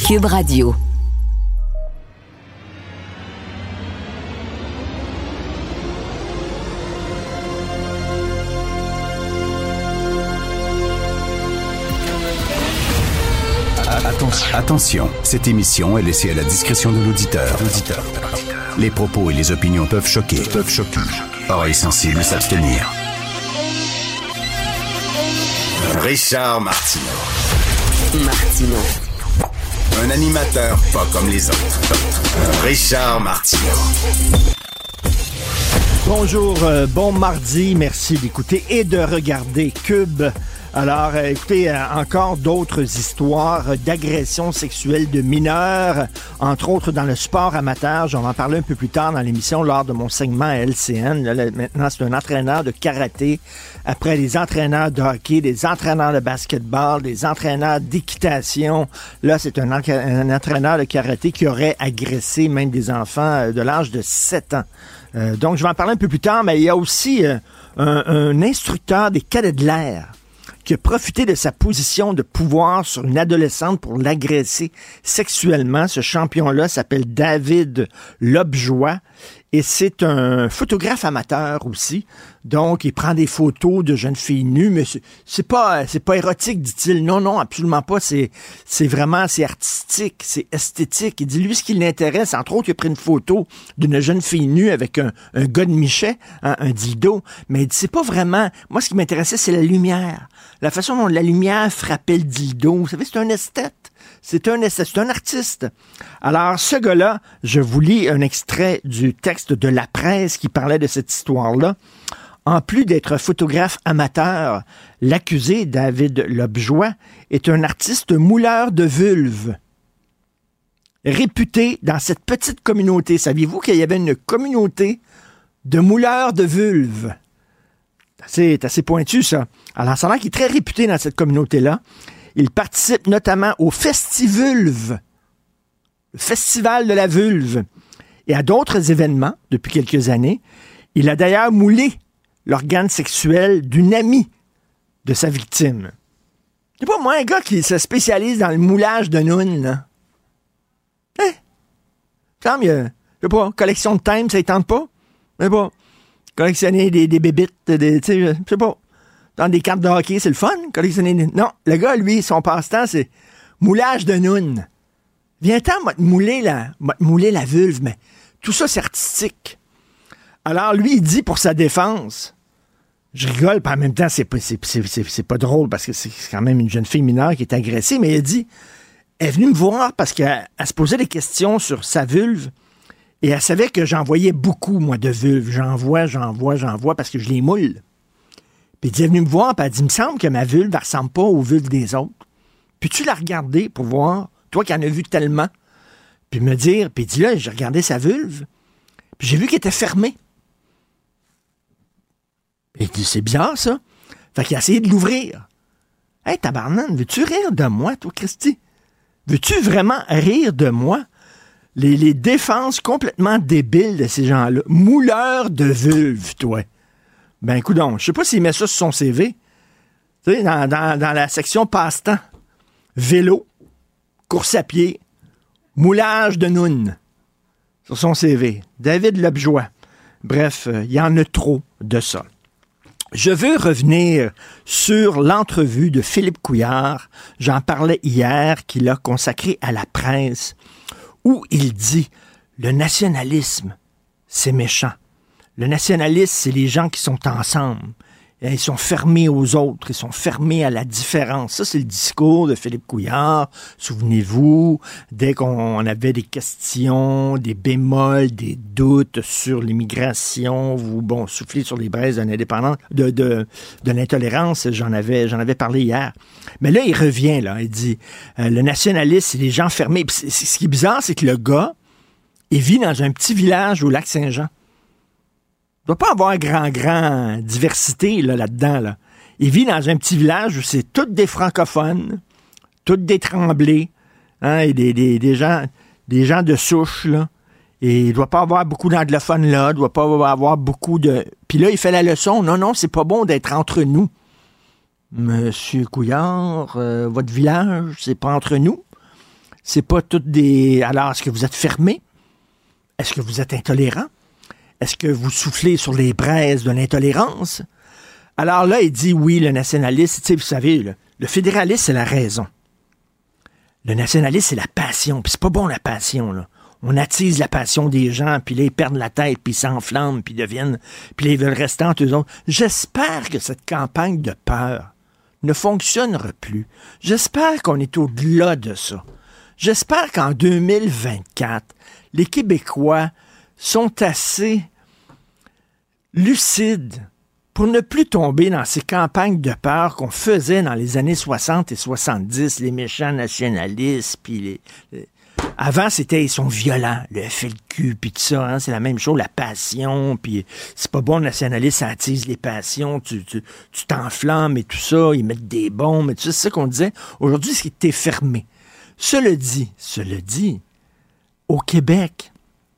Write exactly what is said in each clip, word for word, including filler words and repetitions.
Cube Radio. Attention, cette émission est laissée à la discrétion de l'auditeur. Les propos et les opinions peuvent choquer. Peuvent choquer. Oreilles sensibles s'abstenir. Richard Martineau. Martineau. Un animateur pas comme les autres. Richard Martineau. Bonjour, euh, bon mardi, merci d'écouter et de regarder Cube. Alors, euh, écoutez, euh, encore d'autres histoires d'agressions sexuelles de mineurs, entre autres dans le sport amateur. J'en vais en parler un peu plus tard dans l'émission lors de mon segment à L C N. Là, là, maintenant, c'est un entraîneur de karaté. Après, les entraîneurs de hockey, des entraîneurs de basketball, des entraîneurs d'équitation. Là, c'est un, un entraîneur de karaté qui aurait agressé même des enfants de l'âge de sept ans. Euh, donc, je vais en parler un peu plus tard, mais il y a aussi euh, un, un instructeur des cadets de l'air qui a profité de sa position de pouvoir sur une adolescente pour l'agresser sexuellement. Ce champion-là s'appelle David Lovejoy et c'est un photographe amateur aussi. Donc, il prend des photos de jeunes filles nues, mais c'est, c'est pas, c'est pas érotique, dit-il. Non, non, absolument pas. C'est, c'est vraiment, c'est artistique, c'est esthétique. Il dit, lui, ce qui l'intéresse, entre autres, il a pris une photo d'une jeune fille nue avec un, un gars de michet, hein, un dildo. Mais il dit, c'est pas vraiment, moi, ce qui m'intéressait, c'est la lumière. La façon dont la lumière frappait le dildo. Vous savez, c'est un esthète. C'est un esthète, c'est un artiste. Alors, ce gars-là, je vous lis un extrait du texte de La Presse qui parlait de cette histoire-là. En plus d'être photographe amateur, l'accusé, David Lovejoy, est un artiste mouleur de vulves. Réputé dans cette petite communauté. Saviez-vous qu'il y avait une communauté de mouleurs de vulves? C'est assez pointu, ça. Alors, ça a l'air qu'il est très réputé dans cette communauté-là. Il participe notamment au Festivulve, le Festival de la vulve, et à d'autres événements depuis quelques années. Il a d'ailleurs moulé l'organe sexuel d'une amie de sa victime. C'est pas moi un gars qui se spécialise dans le moulage de nounes, là. Hein? Comme il y a, je sais pas, collection de thèmes, ça ne tente pas? Je sais pas. Collectionner des, des bébites, des, tu sais, je sais pas. Dans des cartes de hockey, c'est le fun, collectionner des... Non, le gars, lui, son passe-temps, c'est moulage de nounes. Viens-t'en, m'a te mouler la, m'a te mouler la vulve, mais tout ça, c'est artistique. Alors, lui, il dit pour sa défense, je rigole, puis en même temps, c'est pas, c'est, c'est, c'est, c'est pas drôle, parce que c'est quand même une jeune fille mineure qui est agressée, mais il a dit, elle est venue me voir parce qu'elle elle se posait des questions sur sa vulve, et elle savait que j'en voyais beaucoup, moi, de vulves. J'en vois, j'en vois, j'en vois, parce que je les moule. Puis elle est venue me voir, puis elle dit, il me semble que ma vulve, elle ressemble pas aux vulves des autres. Puis tu l'as regardé pour voir, toi qui en as vu tellement, puis me dire, puis il dit là, j'ai regardé sa vulve, puis j'ai vu qu'elle était fermée. Et il dit, c'est bizarre, ça. Fait qu'il a essayé de l'ouvrir. Hey, tabarnane, veux-tu rire de moi, toi, Christy? Veux-tu vraiment rire de moi? Les, les défenses complètement débiles de ces gens-là. Mouleur de vulve, toi. Ben, coudonc, je sais pas s'il met ça sur son C V. Tu sais, dans, dans, dans la section passe-temps. Vélo, course à pied, moulage de nounes. Sur son C V. David Lovejoy. Bref, il euh, y en a trop de ça. Je veux revenir sur l'entrevue de Philippe Couillard. J'en parlais hier, qu'il a consacré à La Presse, où il dit « Le nationalisme, c'est méchant. Le nationalisme, c'est les gens qui sont ensemble. Ils sont fermés aux autres, ils sont fermés à la différence. » Ça, c'est le discours de Philippe Couillard. Souvenez-vous, dès qu'on avait des questions, des bémols, des doutes sur l'immigration, vous, bon, soufflez sur les braises d'un indépendant, de, de, de l'intolérance, j'en avais, j'en avais parlé hier. Mais là, il revient, là, il dit, euh, le nationalisme, c'est les gens fermés. Puis c'est, c'est, ce qui est bizarre, c'est que le gars, il vit dans un petit village au Lac-Saint-Jean. Il ne doit pas avoir grand, grand diversité là, là-dedans. Là. Il vit dans un petit village où c'est toutes des francophones, toutes des tremblés, hein, et des, des, des, gens, des gens de souche. Là. Et il ne doit pas avoir beaucoup d'anglophones là, il ne doit pas avoir beaucoup de... Puis là, il fait la leçon. Non, non, c'est pas bon d'être entre nous. Monsieur Couillard, euh, votre village, c'est pas entre nous. C'est pas toutes des... Alors, est-ce que vous êtes fermé? Est-ce que vous êtes intolérant? Est-ce que vous soufflez sur les braises de l'intolérance? Alors là, il dit, oui, le nationaliste, tu sais, vous savez, le, le fédéraliste, c'est la raison. Le nationaliste, c'est la passion. Puis c'est pas bon, la passion, là. On attise la passion des gens, puis là, ils perdent la tête, puis ils s'enflamment, puis ils deviennent... Puis là, ils veulent rester entre eux autres. J'espère que cette campagne de peur ne fonctionnera plus. J'espère qu'on est au-delà de ça. J'espère qu'en deux mille vingt-quatre, les Québécois sont assez lucides pour ne plus tomber dans ces campagnes de peur qu'on faisait dans les années soixante et soixante-dix, les méchants nationalistes, puis les... les... Avant, c'était, ils sont violents, le F L Q, puis tout ça, hein, c'est la même chose, la passion, puis c'est pas bon, le nationaliste, ça attise les passions, tu, tu, tu t'enflammes et tout ça, ils mettent des bombes, et tout ça, c'est ça qu'on disait. Aujourd'hui, c'est que t'es fermé. Cela dit, cela dit, au Québec,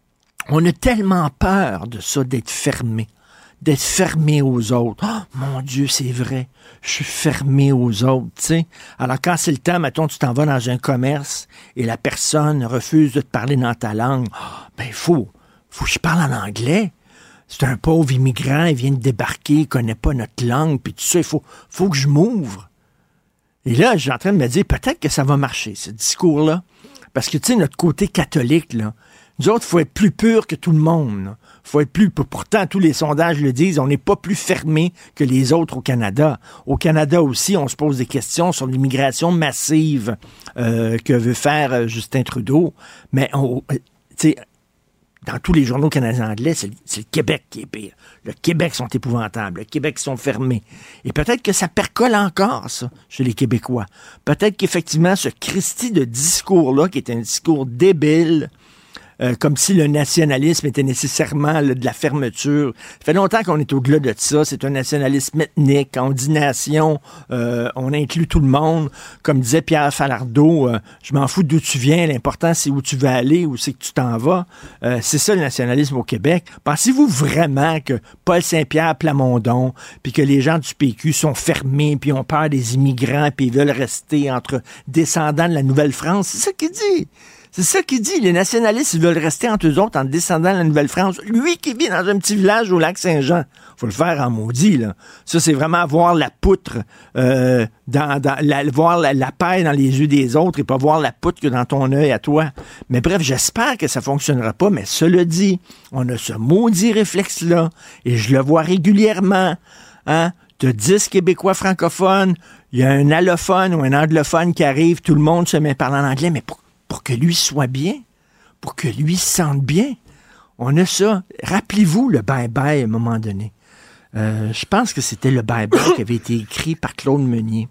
on a tellement peur de ça, d'être fermé, d'être fermé aux autres. Oh, mon Dieu, c'est vrai, je suis fermé aux autres, tu sais. Alors, quand c'est le temps, mettons, tu t'en vas dans un commerce et la personne refuse de te parler dans ta langue, oh, ben, il faut, faut que je parle en anglais. C'est un pauvre immigrant, il vient de débarquer, il connaît pas notre langue, puis tout ça, il faut, faut que je m'ouvre. Et là, je suis en train de me dire, peut-être que ça va marcher, ce discours-là. Parce que, tu sais, notre côté catholique, là, nous autres, il faut être plus pur que tout le monde. Il faut être plus... Pourtant, tous les sondages le disent, on n'est pas plus fermé que les autres au Canada. Au Canada aussi, on se pose des questions sur l'immigration massive euh, que veut faire euh, Justin Trudeau. Mais, on, tu sais, dans tous les journaux canadiens anglais, c'est, c'est le Québec qui est pire. Le Québec sont épouvantables. Le Québec sont fermés. Et peut-être que ça percole encore, ça, chez les Québécois. Peut-être qu'effectivement, ce Christi de discours-là, qui est un discours débile, Euh, comme si le nationalisme était nécessairement là, de la fermeture. Ça fait longtemps qu'on est au-delà de ça. C'est un nationalisme ethnique. Quand on dit nation, euh, on inclut tout le monde. Comme disait Pierre Falardeau, euh, je m'en fous d'où tu viens. L'important, c'est où tu veux aller, où c'est que tu t'en vas. Euh, c'est ça le nationalisme au Québec. Pensez-vous vraiment que Paul Saint-Pierre Plamondon, puis que les gens du P Q sont fermés, puis ont peur des immigrants, puis ils veulent rester entre descendants de la Nouvelle-France? C'est ça qu'il dit. C'est ça qu'il dit. Les nationalistes, ils veulent rester entre eux autres en descendant de la Nouvelle-France. Lui qui vit dans un petit village au lac Saint-Jean. Faut le faire en maudit, là. Ça, c'est vraiment voir la poutre, euh, dans, dans la, voir la, la paille dans les yeux des autres et pas voir la poutre que dans ton œil à toi. Mais bref, j'espère que ça fonctionnera pas, mais cela dit, on a ce maudit réflexe-là et je le vois régulièrement. Hein? T'as dix Québécois francophones, il y a un allophone ou un anglophone qui arrive, tout le monde se met à parler en anglais, mais pourquoi? Pour que lui soit bien, pour que lui se sente bien. On a ça. Rappelez-vous le bye-bye à un moment donné. Euh, je pense que c'était le bye-bye qui avait été écrit par Claude Meunier.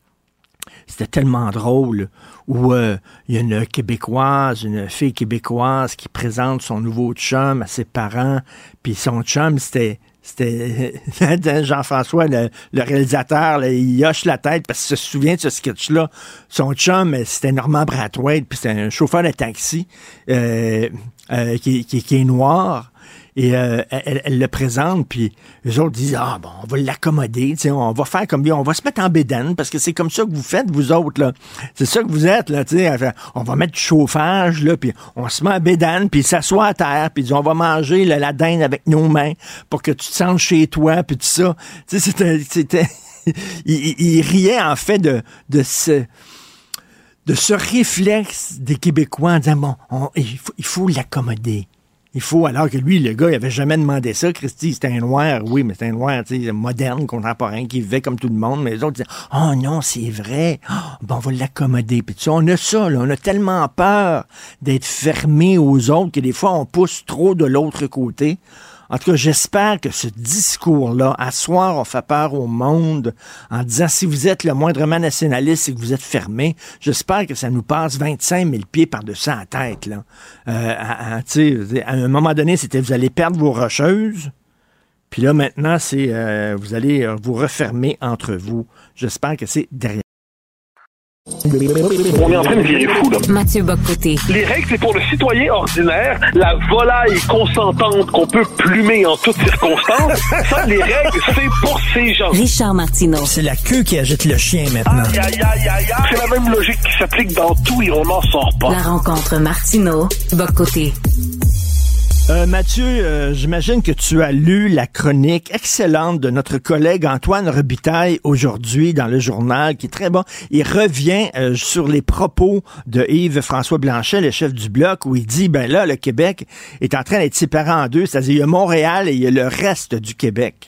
C'était tellement drôle. Où euh, il y a une Québécoise, une fille québécoise qui présente son nouveau chum à ses parents. Puis son chum, c'était... C'était Jean-François, le, le réalisateur, là, il hoche la tête parce qu'il se souvient de ce sketch-là. Son chum, c'était Normand Brathwaite, puis c'était un chauffeur de taxi euh, euh, qui, qui, qui est noir. Et euh, elle, elle le présente, puis les autres disent « Ah, bon, on va l'accommoder, on va faire comme lui, on va se mettre en bédaine, parce que c'est comme ça que vous faites, vous autres, là. C'est ça que vous êtes, là, tu sais. On va mettre du chauffage, là, puis on se met en bédaine, puis il s'assoit à terre, puis on va manger là, la dinde avec nos mains pour que tu te sentes chez toi, puis tout ça. » Tu sais, c'était... c'était il, il riait, en fait, de, de ce... de ce réflexe des Québécois en disant « Bon, on, il faut, il faut l'accommoder. » Il faut, alors que lui, le gars, il avait jamais demandé ça. Christy, c'était un noir, oui, mais c'était un noir, tu sais, moderne, contemporain, qui vivait comme tout le monde. Mais les autres disaient, oh non, c'est vrai. Oh, bon, on va l'accommoder. Puis tu sais, on a ça, là. On a tellement peur d'être fermé aux autres que des fois, on pousse trop de l'autre côté. En tout cas, j'espère que ce discours-là, à soir, on fait peur au monde en disant si vous êtes le moindrement nationaliste et que vous êtes fermé, j'espère que ça nous passe vingt-cinq mille pieds par-dessus la tête. Là. Euh, à, à, à un moment donné, c'était vous allez perdre vos rocheuses. Puis là, maintenant, c'est euh, vous allez vous refermer entre vous. J'espère que c'est derrière. On est en train de virer fou, là. Mathieu Bock-Côté. Les règles, c'est pour le citoyen ordinaire, la volaille consentante qu'on peut plumer en toutes circonstances. Ça, les règles, c'est pour ces gens. Richard Martineau. C'est la queue qui agite le chien maintenant. Aïe, aïe, aïe, aïe, aïe. C'est la même logique qui s'applique dans tout et on n'en sort pas. La rencontre Martineau, Bock-Côté. Euh, Mathieu, euh, j'imagine que tu as lu la chronique excellente de notre collègue Antoine Robitaille aujourd'hui dans le journal, qui est très bon. Il revient euh, sur les propos de Yves-François Blanchet, le chef du Bloc, où il dit, ben là, le Québec est en train d'être séparé en deux, c'est-à-dire il y a Montréal et il y a le reste du Québec.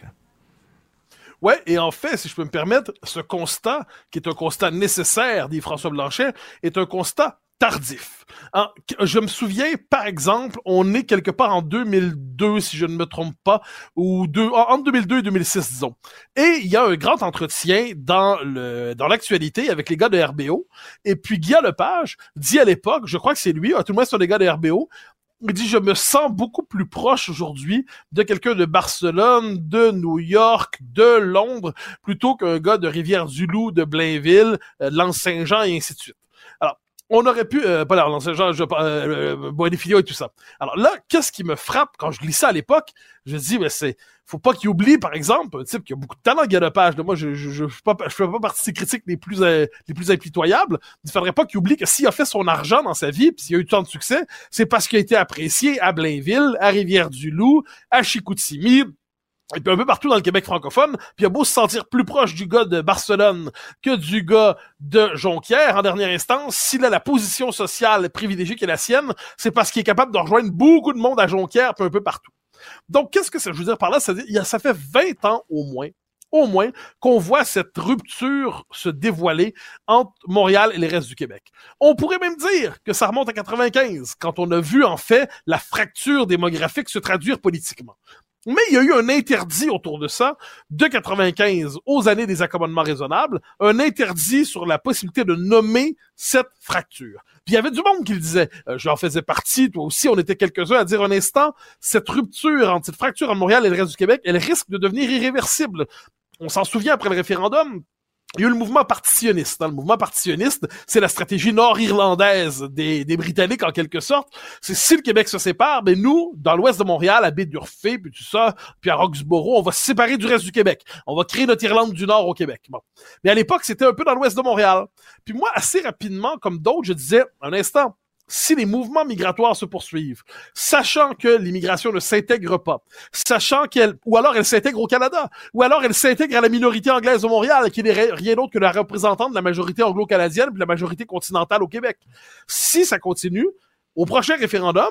Ouais, et en fait, si je peux me permettre, ce constat, qui est un constat nécessaire d'Yves-François Blanchet, est un constat tardif. Hein, je me souviens, par exemple, on est quelque part en deux mille deux, si je ne me trompe pas, ou deux, entre deux mille deux et deux mille six, disons. Et il y a un grand entretien dans le dans l'actualité avec les gars de R B O. Et puis Guillaume Lepage dit à l'époque, je crois que c'est lui, à tout le moins c'est un des gars de R B O, il dit, je me sens beaucoup plus proche aujourd'hui de quelqu'un de Barcelone, de New York, de Londres, plutôt qu'un gars de Rivière-du-Loup, de Blainville, euh, de L'Anse-Saint-Jean et ainsi de suite. Alors, on aurait pu, euh, pas là, L'Anse-Saint-Jean, je, euh, Bois-des-Filios et tout ça. Alors là, qu'est-ce qui me frappe quand je lis ça à l'époque? Je dis, mais c'est, faut pas qu'il oublie, par exemple, un type qui a beaucoup de talent, Guy Lepage. Moi, je, je, je, je fais pas, je fais pas partie de ces critiques les plus, euh, les plus impitoyables. Il faudrait pas qu'il oublie que s'il a fait son argent dans sa vie, puis s'il a eu tant de succès, c'est parce qu'il a été apprécié à Blainville, à Rivière-du-Loup, à Chicoutimi, et puis un peu partout dans le Québec francophone, puis il a beau se sentir plus proche du gars de Barcelone que du gars de Jonquière, en dernière instance, s'il a la position sociale privilégiée qui est la sienne, c'est parce qu'il est capable de rejoindre beaucoup de monde à Jonquière, puis un peu partout. Donc, qu'est-ce que ça veut dire par là? Ça, ça fait vingt ans au moins, au moins, qu'on voit cette rupture se dévoiler entre Montréal et les restes du Québec. On pourrait même dire que ça remonte à quatre-vingt-quinze, quand on a vu, en fait, la fracture démographique se traduire politiquement. Mais il y a eu un interdit autour de ça, de quatre-vingt-quinze aux années des accommodements raisonnables, un interdit sur la possibilité de nommer cette fracture. Puis il y avait du monde qui le disait, euh, j'en faisais partie, toi aussi, on était quelques-uns à dire un instant, cette rupture, entre cette fracture entre Montréal et le reste du Québec, elle risque de devenir irréversible. On s'en souvient après le référendum, il y a eu le mouvement partitionniste. Dans le mouvement partitionniste, c'est la stratégie nord-irlandaise des, des Britanniques, en quelque sorte. C'est si le Québec se sépare, ben nous, dans l'ouest de Montréal, à Baie-d'Urfé, puis tout ça, puis à Roxborough, on va se séparer du reste du Québec. On va créer notre Irlande du Nord au Québec. Bon. Mais à l'époque, c'était un peu dans l'ouest de Montréal. Puis moi, assez rapidement, comme d'autres, je disais, un instant, si les mouvements migratoires se poursuivent, sachant que l'immigration ne s'intègre pas, sachant qu'elle, ou alors elle s'intègre au Canada, ou alors elle s'intègre à la minorité anglaise de Montréal, qui n'est rien d'autre que la représentante de la majorité anglo-canadienne puis de la majorité continentale au Québec. Si ça continue, au prochain référendum,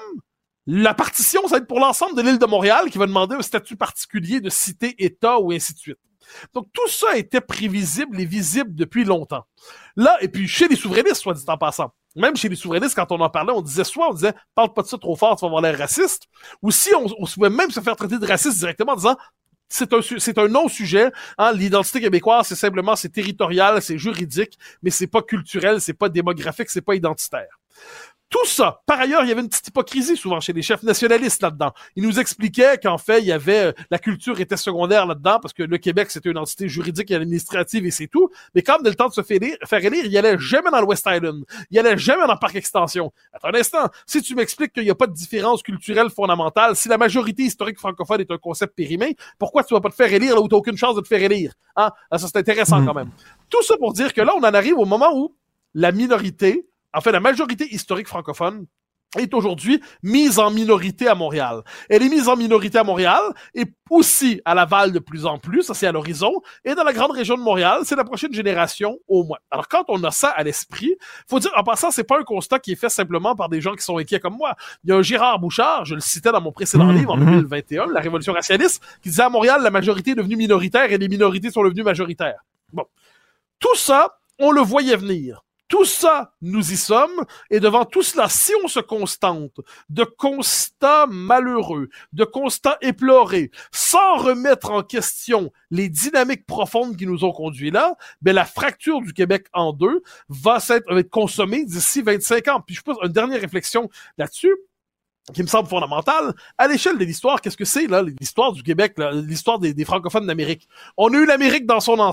la partition, ça va être pour l'ensemble de l'île de Montréal qui va demander un statut particulier de cité-État ou ainsi de suite. Donc, tout ça était prévisible et visible depuis longtemps. Là, et puis chez les souverainistes, soit dit en passant, même chez les souverainistes, quand on en parlait, on disait soit on disait « parle pas de ça trop fort, tu vas avoir l'air raciste », ou si on, on pouvait même se faire traiter de raciste directement en disant « c'est un, c'est un non-sujet, hein, l'identité québécoise, c'est simplement, c'est territorial, c'est juridique, mais c'est pas culturel, c'est pas démographique, c'est pas identitaire ». Tout ça. Par ailleurs, il y avait une petite hypocrisie souvent chez les chefs nationalistes là-dedans. Ils nous expliquaient qu'en fait, il y avait euh, la culture était secondaire là-dedans parce que le Québec, c'était une entité juridique et administrative et c'est tout. Mais quand on a le temps de se faire élire, faire élire, il allait jamais dans le West Island. Il allait jamais dans le Parc Extension. Attends un instant. Si tu m'expliques qu'il n'y a pas de différence culturelle fondamentale, si la majorité historique francophone est un concept périmé, pourquoi tu vas pas te faire élire là où tu n'as aucune chance de te faire élire? Hein? Ça, c'est intéressant mmh. quand même. Tout ça pour dire que là, on en arrive au moment où la minorité, en fait, la majorité historique francophone est aujourd'hui mise en minorité à Montréal. Elle est mise en minorité à Montréal et aussi à Laval de plus en plus, ça c'est à l'horizon, et dans la grande région de Montréal, c'est la prochaine génération au moins. Alors quand on a ça à l'esprit, faut dire, en passant, c'est pas un constat qui est fait simplement par des gens qui sont inquiets comme moi. Il y a un Gérard Bouchard, je le citais dans mon précédent mmh, livre en mmh. deux mille vingt et un, La Révolution racialiste, qui disait à Montréal, la majorité est devenue minoritaire et les minorités sont devenues majoritaires. Bon. Tout ça, on le voyait venir. Tout ça, nous y sommes, et devant tout cela, si on se constante de constats malheureux, de constats éplorés, sans remettre en question les dynamiques profondes qui nous ont conduits là, ben la fracture du Québec en deux va s'être, va être consommée d'ici vingt-cinq ans. Puis je pose une dernière réflexion là-dessus, qui me semble fondamentale. À l'échelle de l'histoire, qu'est-ce que c'est, là, l'histoire du Québec, là, l'histoire des, des francophones d'Amérique? On a eu l'Amérique dans son ensemble.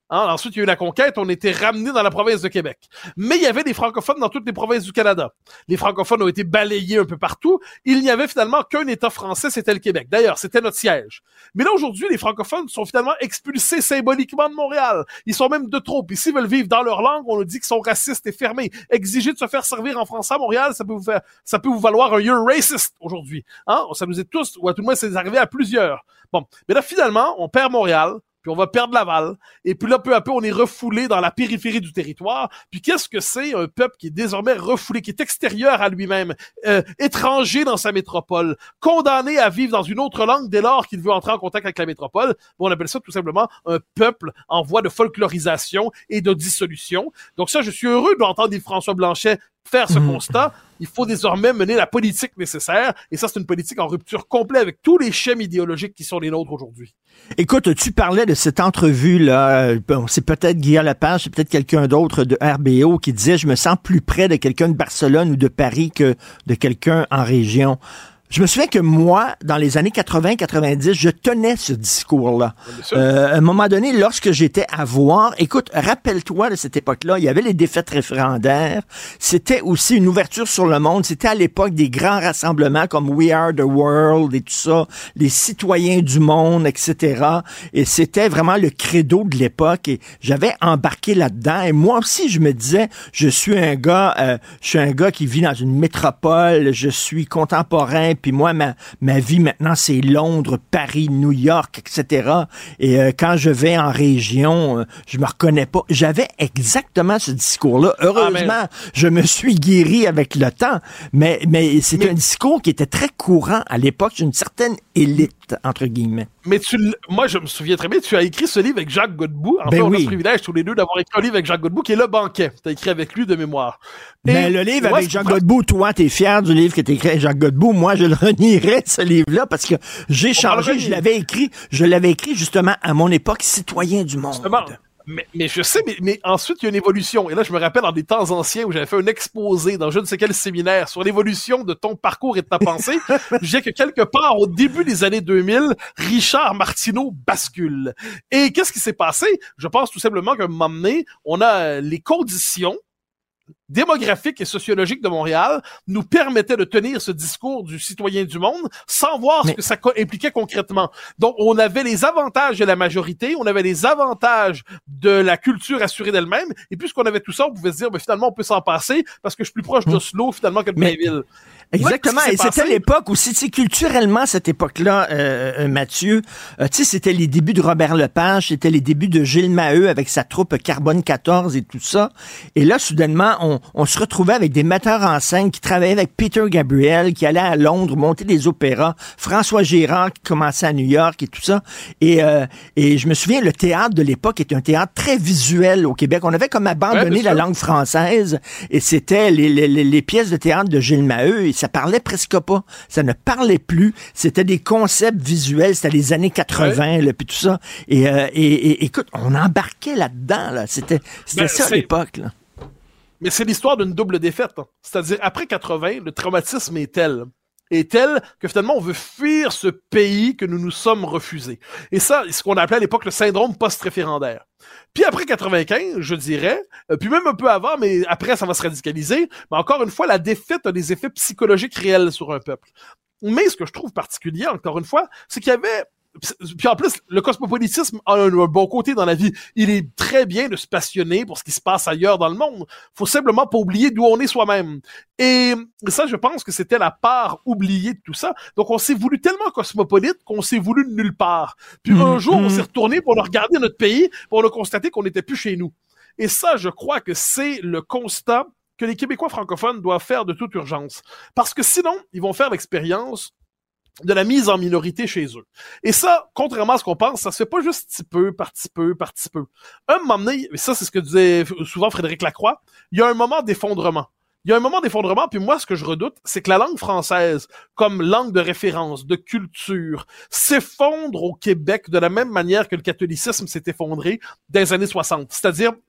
Hein, ensuite, il y a eu la conquête, on était ramenés dans la province de Québec. Mais il y avait des francophones dans toutes les provinces du Canada. Les francophones ont été balayés un peu partout. Il n'y avait finalement qu'un État français, c'était le Québec. D'ailleurs, c'était notre siège. Mais là, aujourd'hui, les francophones sont finalement expulsés symboliquement de Montréal. Ils sont même de trop. Puis s'ils veulent vivre dans leur langue, on nous dit qu'ils sont racistes et fermés. Exiger de se faire servir en français à Montréal, ça peut vous faire, ça peut vous valoir un year racist aujourd'hui. Hein? Ça nous est tous, ou à tout le moins, c'est arrivé à plusieurs. Bon. Mais là, finalement, on perd Montréal. Puis on va perdre Laval, et puis là, peu à peu, on est refoulé dans la périphérie du territoire. Puis qu'est-ce que c'est un peuple qui est désormais refoulé, qui est extérieur à lui-même, euh, étranger dans sa métropole, condamné à vivre dans une autre langue dès lors qu'il veut entrer en contact avec la métropole? Bon, on appelle ça tout simplement un peuple en voie de folklorisation et de dissolution. Donc ça, je suis heureux d'entendre Yves-François Blanchet faire ce mmh. constat. Il faut désormais mener la politique nécessaire, et ça, c'est une politique en rupture complète avec tous les schèmes idéologiques qui sont les nôtres aujourd'hui. Écoute, tu parlais de cette entrevue-là, bon, c'est peut-être Guillaume Lepage, c'est peut-être quelqu'un d'autre de R B O qui disait « Je me sens plus près de quelqu'un de Barcelone ou de Paris que de quelqu'un en région ». Je me souviens que moi, dans les années quatre-vingts quatre-vingt-dix, je tenais ce discours-là. Euh, à un moment donné, lorsque j'étais à voir, écoute, rappelle-toi de cette époque-là, il y avait les défaites référendaires, c'était aussi une ouverture sur le monde, c'était à l'époque des grands rassemblements comme We Are the World et tout ça, les citoyens du monde, et cetera. Et c'était vraiment le credo de l'époque, et j'avais embarqué là-dedans. Et moi aussi, je me disais, je suis un gars, euh, je suis un gars qui vit dans une métropole, je suis contemporain. Puis moi, ma, ma vie maintenant, c'est Londres, Paris, New York, et cetera. Et euh, quand je vais en région, euh, je me reconnais pas. J'avais exactement ce discours-là. Heureusement, ah, mais... je me suis guéri avec le temps. Mais, mais c'est mais... un discours qui était très courant à l'époque d'une certaine élite, entre guillemets. Mais tu, moi, je me souviens très bien, tu as écrit ce livre avec Jacques Godbout. En ben fait, on oui. a ce privilège tous les deux d'avoir écrit un livre avec Jacques Godbout qui est Le Banquet. Tu as écrit avec lui de mémoire. Et mais le livre moi, avec Jacques Godbout, toi, t'es fier du livre que t'as écrit avec Jacques Godbout. Moi, je le renierais, ce livre-là, parce que j'ai changé. Je l'avais écrit, je l'avais écrit justement à mon époque, citoyen du monde. Justement. Mais, mais je sais, mais, mais ensuite, il y a une évolution. Et là, je me rappelle dans des temps anciens où j'avais fait un exposé dans je ne sais quel séminaire sur l'évolution de ton parcours et de ta pensée. Je disais que quelque part, au début des années deux mille, Richard Martineau bascule. Et qu'est-ce qui s'est passé? Je pense tout simplement qu'à un moment donné, on a les conditions démographique et sociologique de Montréal nous permettait de tenir ce discours du citoyen du monde sans voir Mais... ce que ça impliquait concrètement. Donc, on avait les avantages de la majorité, on avait les avantages de la culture assurée d'elle-même, et puisqu'on avait tout ça, on pouvait se dire, ben, finalement, on peut s'en passer parce que je suis plus proche d'Oslo, finalement, que de Blainville. Exactement, et c'était l'époque aussi, tu sais, culturellement, cette époque-là, euh, euh, Mathieu, euh, tu sais, c'était les débuts de Robert Lepage, c'était les débuts de Gilles Maheu avec sa troupe Carbone quatorze et tout ça, et là, soudainement, on, on se retrouvait avec des metteurs en scène qui travaillaient avec Peter Gabriel, qui allait à Londres monter des opéras, François Gérard qui commençait à New York et tout ça, et, euh, et je me souviens, le théâtre de l'époque était un théâtre très visuel au Québec, on avait comme abandonné ouais, la langue française, et c'était les, les, les pièces de théâtre de Gilles Maheu, et ça parlait presque pas. Ça ne parlait plus. C'était des concepts visuels. C'était les années quatre-vingts, ouais. là, puis tout ça. Et, euh, et, et écoute, on embarquait là-dedans. Là. C'était, c'était ben, ça à l'époque. Là. Mais c'est l'histoire d'une double défaite. Hein. C'est-à-dire, après quatre-vingts, le traumatisme est tel. est tel que finalement, on veut fuir ce pays que nous nous sommes refusés. Et ça, c'est ce qu'on appelait à l'époque le syndrome post-référendaire. Puis après quatre-vingt-quinze, je dirais, euh, puis même un peu avant, mais après, ça va se radicaliser, mais encore une fois, la défaite a des effets psychologiques réels sur un peuple. Mais ce que je trouve particulier, encore une fois, c'est qu'il y avait... Puis en plus, le cosmopolitisme a un, un bon côté dans la vie. Il est très bien de se passionner pour ce qui se passe ailleurs dans le monde. Faut simplement pas oublier d'où on est soi-même. Et ça, je pense que c'était la part oubliée de tout ça. Donc, on s'est voulu tellement cosmopolite qu'on s'est voulu de nulle part. Puis mmh, un jour, mmh. on s'est retourné pour regarder notre pays, pour on a constaté qu'on n'était plus chez nous. Et ça, je crois que c'est le constat que les Québécois francophones doivent faire de toute urgence. Parce que sinon, ils vont faire l'expérience de la mise en minorité chez eux. Et ça, contrairement à ce qu'on pense, ça se fait pas juste petit peu, par petit peu, par petit peu. Un moment donné, et ça c'est ce que disait souvent Frédéric Lacroix, il y a un moment d'effondrement. Il y a un moment d'effondrement, puis moi, ce que je redoute, c'est que la langue française, comme langue de référence, de culture, s'effondre au Québec de la même manière que le catholicisme s'est effondré dans les années soixante. C'est-à-dire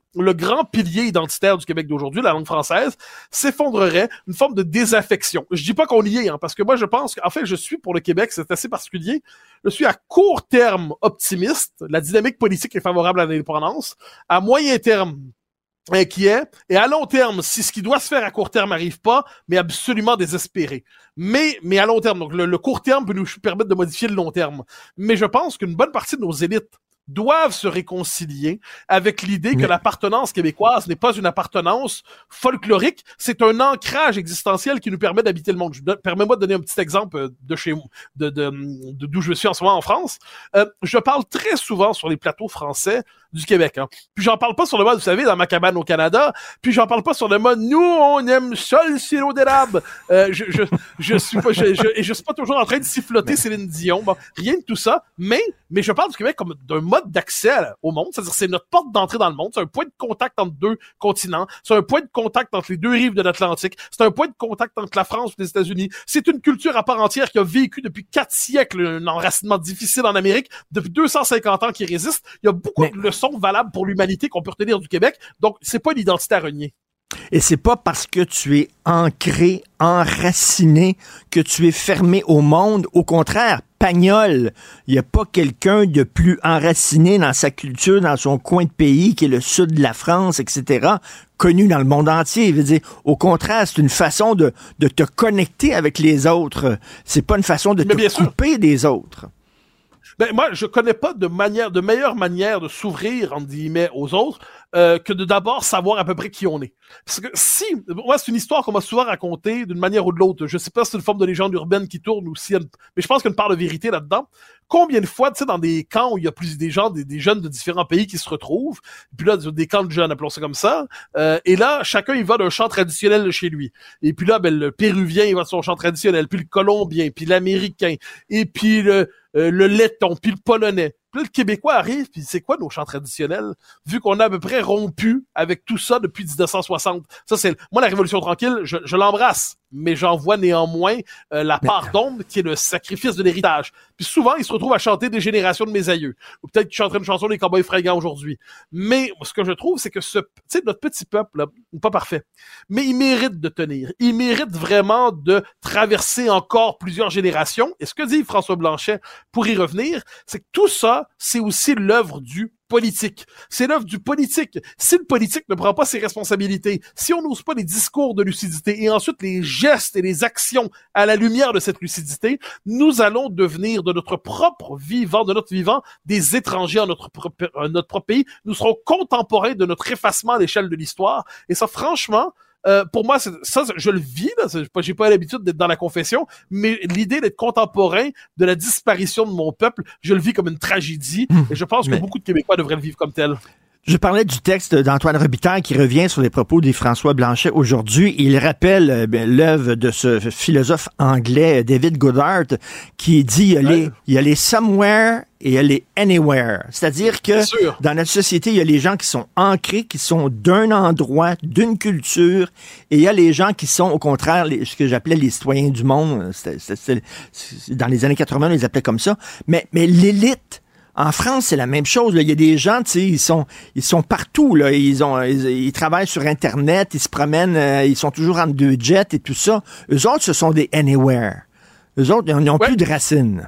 le grand pilier identitaire du Québec d'aujourd'hui, la langue française, s'effondrerait, une forme de désaffection. Je dis pas qu'on y est, hein, parce que moi je pense qu'en fait je suis pour le Québec, c'est assez particulier, je suis à court terme optimiste, la dynamique politique est favorable à l'indépendance, à moyen terme inquiet, et à long terme, si ce qui doit se faire à court terme n'arrive pas, mais absolument désespéré. Mais, mais à long terme, donc le, le court terme peut nous permettre de modifier le long terme. Mais je pense qu'une bonne partie de nos élites doivent se réconcilier avec l'idée que l'appartenance québécoise n'est pas une appartenance folklorique, c'est un ancrage existentiel qui nous permet d'habiter le monde. Je, permets-moi de donner un petit exemple de chez de, de, de d'où je suis en ce moment en France. Euh, je parle très souvent sur les plateaux français du Québec. Hein. Puis j'en parle pas sur le mode, vous savez, dans ma cabane au Canada, puis j'en parle pas sur le mode, nous, on aime ça le sirop d'érable. Euh, je, je, je suis pas, je, je, et je suis pas toujours en train de siffloter Céline Dion. Bon, rien de tout ça, mais, mais je parle du Québec comme d'un mode d'accès au monde, c'est-à-dire c'est notre porte d'entrée dans le monde, c'est un point de contact entre deux continents, c'est un point de contact entre les deux rives de l'Atlantique, c'est un point de contact entre la France et les États-Unis, c'est une culture à part entière qui a vécu depuis quatre siècles un enracinement difficile en Amérique, depuis deux cent cinquante ans qui résiste, il y a beaucoup Mais... de leçons valables pour l'humanité qu'on peut retenir du Québec, donc c'est pas une identité à renier. Et c'est pas parce que tu es ancré, enraciné, que tu es fermé au monde. Au contraire, Pagnol, il n'y a pas quelqu'un de plus enraciné dans sa culture, dans son coin de pays, qui est le sud de la France, et cetera, connu dans le monde entier. Il veut dire, au contraire, c'est une façon de, de te connecter avec les autres. C'est pas une façon de Mais te couper sûr. des autres. Ben, moi, je connais pas de manière, de meilleure manière de s'ouvrir, entre guillemets, aux autres, euh, que de d'abord savoir à peu près qui on est. Parce que si, moi, c'est une histoire qu'on m'a souvent racontée d'une manière ou de l'autre. Je sais pas si c'est une forme de légende urbaine qui tourne ou si, une... mais je pense qu'il y a une part de vérité là-dedans. Combien de fois, tu sais, dans des camps où il y a plus des gens, des, des jeunes de différents pays qui se retrouvent, puis là, des camps de jeunes, appelons ça comme ça, euh, et là, chacun, il va d'un chant traditionnel de chez lui. Et puis là, ben, le Péruvien, il va de son chant traditionnel, puis le Colombien, puis l'Américain, et puis le, euh, le Letton, puis le Polonais. Puis là, le Québécois arrive, puis c'est quoi nos chants traditionnels? Vu qu'on a à peu près rompu avec tout ça depuis dix-neuf cent soixante. Ça, c'est, moi, la Révolution tranquille, je, je l'embrasse, mais j'en vois néanmoins euh, la part d'ombre qui est le sacrifice de l'héritage. Puis souvent, ils se retrouvent à chanter des générations de mes aïeux. Ou peut-être qu'ils chanteraient une chanson des Cowboys fringants aujourd'hui. Mais ce que je trouve, c'est que ce, tu sais, notre petit peuple, là, pas parfait, mais il mérite de tenir. Il mérite vraiment de traverser encore plusieurs générations. Et ce que dit François Blanchet, pour y revenir, c'est que tout ça, c'est aussi l'œuvre du politique. C'est l'œuvre du politique. Si le politique ne prend pas ses responsabilités, si on n'ose pas les discours de lucidité et ensuite les gestes et les actions à la lumière de cette lucidité, nous allons devenir de notre propre vivant, de notre vivant, des étrangers à notre propre, à notre propre pays. Nous serons contemporains de notre effacement à l'échelle de l'histoire. Et ça, franchement, Euh, pour moi, c'est, ça, je le vis, là, c'est, j'ai pas l'habitude d'être dans la confession, mais l'idée d'être contemporain de la disparition de mon peuple, je le vis comme une tragédie, mmh, et je pense mais... que beaucoup de Québécois devraient le vivre comme tel. Je parlais du texte d'Antoine Robitaille qui revient sur les propos des François Blanchet aujourd'hui. Il rappelle euh, ben, l'œuvre de ce philosophe anglais David Goddard qui dit il y a, ouais. les, il y a les somewhere et il y a les anywhere. C'est-à-dire que dans notre société, il y a les gens qui sont ancrés, qui sont d'un endroit, d'une culture, et il y a les gens qui sont au contraire les, ce que j'appelais les citoyens du monde. C'était, c'était, c'était, dans les années quatre-vingts, on les appelait comme ça. Mais, mais l'élite, en France, c'est la même chose. Là. Il y a des gens, tu sais, ils sont, ils sont partout. Là. Ils, ont, ils, ils travaillent sur Internet, ils se promènent, euh, ils sont toujours entre deux jets et tout ça. Eux autres, ce sont des anywhere. Eux autres, ils n'ont ouais. plus de racines.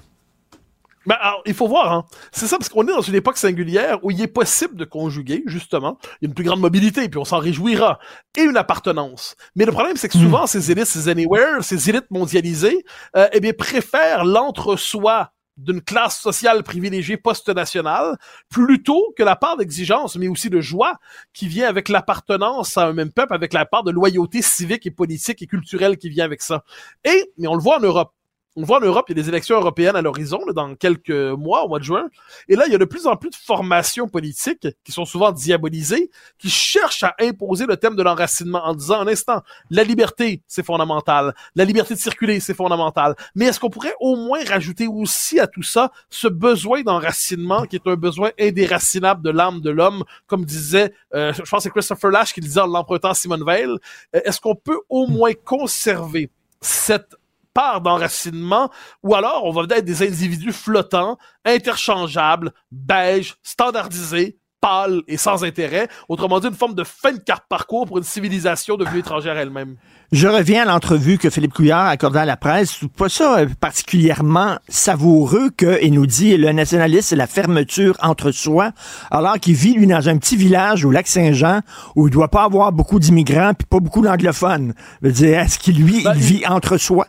Ben, alors, il faut voir, hein. C'est ça, parce qu'on est dans une époque singulière où il est possible de conjuguer, justement, il y a une plus grande mobilité, puis on s'en réjouira, et une appartenance. Mais le problème, c'est que souvent, mmh. ces élites, ces anywhere, ces élites mondialisées, euh, eh bien, préfèrent l'entre-soi d'une classe sociale privilégiée post-nationale, plutôt que la part d'exigence, mais aussi de joie qui vient avec l'appartenance à un même peuple, avec la part de loyauté civique et politique et culturelle qui vient avec ça. Et, mais on le voit en Europe. On le voit en Europe, il y a des élections européennes à l'horizon, là, dans quelques mois, au mois de juin. Et là, il y a de plus en plus de formations politiques, qui sont souvent diabolisées, qui cherchent à imposer le thème de l'enracinement en disant, un instant, la liberté, c'est fondamental. La liberté de circuler, c'est fondamental. Mais est-ce qu'on pourrait au moins rajouter aussi à tout ça ce besoin d'enracinement, qui est un besoin indéracinable de l'âme de l'homme, comme disait, euh, je pense que c'est Christopher Lash qui le disait en l'empruntant à Simone Veil. Est-ce qu'on peut au moins conserver cette part d'enracinement, ou alors on va être des individus flottants, interchangeables, beiges, standardisés, pâle et sans intérêt. Autrement dit, une forme de fin de carte parcours pour une civilisation devenue étrangère elle-même. Je reviens à l'entrevue que Philippe Couillard a accordée à la presse. Je trouve pas ça particulièrement savoureux qu'il nous dit le nationalisme, c'est la fermeture entre soi, alors qu'il vit, lui, dans un petit village au Lac-Saint-Jean où il doit pas avoir beaucoup d'immigrants puis pas beaucoup d'anglophones. Je veux dire, est-ce qu'il, lui, ben, il vit entre soi?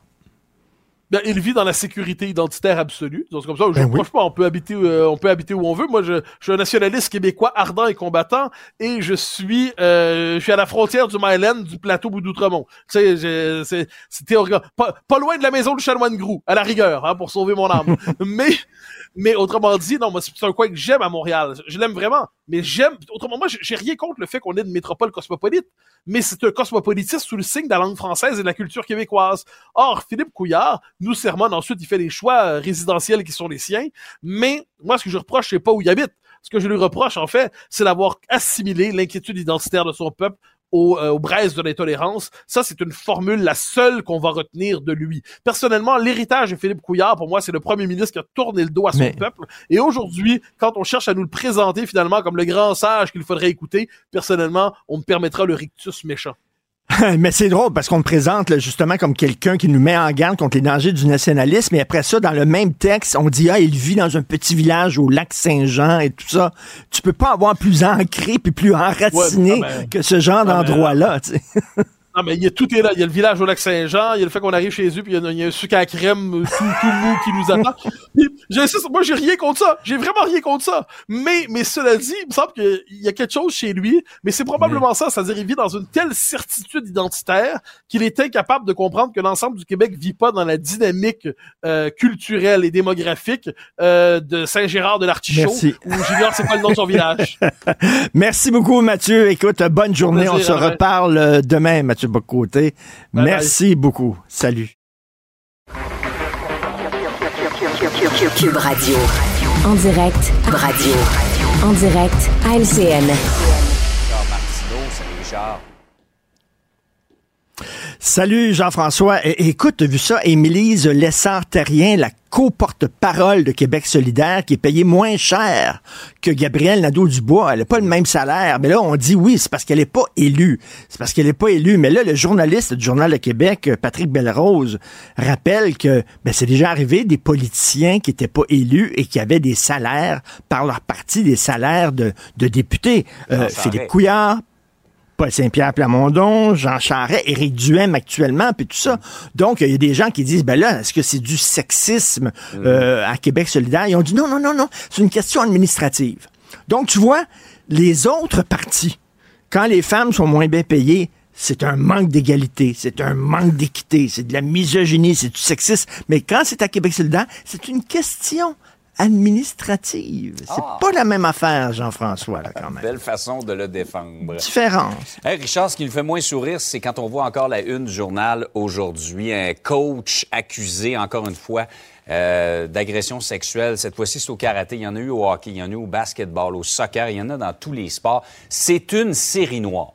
Ben, il vit dans la sécurité identitaire absolue. Donc, c'est comme ça, je ne ben oui. pas, on peut habiter, euh, on peut habiter où on veut. Moi, je, je suis un nationaliste québécois ardent et combattant, et je suis, euh, je suis à la frontière du Myland, du plateau bout d'Outremont. Tu sais, je, c'est, c'est théorique. Pas, pas loin de la maison du chanoine Groux, à la rigueur, hein, pour sauver mon âme. mais, mais autrement dit, non, moi, c'est un coin que j'aime à Montréal. Je l'aime vraiment. Mais j'aime, autrement, moi, j'ai rien contre le fait qu'on ait une métropole cosmopolite, mais c'est un cosmopolitisme sous le signe de la langue française et de la culture québécoise. Or, Philippe Couillard nous sermonne, ensuite, il fait les choix résidentiels qui sont les siens, mais moi, ce que je reproche, c'est pas où il habite. Ce que je lui reproche, en fait, c'est d'avoir assimilé l'inquiétude identitaire de son peuple Au, euh, aux braises de l'intolérance. Ça, c'est une formule, la seule qu'on va retenir de lui. Personnellement, l'héritage de Philippe Couillard, pour moi, c'est le premier ministre qui a tourné le dos à son Mais... peuple. Et aujourd'hui, quand on cherche à nous le présenter finalement comme le grand sage qu'il faudrait écouter, personnellement, on me permettra le rictus méchant. Mais c'est drôle parce qu'on me présente là, justement comme quelqu'un qui nous met en garde contre les dangers du nationalisme, et après ça, dans le même texte, on dit « Ah, il vit dans un petit village au Lac-Saint-Jean et tout ça. » Tu peux pas avoir plus ancré puis plus enraciné ouais, ben, que ce genre ben, d'endroit-là. Tu sais. Non, mais il y a, tout est là. Il y a le village au Lac-Saint-Jean, il y a le fait qu'on arrive chez eux, puis il y a, il y a un sucre à crème tout, tout mou qui nous attend. Puis, j'insiste, moi, j'ai rien contre ça. J'ai vraiment rien contre ça. Mais, mais cela dit, il me semble qu'il y a quelque chose chez lui, mais c'est probablement mmh. ça. C'est-à-dire, il vit dans une telle certitude identitaire qu'il est incapable de comprendre que l'ensemble du Québec vit pas dans la dynamique euh, culturelle et démographique euh, de Saint-Gérard de l'Artichaut, Merci. où j'ignore c'est quoi le nom de son village. Merci beaucoup, Mathieu. Écoute, bonne journée. Plaisir, On se ouais. reparle demain, Mathieu Bock-Côté. Bye Merci bye. beaucoup. Salut. Cube Radio. En direct, Radio. En direct, à L C N. Richard Martineau, salut Richard. Salut Jean-François. É- écoute, t'as vu ça? Émilise Lessard-Terrien, la co-porte-parole de Québec solidaire, qui est payée moins cher que Gabrielle Nadeau-Dubois. Elle n'a pas le même salaire. Mais là, on dit oui, c'est parce qu'elle n'est pas élue. C'est parce qu'elle n'est pas élue. Mais là, le journaliste du Journal de Québec, Patrick Belrose, rappelle que ben, c'est déjà arrivé des politiciens qui n'étaient pas élus et qui avaient des salaires par leur parti, des salaires de, de députés. Euh, Philippe Couillard, Paul Saint-Pierre Plamondon, Jean Charest, Éric Duhaime actuellement, puis tout ça. Donc, il y a des gens qui disent, ben là, est-ce que c'est du sexisme euh, à Québec solidaire? Ils ont dit, non, non, non, non, c'est une question administrative. Donc, tu vois, les autres partis, quand les femmes sont moins bien payées, c'est un manque d'égalité, c'est un manque d'équité, c'est de la misogynie, c'est du sexisme. Mais quand c'est à Québec solidaire, c'est une question administrative. C'est ah. pas la même affaire, Jean-François, là, quand même. Belle façon de le défendre. Différence. Hey, Richard, ce qui nous fait moins sourire, c'est quand on voit encore la une du journal aujourd'hui. Un coach accusé, encore une fois, euh, d'agression sexuelle. Cette fois-ci, c'est au karaté. Il y en a eu au hockey, il y en a eu au basketball, au soccer. Il y en a dans tous les sports. C'est une série noire.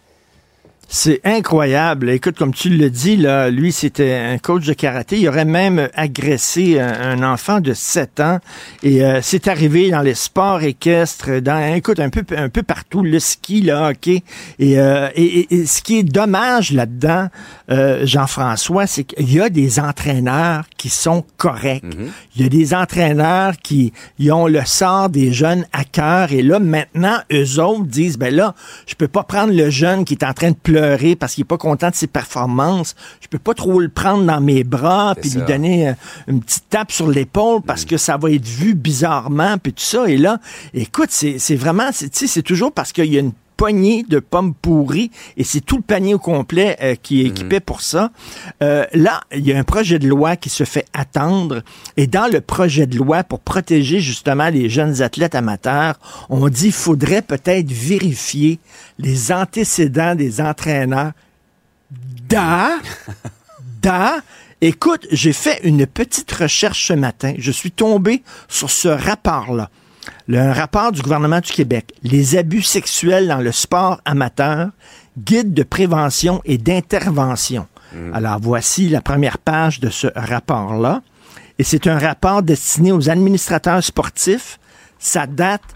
C'est incroyable. Écoute, comme tu le dis, là, lui, c'était un coach de karaté. Il aurait même agressé un, un enfant de sept ans. Et euh, c'est arrivé dans les sports équestres, dans, écoute, un peu, un peu partout, le ski, le hockey. Et, euh, et, et, et ce qui est dommage là-dedans, euh, Jean-François, c'est qu'il y a des entraîneurs qui sont corrects. Mm-hmm. Il y a des entraîneurs qui ils ont le sort des jeunes à cœur. Et là, maintenant, eux autres disent, ben là, je peux pas prendre le jeune qui est en train de pleurer parce qu'il est pas content de ses performances. Je peux pas trop le prendre dans mes bras puis lui donner euh, une petite tape sur l'épaule parce mmh. que ça va être vu bizarrement puis tout ça. Et là, écoute, c'est, c'est vraiment, c'est, tu sais, c'est toujours parce qu'il y a une poignée de pommes pourries et c'est tout le panier au complet euh, qui est équipé mmh. pour ça. Euh, là, il y a un projet de loi qui se fait attendre et dans le projet de loi pour protéger justement les jeunes athlètes amateurs, on dit qu'il faudrait peut-être vérifier les antécédents des entraîneurs. Da, da, écoute, j'ai fait une petite recherche ce matin. Je suis tombé sur ce rapport-là. Le un rapport du gouvernement du Québec, les abus sexuels dans le sport amateur, guide de prévention et d'intervention. Mmh. Alors, voici la première page de ce rapport-là. Et c'est un rapport destiné aux administrateurs sportifs. Ça date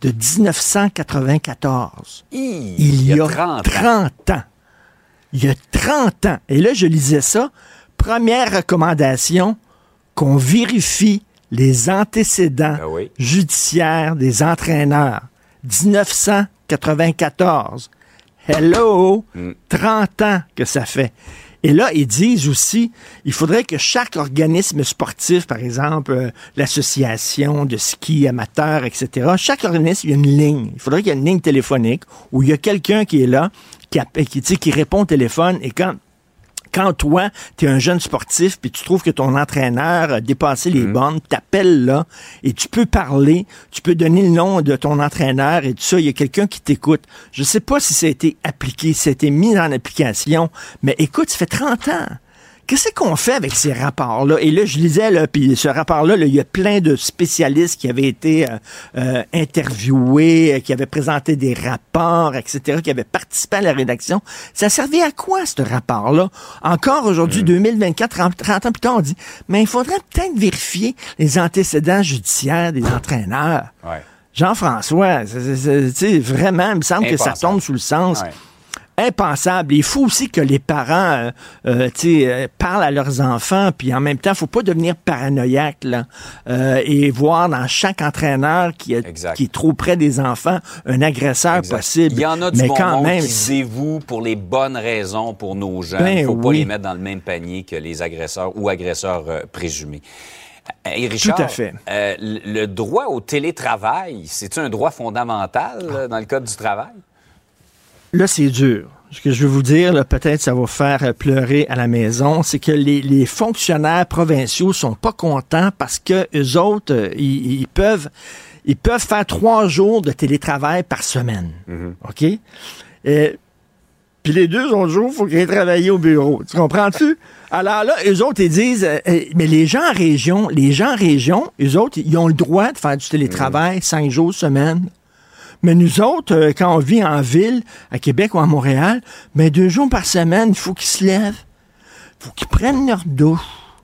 de dix-neuf cent quatre-vingt-quatorze. Hi, Il y a trente ans. trente ans. Il y a trente ans. Et là, je lisais ça. Première recommandation, qu'on vérifie les antécédents Ben oui. judiciaires des entraîneurs. dix-neuf cent quatre-vingt-quatorze. Hello! Mm. trente ans que ça fait. Et là, ils disent aussi, il faudrait que chaque organisme sportif, par exemple, euh, l'association de ski amateur, et cetera, chaque organisme, il y a une ligne. Il faudrait qu'il y ait une ligne téléphonique où il y a quelqu'un qui est là, qui, qui, tu sais, qui répond au téléphone, et quand Quand toi, tu es un jeune sportif puis tu trouves que ton entraîneur a dépassé les mmh. bornes, t'appelles là et tu peux parler, tu peux donner le nom de ton entraîneur et tout ça, il y a quelqu'un qui t'écoute. Je sais pas si ça a été appliqué, si ça a été mis en application, mais écoute, ça fait trente ans. Qu'est-ce qu'on fait avec ces rapports-là? Et là, je lisais, là, puis ce rapport-là, là, il y a plein de spécialistes qui avaient été euh, euh, interviewés, euh, qui avaient présenté des rapports, et cetera, qui avaient participé à la rédaction. Ça servait à quoi, ce rapport-là? Encore aujourd'hui, mmh. deux mille vingt-quatre, trente ans plus tard, on dit, mais il faudrait peut-être vérifier les antécédents judiciaires des entraîneurs. Ouais. Jean-François, c'est, c'est, c'est, vraiment, il me semble Impensable. que ça tombe sous le sens. Ouais. Impensable. Il faut aussi que les parents euh, euh, tu sais, euh, parlent à leurs enfants, puis en même temps, il faut pas devenir paranoïaque là, euh, et voir dans chaque entraîneur qui est, qui est trop près des enfants un agresseur exact. possible. Il y en a du mais bon quand monde même, qui se dévouent pour les bonnes raisons pour nos jeunes. Ben Il ne faut pas oui. les mettre dans le même panier que les agresseurs ou agresseurs euh, présumés. Et Richard, Tout à fait. Euh, le droit au télétravail, c'est-tu un droit fondamental là, dans le code du travail? Là, c'est dur. Ce que je veux vous dire, là, peut-être ça va faire pleurer à la maison, c'est que les, les fonctionnaires provinciaux sont pas contents parce que eux autres, euh, ils, ils peuvent ils peuvent faire trois jours de télétravail par semaine. Mm-hmm. OK? Et, puis les deux autres jours, il faut qu'ils aient travaillé au bureau. Tu comprends-tu? Alors là, eux autres, ils disent, euh, mais les gens en région, les gens en région, eux autres, ils ont le droit de faire du télétravail mm-hmm. cinq jours semaine. Mais nous autres, euh, quand on vit en ville, à Québec ou à Montréal, ben deux jours par semaine, il faut qu'ils se lèvent. Il faut qu'ils prennent leur douche.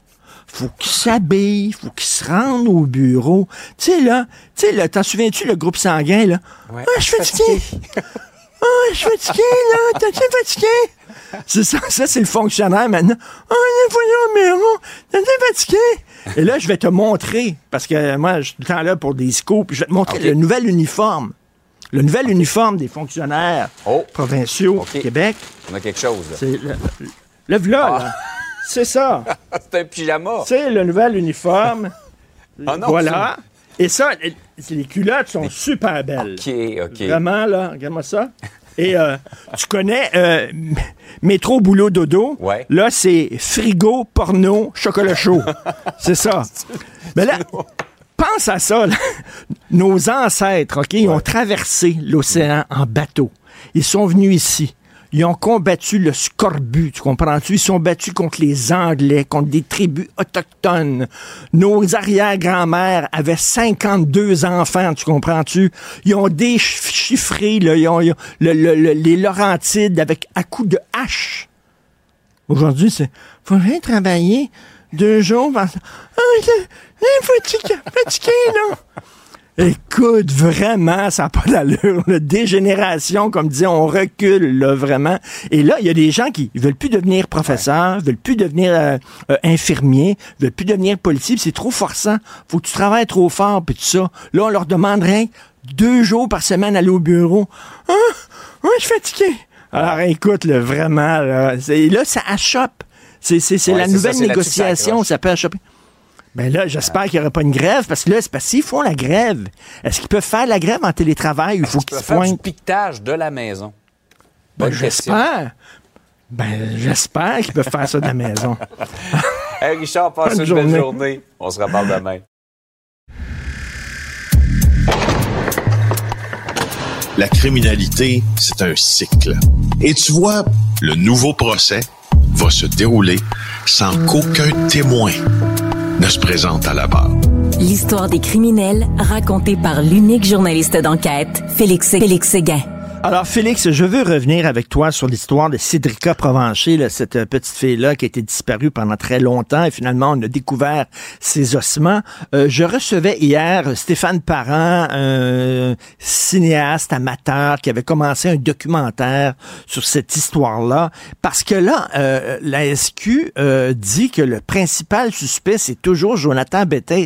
Il faut qu'ils s'habillent. Il faut qu'ils se rendent au bureau. Tu sais, là, tu sais, là, t'en souviens-tu, le groupe sanguin, là? Ouais, ah, je suis fatigué. Ah, je suis fatigué, là. T'es-tu fatigué? C'est ça, ça, c'est le fonctionnaire maintenant. Ah, il faut aller au bureau. T'es-tu fatigué? Et là, je vais te montrer, parce que moi, je suis tout le temps là pour des scoops, je vais te montrer okay. le nouvel uniforme. Le nouvel okay. uniforme des fonctionnaires oh. provinciaux okay. au Québec. On a quelque chose, là. C'est le, le, le v'là, ah. là. C'est ça. C'est un pyjama. C'est le nouvel uniforme. Ah non, voilà. Et ça, les culottes sont super belles. OK, OK. Vraiment, là, regarde-moi ça. Et euh, tu connais euh, Métro, Boulot, Dodo. Ouais. Là, c'est frigo, porno, chocolat chaud. C'est ça. Mais là... Pense à ça, là. Nos ancêtres, OK, ils ouais. ont traversé l'océan en bateau. Ils sont venus ici. Ils ont combattu le scorbut, tu comprends-tu? Ils sont battus contre les Anglais, contre des tribus autochtones. Nos arrière-grand-mères avaient cinquante-deux enfants, tu comprends-tu? Ils ont déchiffré là, ils ont, ils ont, le, le, le, les Laurentides avec à coups de hache. Aujourd'hui, c'est « faudrait travailler deux jours par... Ah, fatigué, fatigué, là. » Écoute, vraiment, ça n'a pas d'allure. Là. Dégénération, comme disait, on recule, là, vraiment. Et là, il y a des gens qui ne veulent plus devenir professeurs, ne veulent plus devenir euh, euh, infirmiers, ne veulent plus devenir policiers, c'est trop forçant. Faut que tu travailles trop fort, puis tout ça. Là, on leur demanderait deux jours par semaine aller au bureau. Ah, ouais, je suis fatigué. Alors, écoute, là, vraiment, là, c'est, là ça achoppe. C'est, c'est, c'est ouais, la c'est nouvelle ça, négociation, ça peut achopper. Ben là, j'espère qu'il n'y aura pas une grève, parce que là, c'est parce qu'ils font la grève. Est-ce qu'ils peuvent faire la grève en télétravail ou il faut qu'ils se pointent? Du piquetage de la maison. Ben, j'espère. Ben, j'espère qu'ils peuvent faire ça de la maison. Hey, Richard, passe une journée. belle journée. On se reparle demain. La criminalité, c'est un cycle. Et tu vois, le nouveau procès va se dérouler sans qu'aucun témoin ne se présente à la barre. L'histoire des criminels racontée par l'unique journaliste d'enquête, Félix, Félix Séguin. Alors, Félix, je veux revenir avec toi sur l'histoire de Cédrica Provencher, là, cette petite fille-là qui a été disparue pendant très longtemps et finalement, on a découvert ses ossements. Euh, je recevais hier Stéphane Parent, un cinéaste amateur qui avait commencé un documentaire sur cette histoire-là, parce que là, euh, la S Q euh, dit que le principal suspect, c'est toujours Jonathan Betté.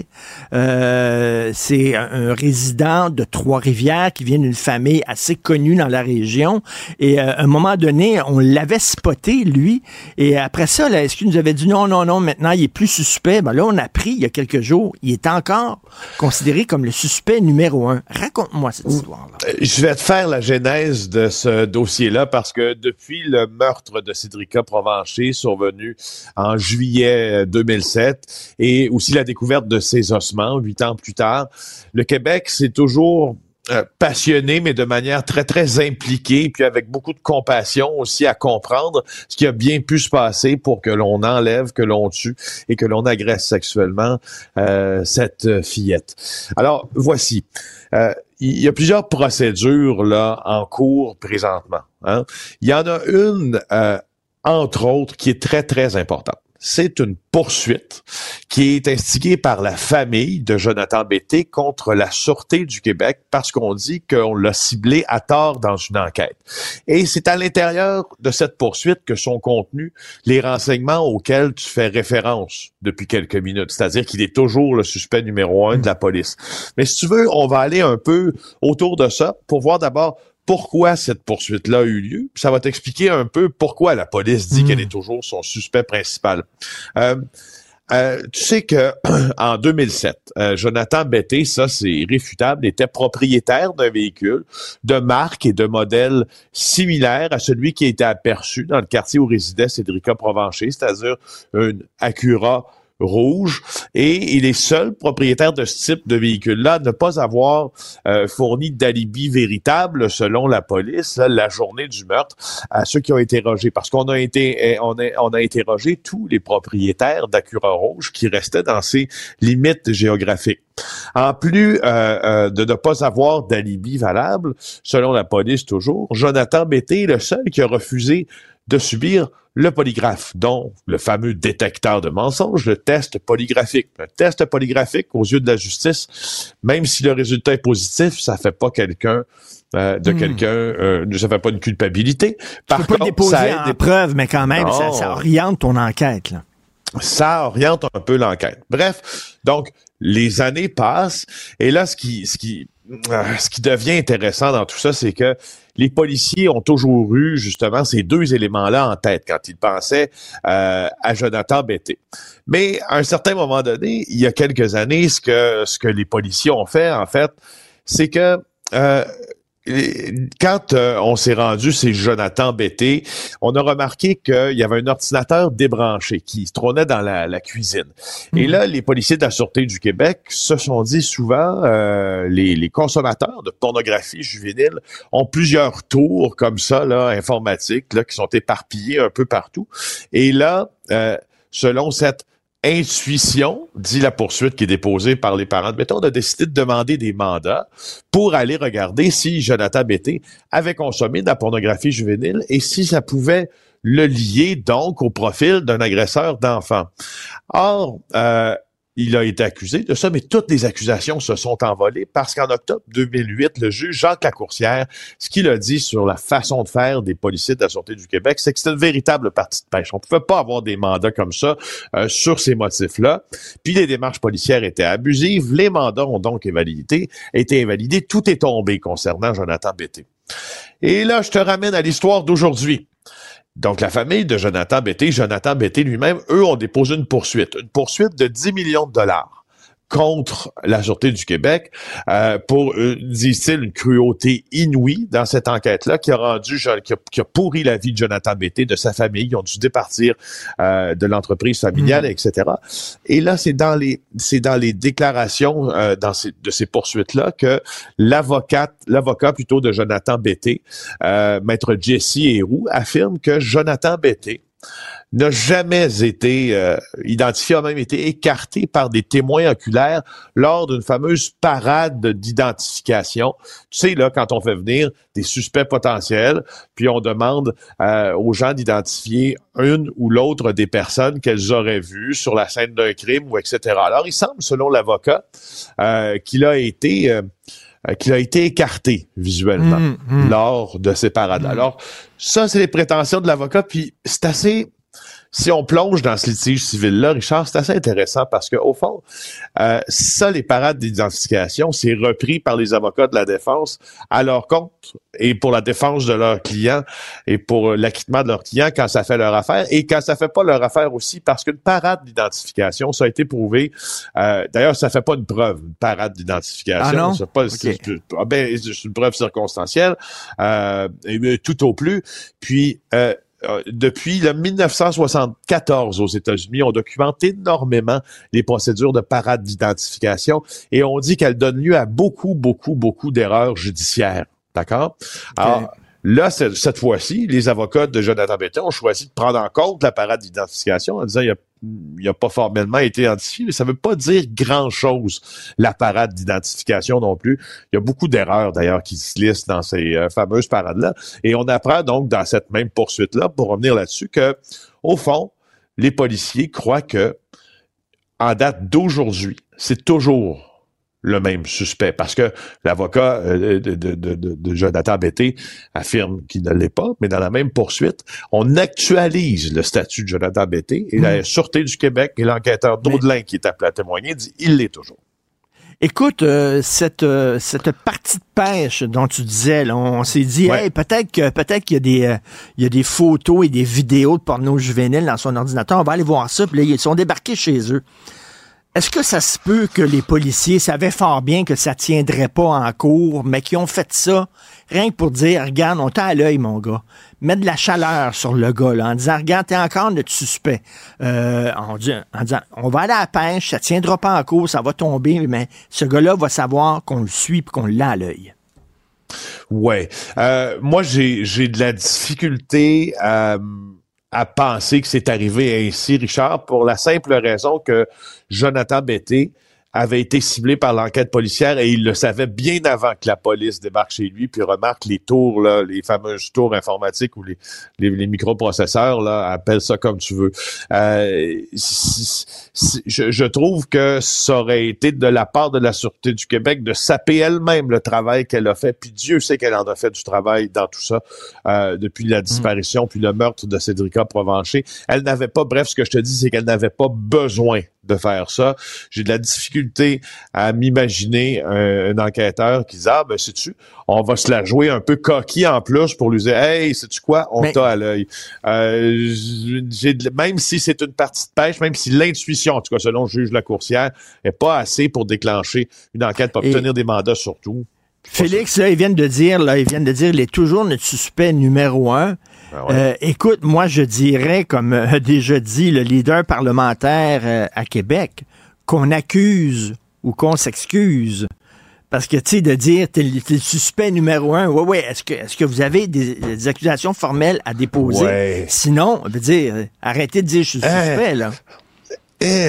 Euh, c'est un, un résident de Trois-Rivières qui vient d'une famille assez connue dans la région. Et euh, à un moment donné, on l'avait spoté, lui. Et après ça, la S Q nous avait dit non, non, non, maintenant, il est plus suspect. Ben là, on a appris il y a quelques jours, il est encore considéré comme le suspect numéro un. Raconte-moi cette histoire-là. Je vais te faire la genèse de ce dossier-là parce que depuis le meurtre de Cédrica Provencher, survenu en juillet deux mille sept, et aussi la découverte de ses ossements, huit ans plus tard, le Québec, c'est toujours Euh, passionné, mais de manière très, très impliquée, puis avec beaucoup de compassion aussi à comprendre ce qui a bien pu se passer pour que l'on enlève, que l'on tue et que l'on agresse sexuellement euh, cette fillette. Alors, voici. Euh, il y a plusieurs procédures là en cours présentement. Hein. Il y en a une, euh, entre autres, qui est très, très importante. C'est une poursuite qui est instiguée par la famille de Jonathan Betté contre la Sûreté du Québec parce qu'on dit qu'on l'a ciblé à tort dans une enquête. Et c'est à l'intérieur de cette poursuite que sont contenus les renseignements auxquels tu fais référence depuis quelques minutes, c'est-à-dire qu'il est toujours le suspect numéro un de la police. Mais si tu veux, on va aller un peu autour de ça pour voir d'abord pourquoi cette poursuite-là a eu lieu. Ça va t'expliquer un peu pourquoi la police dit mmh. qu'elle est toujours son suspect principal. Euh, euh, tu sais que en deux mille sept, euh, Jonathan Betté, ça c'est irréfutable, était propriétaire d'un véhicule de marque et de modèle similaire à celui qui a été aperçu dans le quartier où résidait Cédrica Provencher, c'est-à-dire une Acura rouge, et il est seul propriétaire de ce type de véhicule-là à ne pas avoir euh, fourni d'alibi véritable selon la police là, la journée du meurtre à ceux qui ont été interrogés, parce qu'on a été on a, on a interrogé tous les propriétaires d'Acura rouge qui restaient dans ces limites géographiques. En plus euh, euh, de ne pas avoir d'alibi valable, selon la police toujours, Jonathan Betté est le seul qui a refusé de subir le polygraphe, donc le fameux détecteur de mensonges, le test polygraphique. Un test polygraphique, aux yeux de la justice, même si le résultat est positif, ça fait pas quelqu'un euh, de mmh. quelqu'un, euh, ça fait pas une culpabilité. Par tu peux contre, pas le déposer ça aide en des preuves, mais quand même, ça, ça oriente ton enquête, là. Ça oriente un peu l'enquête. Bref, donc les années passent, et là, ce qui, ce qui, euh, ce qui devient intéressant dans tout ça, c'est que les policiers ont toujours eu justement ces deux éléments-là en tête quand ils pensaient euh, à Jonathan Betté. Mais à un certain moment donné, il y a quelques années, ce que ce que les policiers ont fait, en fait, c'est que euh, quand euh, on s'est rendu chez Jonathan Betté, on a remarqué qu'il y avait un ordinateur débranché qui se trônait dans la, la cuisine. Mmh. Et là, les policiers de la Sûreté du Québec se sont dit souvent, euh, les, les consommateurs de pornographie juvénile ont plusieurs tours comme ça, là, informatiques, là, qui sont éparpillés un peu partout. Et là, euh, selon cette intuition, dit la poursuite qui est déposée par les parents de Betté, on a décidé de demander des mandats pour aller regarder si Jonathan Betté avait consommé de la pornographie juvénile et si ça pouvait le lier donc au profil d'un agresseur d'enfants. Or, euh, il a été accusé de ça, mais toutes les accusations se sont envolées parce qu'en octobre deux mille huit, le juge Jacques Lacourcière, ce qu'il a dit sur la façon de faire des policiers de la Sûreté du Québec, c'est que c'était une véritable partie de pêche. On ne pouvait pas avoir des mandats comme ça euh, sur ces motifs-là. Puis les démarches policières étaient abusives. Les mandats ont donc invalidé, été invalidés. Tout est tombé concernant Jonathan Betté. Et là, je te ramène à l'histoire d'aujourd'hui. Donc, la famille de Jonathan Betté, Jonathan Betté lui-même, eux, ont déposé une poursuite. Une poursuite de dix millions de dollars contre la Sûreté du Québec euh, pour, euh, disent-ils, une cruauté inouïe dans cette enquête-là qui a rendu, qui a, qui a pourri la vie de Jonathan Betté, de sa famille. Ils ont dû départir euh, de l'entreprise familiale, mmh. et cetera. Et là, c'est dans les, c'est dans les déclarations euh, dans ces, de ces poursuites-là que l'avocate, l'avocat plutôt de Jonathan Betté, euh, maître Jesse Héroux, affirme que Jonathan Betté n'a jamais été euh, identifié, a même été écarté par des témoins oculaires lors d'une fameuse parade d'identification. Tu sais, là, quand on fait venir des suspects potentiels, puis on demande euh, aux gens d'identifier une ou l'autre des personnes qu'elles auraient vues sur la scène d'un crime, ou et cetera. Alors, il semble, selon l'avocat, euh, qu'il a été... Euh, qu'il a été écarté visuellement mmh, mmh. lors de ces parades-là. Mmh. Alors, ça, c'est les prétentions de l'avocat, puis c'est assez... Si on plonge dans ce litige civil-là, Richard, c'est assez intéressant parce que au fond, euh, ça, les parades d'identification, c'est repris par les avocats de la défense à leur compte et pour la défense de leurs clients et pour l'acquittement de leurs clients quand ça fait leur affaire et quand ça fait pas leur affaire aussi parce qu'une parade d'identification, ça a été prouvé. Euh, d'ailleurs, ça fait pas une preuve, une parade d'identification. Ah non? C'est pas okay. c'est, ah ben, c'est une preuve circonstancielle, euh, et, tout au plus. Puis euh, depuis le dix-neuf cent soixante-quatorze aux États-Unis, on documente énormément les procédures de parade d'identification et on dit qu'elles donnent lieu à beaucoup, beaucoup, beaucoup d'erreurs judiciaires. D'accord? Okay. Alors, là, cette fois-ci, les avocats de Jonathan Betté ont choisi de prendre en compte la parade d'identification en disant il y a il n'a pas formellement été identifié, mais ça ne veut pas dire grand-chose, la parade d'identification non plus. Il y a beaucoup d'erreurs, d'ailleurs, qui se listent dans ces euh, fameuses parades-là. Et on apprend donc, dans cette même poursuite-là, pour revenir là-dessus, que, au fond, les policiers croient que, en date d'aujourd'hui, c'est toujours le même suspect, parce que l'avocat euh, de, de, de, de Jonathan Betté affirme qu'il ne l'est pas, mais dans la même poursuite, on actualise le statut de Jonathan Betté et mmh. la Sûreté du Québec et l'enquêteur Daudelin, mais... qui est appelé à témoigner, dit il l'est toujours. Écoute, euh, cette euh, cette partie de pêche dont tu disais, là, on s'est dit, ouais. hey, peut-être que peut-être qu'il y a des euh, il y a des photos et des vidéos de porno juvénile dans son ordinateur, on va aller voir ça, puis là, ils sont débarqués chez eux. Est-ce que ça se peut que les policiers savaient fort bien que ça tiendrait pas en cours, mais qu'ils ont fait ça rien que pour dire, regarde, on t'a à l'œil, mon gars. Mettre de la chaleur sur le gars, là, en disant, regarde, t'es encore notre suspect. Euh, en, en disant, on va aller à la pêche, ça tiendra pas en cours, ça va tomber, mais ce gars-là va savoir qu'on le suit et qu'on l'a à l'œil. Ouais. Euh, moi, j'ai, j'ai de la difficulté à... à penser que c'est arrivé ainsi, Richard, pour la simple raison que Jonathan Betté avait été ciblé par l'enquête policière et il le savait bien avant que la police débarque chez lui, puis remarque les tours, là, les fameuses tours informatiques ou les, les, les microprocesseurs, là, appelle ça comme tu veux. Euh, c- c- je, je trouve que ça aurait été de la part de la Sûreté du Québec de saper elle-même le travail qu'elle a fait, puis Dieu sait qu'elle en a fait du travail dans tout ça, euh, depuis la disparition, mmh. puis le meurtre de Cédrica Provencher. Elle n'avait pas, bref, ce que je te dis, c'est qu'elle n'avait pas besoin de faire ça. J'ai de la difficulté à m'imaginer un, un enquêteur qui dit « Ah, ben, sais-tu, on va se la jouer un peu coquille en plus pour lui dire « Hey, sais-tu quoi, on Mais... t'a à l'œil. Euh, » j'ai de, même si c'est une partie de pêche, même si l'intuition, en tout cas selon le juge Lacourcière, n'est pas assez pour déclencher une enquête, pour obtenir Et... des mandats surtout. Félix, là, ils viennent de dire, là, ils viennent de dire, il est toujours notre suspect numéro un. Ah ouais. euh, écoute, moi, je dirais, comme a déjà dit le leader parlementaire euh, à Québec, qu'on accuse ou qu'on s'excuse. Parce que, tu sais, de dire, t'es, t'es le suspect numéro un, ouais, ouais, est-ce que, est-ce que vous avez des, des accusations formelles à déposer? Ouais. Sinon, on veut dire, arrêtez de dire je suis suspect, euh... là. Eh,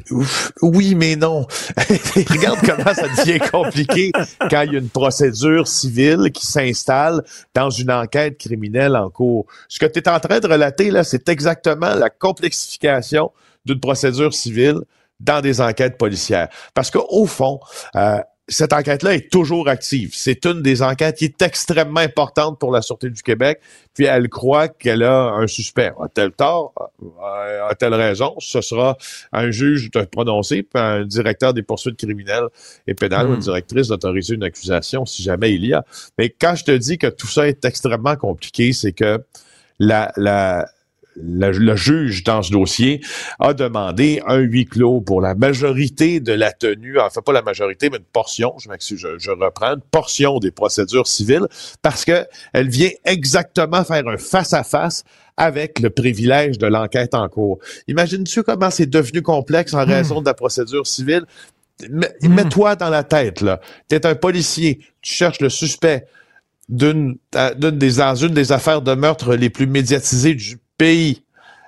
oui, mais non. Regarde comment ça devient compliqué quand il y a une procédure civile qui s'installe dans une enquête criminelle en cours. Ce que tu es en train de relater, là, c'est exactement la complexification d'une procédure civile dans des enquêtes policières. Parce qu'au fond, euh, cette enquête-là est toujours active. C'est une des enquêtes qui est extrêmement importante pour la Sûreté du Québec, puis elle croit qu'elle a un suspect. A-t-elle tort? A-t-elle raison? Ce sera un juge de prononcer, puis un directeur des poursuites criminelles et pénales, mmh. ou une directrice d'autoriser une accusation si jamais il y a. Mais quand je te dis que tout ça est extrêmement compliqué, c'est que la... la Le, le juge dans ce dossier a demandé un huis clos pour la majorité de la tenue, enfin pas la majorité, mais une portion, je m'excuse, je, je reprends, une portion des procédures civiles, parce que elle vient exactement faire un face-à-face avec le privilège de l'enquête en cours. Imagines-tu comment c'est devenu complexe en raison de la procédure civile? Mais, mmh. Mets-toi dans la tête, là. T'es un policier, tu cherches le suspect d'une, d'une des, dans une des affaires de meurtre les plus médiatisées du pays.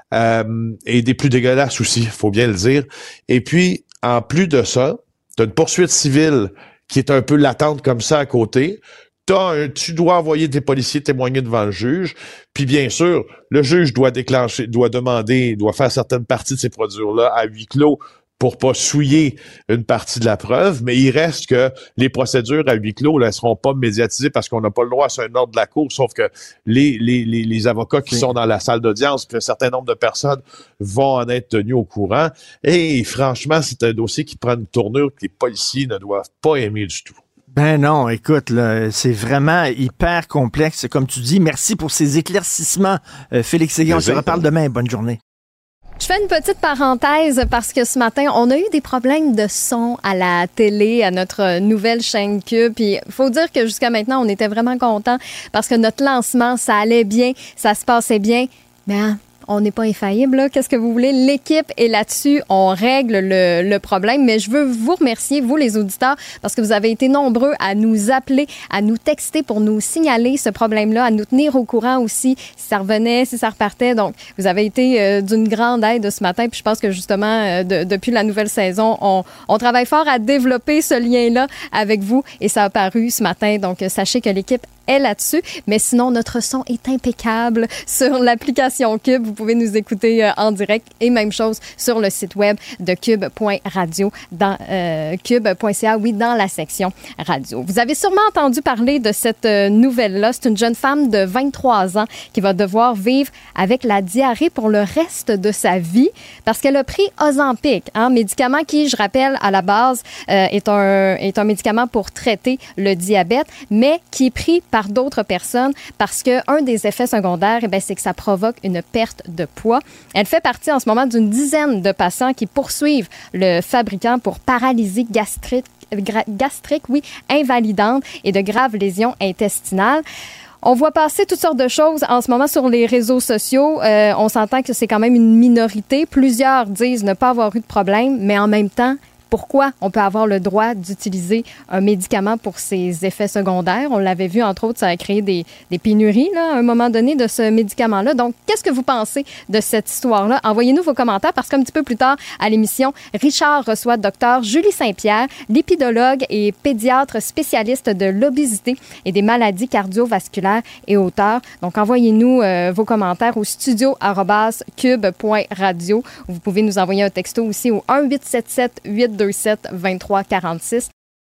euh, et des plus dégueulasses aussi, faut bien le dire. Et puis, en plus de ça, tu as une poursuite civile qui est un peu latente comme ça à côté. T'as un, tu dois envoyer tes policiers témoigner devant le juge. Puis bien sûr, le juge doit déclencher, doit demander, doit faire certaines parties de ces procédures-là à huis clos pour pas souiller une partie de la preuve, mais il reste que les procédures à huis clos ne seront pas médiatisées parce qu'on n'a pas le droit, c'est un ordre de la cour, sauf que les, les, les, les avocats qui oui. sont dans la salle d'audience, puis un certain nombre de personnes vont en être tenus au courant. Et franchement, c'est un dossier qui prend une tournure que les policiers ne doivent pas aimer du tout. Ben non, écoute, là, c'est vraiment hyper complexe, comme tu dis. Merci pour ces éclaircissements, euh, Félix Séguin. On se reparle demain. Bonne journée. Je fais une petite parenthèse parce que ce matin, on a eu des problèmes de son à la télé, à notre nouvelle chaîne Cube. Puis, il faut dire que jusqu'à maintenant, on était vraiment contents parce que notre lancement, ça allait bien, ça se passait bien. Mais hein, on n'est pas infaillible, là. Qu'est-ce que vous voulez? L'équipe est là-dessus. On règle le, le problème. Mais je veux vous remercier, vous, les auditeurs, parce que vous avez été nombreux à nous appeler, à nous texter pour nous signaler ce problème-là, à nous tenir au courant aussi, si ça revenait, si ça repartait. Donc, vous avez été euh, d'une grande aide ce matin. Puis je pense que, justement, euh, de, depuis la nouvelle saison, on, on travaille fort à développer ce lien-là avec vous. Et ça a paru ce matin. Donc, sachez que l'équipe est là-dessus. Mais sinon, notre son est impeccable sur l'application Cube. Vous pouvez nous écouter euh, en direct et même chose sur le site web de cube point radio, dans euh, cube point c a, oui, dans la section radio. Vous avez sûrement entendu parler de cette euh, nouvelle-là. C'est une jeune femme de vingt-trois ans qui va devoir vivre avec la diarrhée pour le reste de sa vie parce qu'elle a pris Ozempic, un hein, médicament qui, je rappelle, à la base, euh, est, un, est un médicament pour traiter le diabète, mais qui est pris par par d'autres personnes parce qu'un des effets secondaires, eh bien, c'est que ça provoque une perte de poids. Elle fait partie en ce moment d'une dizaine de patients qui poursuivent le fabricant pour paralysie gastrique, gastrique oui, invalidante et de graves lésions intestinales. On voit passer toutes sortes de choses en ce moment sur les réseaux sociaux. Euh, on s'entend que c'est quand même une minorité. Plusieurs disent ne pas avoir eu de problème, mais en même temps, pourquoi on peut avoir le droit d'utiliser un médicament pour ses effets secondaires? On l'avait vu, entre autres, ça a créé des, des pénuries là, à un moment donné de ce médicament-là. Donc, qu'est-ce que vous pensez de cette histoire-là? Envoyez-nous vos commentaires parce qu'un petit peu plus tard à l'émission, Richard reçoit Dr Julie Saint-Pierre, lipidologue et pédiatre spécialiste de l'obésité et des maladies cardiovasculaires et auteur. Donc, envoyez-nous euh, vos commentaires au studio arobase cube point radio. Vous pouvez nous envoyer un texto aussi au un huit sept sept huit deux sept vingt-trois quarante-six.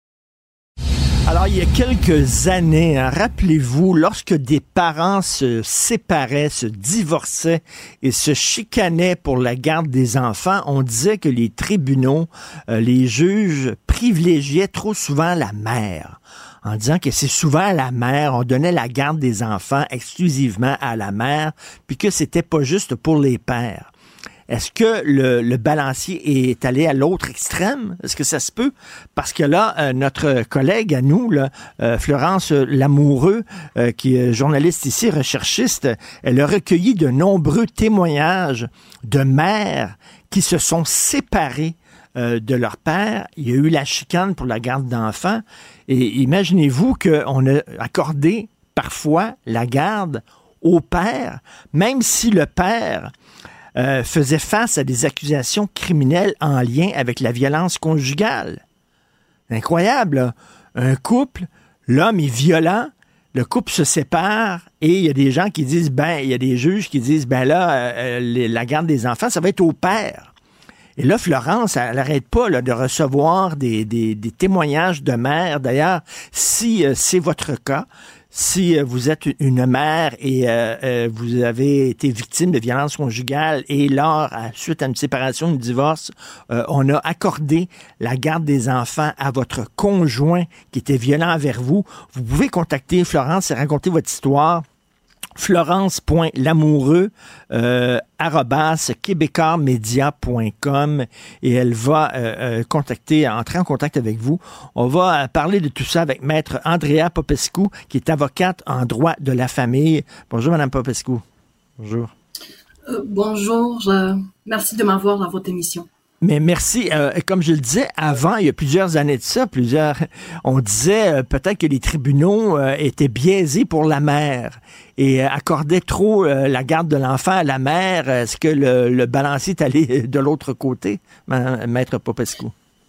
Alors, il y a quelques années, hein, rappelez-vous, lorsque des parents se séparaient, se divorçaient et se chicanaient pour la garde des enfants, on disait que les tribunaux, euh, les juges privilégiaient trop souvent la mère, en disant que c'est souvent la mère, on donnait la garde des enfants exclusivement à la mère, puis que c'était pas juste pour les pères. Est-ce que le, le balancier est allé à l'autre extrême? Est-ce que ça se peut? Parce que là, euh, notre collègue à nous, là, euh, Florence Lamoureux, euh, qui est journaliste ici, recherchiste, elle a recueilli de nombreux témoignages de mères qui se sont séparées euh, de leur père. Il y a eu la chicane pour la garde d'enfants. Et imaginez-vous qu'on a accordé parfois la garde au père, même si le père Euh, faisait face à des accusations criminelles en lien avec la violence conjugale. Incroyable, là. Un couple, l'homme est violent, le couple se sépare et il y a des gens qui disent, ben, il y a des juges qui disent, ben là, euh, les, la garde des enfants, ça va être au père. Et là, Florence, elle n'arrête pas là, de recevoir des, des, des témoignages de mères. D'ailleurs, si euh, c'est votre cas, si euh, vous êtes une mère et euh, euh, vous avez été victime de violences conjugales et lors, à, suite à une séparation, un divorce, euh, on a accordé la garde des enfants à votre conjoint qui était violent envers vous, vous pouvez contacter Florence et raconter votre histoire. Florence.lamoureux euh, arobase québécoismedia point com et elle va euh, euh, contacter, entrer en contact avec vous. On va euh, parler de tout ça avec Maître Andrea Popescu, qui est avocate en droit de la famille. Bonjour, Madame Popescu. Bonjour. Euh, bonjour. Je... Merci de m'avoir dans votre émission. Mais merci. Euh, comme je le disais, avant, il y a plusieurs années de ça, plusieurs, on disait euh, peut-être que les tribunaux euh, étaient biaisés pour la mère et euh, accordaient trop euh, la garde de l'enfant à la mère. Est-ce que le, le balancier est allé de l'autre côté, Maître Popescu?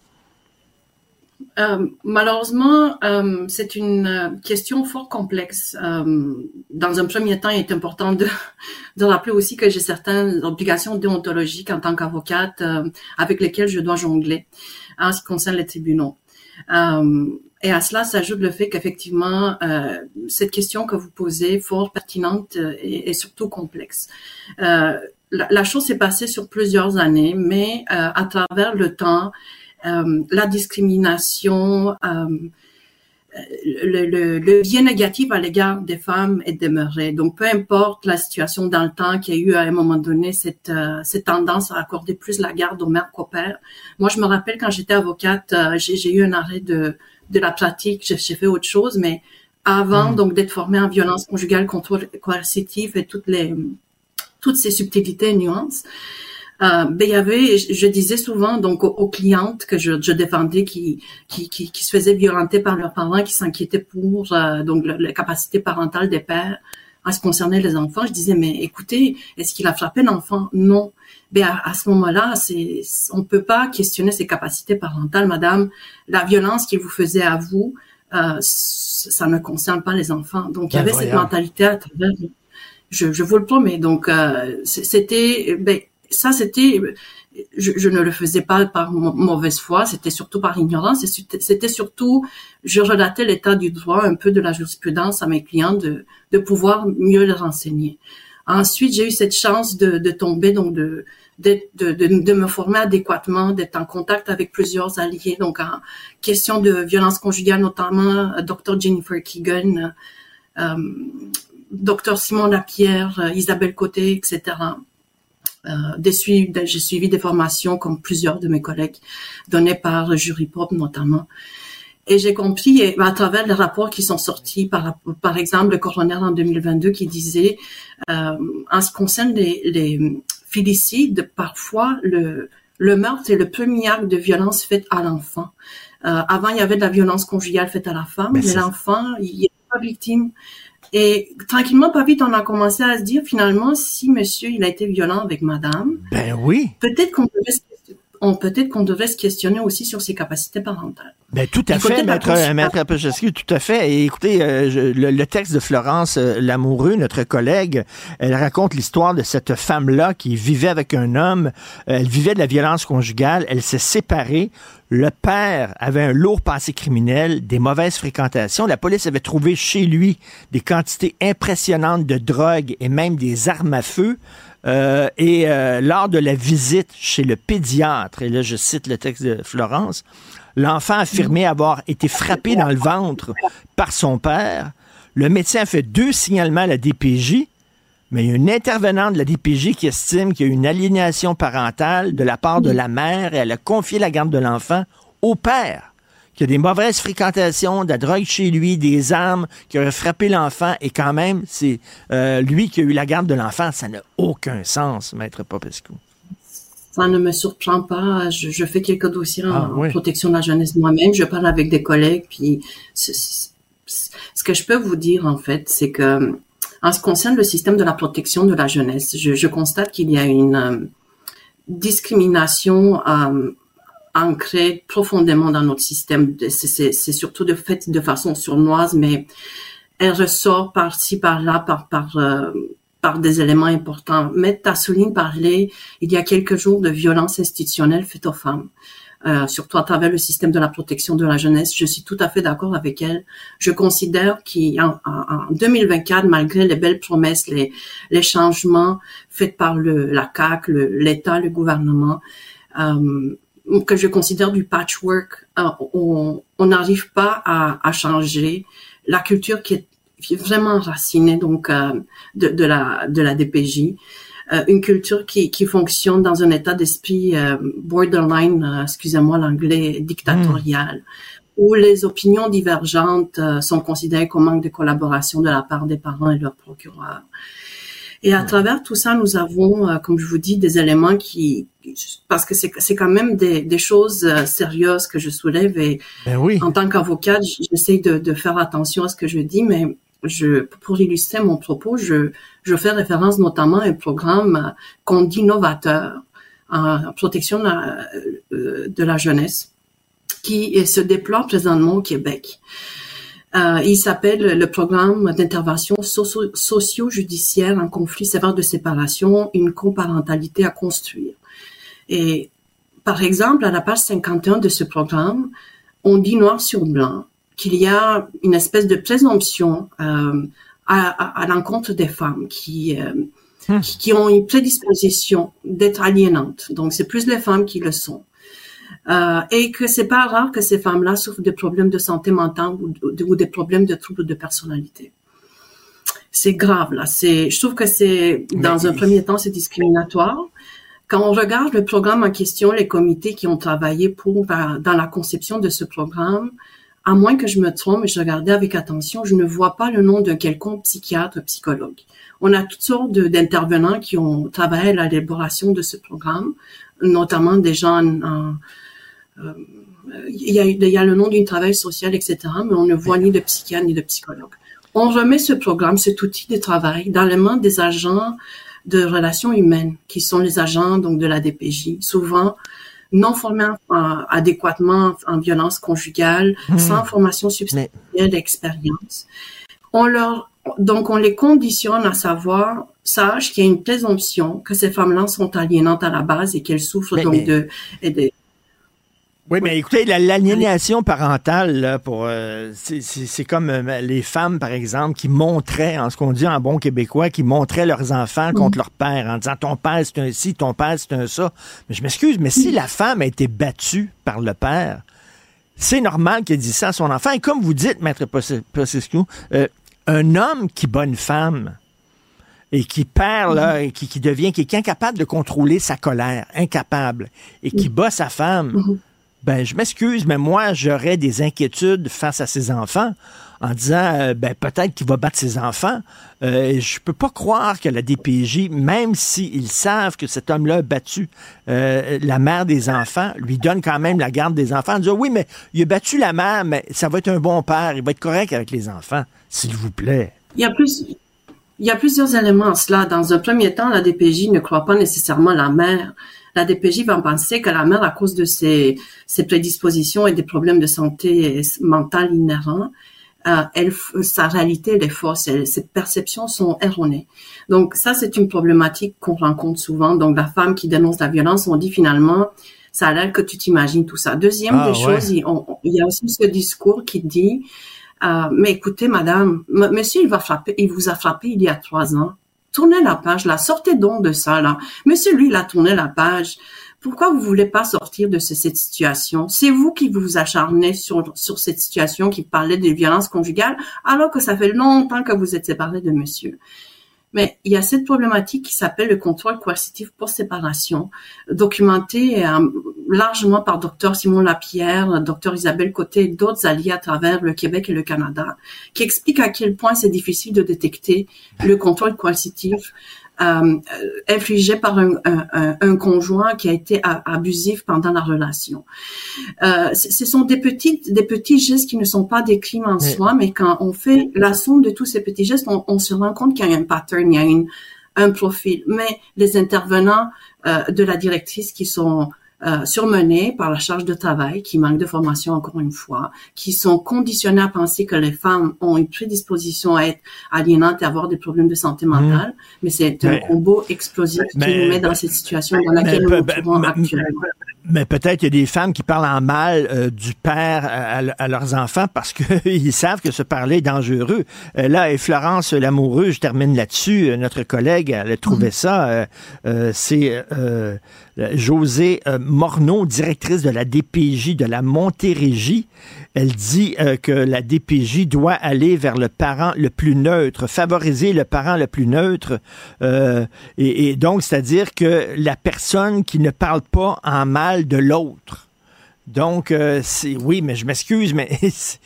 Euh, malheureusement, euh, c'est une question fort complexe. Euh, dans un premier temps, il est important de, de rappeler aussi que j'ai certaines obligations déontologiques en tant qu'avocate euh, avec lesquelles je dois jongler en ce qui concerne les tribunaux. Euh, et à cela s'ajoute le fait qu'effectivement, euh, cette question que vous posez, fort pertinente et, et surtout complexe. Euh, la, la chose s'est passée sur plusieurs années, mais euh, à travers le temps, Euh, la discrimination, euh, le, le, le biais négatif à l'égard des femmes est demeuré. Donc, peu importe la situation dans le temps qu'il y a eu à un moment donné cette, euh, cette tendance à accorder plus la garde aux mères qu'aux pères. Moi, je me rappelle quand j'étais avocate, euh, j'ai, j'ai eu un arrêt de, de la pratique, j'ai, j'ai fait autre chose, mais avant mmh. donc d'être formée en violence conjugale coercitive et toutes les toutes ces subtilités et nuances. Euh, ben, il y avait, je, je disais souvent donc aux, aux clientes que je, je défendais qui, qui, qui, qui se faisaient violenter par leurs parents, qui s'inquiétaient pour euh, donc le, la capacité parentale des pères en ce qui concernait les enfants. Je disais, mais écoutez, est-ce qu'il a frappé l'enfant? Non. Ben, à, à ce moment-là, c'est, on peut pas questionner ses capacités parentales, madame. La violence qu'il vous faisait à vous, euh, ça ne concerne pas les enfants. Donc, il y avait ben, cette mentalité à travers, je, je vous le promets. Donc, euh, c'était, ben, ça, c'était, je, je ne le faisais pas par mauvaise foi, c'était surtout par ignorance, et c'était, c'était surtout, je relatais l'état du droit, un peu de la jurisprudence à mes clients, de, de pouvoir mieux les renseigner. Ensuite, j'ai eu cette chance de, de tomber, donc de, de, de, de, de me former adéquatement, d'être en contact avec plusieurs alliés, donc en question de violence conjugale, notamment docteur Jennifer Keegan, euh, docteur Simon Lapierre, Isabelle Côté, et cetera. Euh, des suivi, j'ai suivi des formations comme plusieurs de mes collègues données par Jury Pop notamment, et j'ai compris et, à travers les rapports qui sont sortis par par exemple le coroner en deux mille vingt-deux qui disait euh, en ce qui concerne les, les félicides, parfois le le meurtre est le premier acte de violence faite à l'enfant. Euh, avant il y avait de la violence conjugale faite à la femme, mais, mais l'enfant il n'est pas victime. Et tranquillement, pas vite, on a commencé à se dire, finalement, si monsieur, il a été violent avec madame. Ben oui. Peut-être qu'on devrait se, on, peut-être qu'on devrait se questionner aussi sur ses capacités parentales. Ben tout à fait, maître, maître Popescu, tout à fait. Et écoutez, euh, je, le, le texte de Florence euh, Lamoureux, notre collègue, elle raconte l'histoire de cette femme-là qui vivait avec un homme. Euh, elle vivait de la violence conjugale. Elle s'est séparée. Le père avait un lourd passé criminel, des mauvaises fréquentations. La police avait trouvé chez lui des quantités impressionnantes de drogue et même des armes à feu. Euh, et euh, lors de la visite chez le pédiatre, et là je cite le texte de Florence, l'enfant affirmait avoir été frappé dans le ventre par son père. Le médecin a fait deux signalements à la D P J, mais il y a une intervenante de la D P J qui estime qu'il y a une aliénation parentale de la part de la mère et elle a confié la garde de l'enfant au père, qu'il y a des mauvaises fréquentations, de la drogue chez lui, des armes, qui auraient frappé l'enfant, et quand même, c'est euh, lui qui a eu la garde de l'enfant. Ça n'a aucun sens, maître Popescu. Ça ne me surprend pas. Je, je fais quelques dossiers en, ah, oui. en protection de la jeunesse moi-même. Je parle avec des collègues, puis c'est, c'est, c'est, ce que je peux vous dire, en fait, c'est que en ce qui concerne le système de la protection de la jeunesse, je, je constate qu'il y a une euh, discrimination euh, ancrée profondément dans notre système. C'est, c'est, c'est surtout de fait de façon sournoise, mais elle ressort par-ci, par-là, par, par, euh, par des éléments importants. Maître Tassoline parlait il y a quelques jours de violence institutionnelle faite aux femmes, euh, surtout à travers le système de la protection de la jeunesse. Je suis tout à fait d'accord avec elle. Je considère qu'en en, en deux mille vingt-quatre, malgré les belles promesses, les, les changements faits par le, la C A Q, le, l'État, le gouvernement, euh, que je considère du patchwork, euh, on n'arrive pas à, à changer la culture qui est vraiment enracinée donc euh, de, de la de la D P J, euh, une culture qui qui fonctionne dans un état d'esprit euh, borderline, euh, excusez-moi l'anglais, dictatorial, mmh. où les opinions divergentes euh, sont considérées comme manque de collaboration de la part des parents et leurs procureurs. Et à travers tout ça, nous avons, euh, comme je vous dis, des éléments qui parce que c'est, c'est quand même des, des choses euh, sérieuses que je soulève et ben oui. En tant qu'avocate, j'essaie de, de faire attention à ce que je dis, mais je, pour illustrer mon propos, je, je fais référence notamment à un programme qu'on dit novateur en protection de la, de la jeunesse qui se déploie présentement au Québec. Euh, il s'appelle le programme d'intervention socio- socio-judiciaire en conflit sévère de séparation, une coparentalité à construire. Et par exemple, à la page cinquante et un de ce programme, on dit noir sur blanc qu'il y a une espèce de présomption euh, à, à, à l'encontre des femmes qui, euh, hum. qui qui ont une prédisposition d'être aliénantes. Donc, c'est plus les femmes qui le sont. Euh, et que c'est pas rare que ces femmes-là souffrent de problèmes de santé mentale ou, ou, ou des problèmes de troubles de personnalité. C'est grave, là. C'est, je trouve que c'est, dans Mais... un premier temps, c'est discriminatoire. Quand on regarde le programme en question, les comités qui ont travaillé pour, dans la conception de ce programme, à moins que je me trompe, et je regardais avec attention, je ne vois pas le nom d'un quelconque psychiatre ou psychologue. On a toutes sortes de, d'intervenants qui ont travaillé à l'élaboration de ce programme, notamment des gens en, en euh, il y a, il y a le nom d'une travail social, et cetera, mais on ne voit ni de psychiatre ni de psychologue. On remet ce programme, cet outil de travail, dans les mains des agents de relations humaines, qui sont les agents donc de la D P J, souvent non formés euh, adéquatement en violence conjugale, mmh. sans formation substantielle d'expérience. On leur, donc on les conditionne à savoir, sache qu'il y a une présomption que ces femmes-là sont aliénantes à la base et qu'elles souffrent mais, donc mais... de, de Oui, mais écoutez, la, l'aliénation parentale, là, pour euh, c'est, c'est, c'est comme euh, les femmes, par exemple, qui montraient, en ce qu'on dit en bon québécois, qui montraient leurs enfants mmh. contre leur père, en disant « ton père, c'est un ci, ton père, c'est un ça ». Mais je m'excuse, mais si la femme a été battue par le père, c'est normal qu'elle dise ça à son enfant. Et comme vous dites, Maître Pasescu, euh, un homme qui bat une femme et qui perd, là, et qui, qui devient, qui est incapable de contrôler sa colère, incapable, et qui bat sa femme... Mmh. Ben, je m'excuse, mais moi, j'aurais des inquiétudes face à ses enfants en disant, euh, ben, peut-être qu'il va battre ses enfants. Euh, je peux pas croire que la D P J, même s'ils savent que cet homme-là a battu euh, la mère des enfants, lui donne quand même la garde des enfants en disant, oui, mais il a battu la mère, mais ça va être un bon père, il va être correct avec les enfants, s'il vous plaît. Il y a plus... Il y a plusieurs éléments à cela. Dans un premier temps, la D P J ne croit pas nécessairement la mère. La D P J va penser que la mère, à cause de ses, ses prédispositions et des problèmes de santé mentale inhérents, euh, elle, sa réalité, elle est fausse. Elle, ses perceptions sont erronées. Donc, ça, c'est une problématique qu'on rencontre souvent. Donc, la femme qui dénonce la violence, on dit finalement, ça a l'air que tu t'imagines tout ça. Deuxième ah, des ouais. choses, il, on, il y a aussi ce discours qui dit, euh, mais écoutez, madame, m- monsieur, il va frapper, il vous a frappé il y a trois ans. Tournez la page, là. Sortez donc de ça, là. Monsieur, lui, il a tourné la page. Pourquoi vous voulez pas sortir de ce, cette situation? C'est vous qui vous acharnez sur, sur cette situation qui parlait de violence conjugale, alors que ça fait longtemps que vous êtes séparés de monsieur. Mais il y a cette problématique qui s'appelle le contrôle coercitif post-séparation, documenté euh, largement par docteur Simon Lapierre, docteur Isabelle Côté et d'autres alliés à travers le Québec et le Canada, qui expliquent à quel point c'est difficile de détecter le contrôle coercitif euh, infligé par un, un, un conjoint qui a été abusif pendant la relation. Euh, ce sont des petites, des petits gestes qui ne sont pas des crimes en mais... soi, mais quand on fait la somme de tous ces petits gestes, on, on se rend compte qu'il y a un pattern, il y a une, un profil. Mais les intervenants euh, de la directrice qui sont Euh, surmenés par la charge de travail, qui manquent de formation encore une fois, qui sont conditionnés à penser que les femmes ont une prédisposition à être aliénantes et avoir des problèmes de santé mentale, mmh. mais c'est un mais, combo explosif mais, qui nous met dans cette situation dans laquelle mais, nous nous trouvons mais, actuellement. Mais peut-être qu'il y a des femmes qui parlent en mal euh, du père à, à leurs enfants parce qu'ils savent que se parler est dangereux. Euh, là, et Florence Lamoureux, je termine là-dessus, euh, notre collègue, elle a trouvé mmh. ça, euh, euh, c'est euh, Josée euh, Morneau, directrice de la D P J de la Montérégie. Elle dit euh, que la D P J doit aller vers le parent le plus neutre, favoriser le parent le plus neutre. Euh, et, et donc, c'est-à-dire que la personne qui ne parle pas en mal de l'autre. Donc, euh, c'est, oui, mais je m'excuse, mais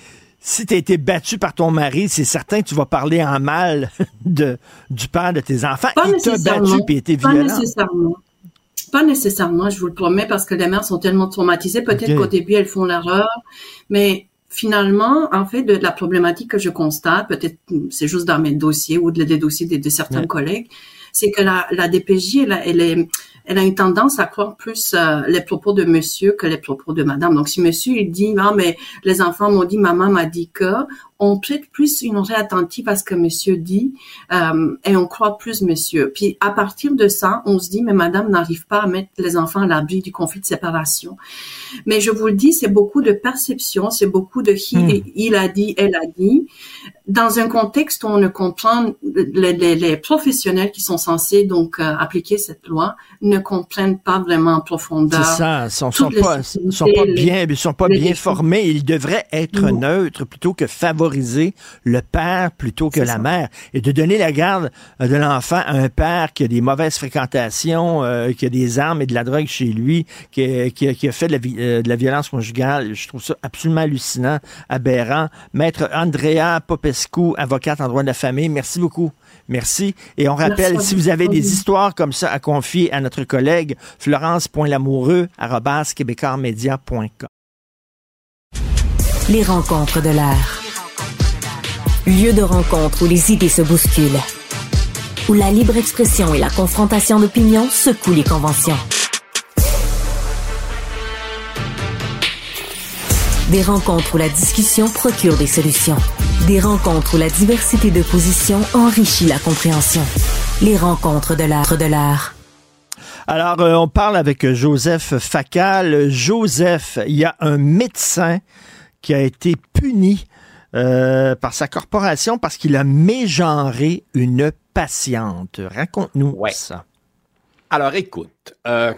si tu as été battu par ton mari, c'est certain que tu vas parler en mal de, du père de tes enfants. Pas Il t'a battu et été violent. Pas nécessairement. pas nécessairement, je vous le promets, parce que les mères sont tellement traumatisées. Peut-être okay. qu'au début, elles font l'erreur, mais finalement, en fait, de, de la problématique que je constate, peut-être c'est juste dans mes dossiers ou de, des dossiers de, de certains ouais. collègues, c'est que la, la D P J, elle, elle, est, elle a une tendance à croire plus euh, les propos de monsieur que les propos de madame. Donc, si monsieur, il dit, ah, mais les enfants m'ont dit, maman m'a dit que, on prête plus une oreille attentive à ce que monsieur dit, euh, et on croit plus monsieur. Puis, à partir de ça, on se dit, mais madame n'arrive pas à mettre les enfants à l'abri du conflit de séparation. Mais je vous le dis, c'est beaucoup de perception, c'est beaucoup de he, mmh. il a dit, elle a dit, dans un contexte où on ne comprend, les, les, les professionnels qui sont censés donc euh, appliquer cette loi ne comprennent pas vraiment en profondeur. C'est ça, ils sont, sont pas, sont pas bien, ils sont pas bien formés. Ils devraient être mmh. neutres plutôt que favoriser le père plutôt que c'est la ça. Mère, et de donner la garde de l'enfant à un père qui a des mauvaises fréquentations, euh, qui a des armes et de la drogue chez lui, qui, qui, qui a fait de la, euh, de la violence conjugale. Je trouve ça absolument hallucinant, aberrant. Maître Andrea Popescu, avocate en droit de la famille, merci beaucoup. Merci. Et on rappelle, merci, si vous avez des histoires comme ça à confier à notre collègue, florence point lamoureux arobase québécois média point com. Les rencontres de l'heure. Lieu de rencontre où les idées se bousculent. Où la libre expression et la confrontation d'opinions secouent les conventions. Des rencontres où la discussion procure des solutions. Des rencontres où la diversité de positions enrichit la compréhension. Les rencontres de l'art de l'art. Alors, euh, on parle avec Joseph Facal. Joseph, il y a un médecin qui a été puni euh, par sa corporation parce qu'il a mégenré une patiente. Raconte-nous ouais. ça. Alors, écoute, euh,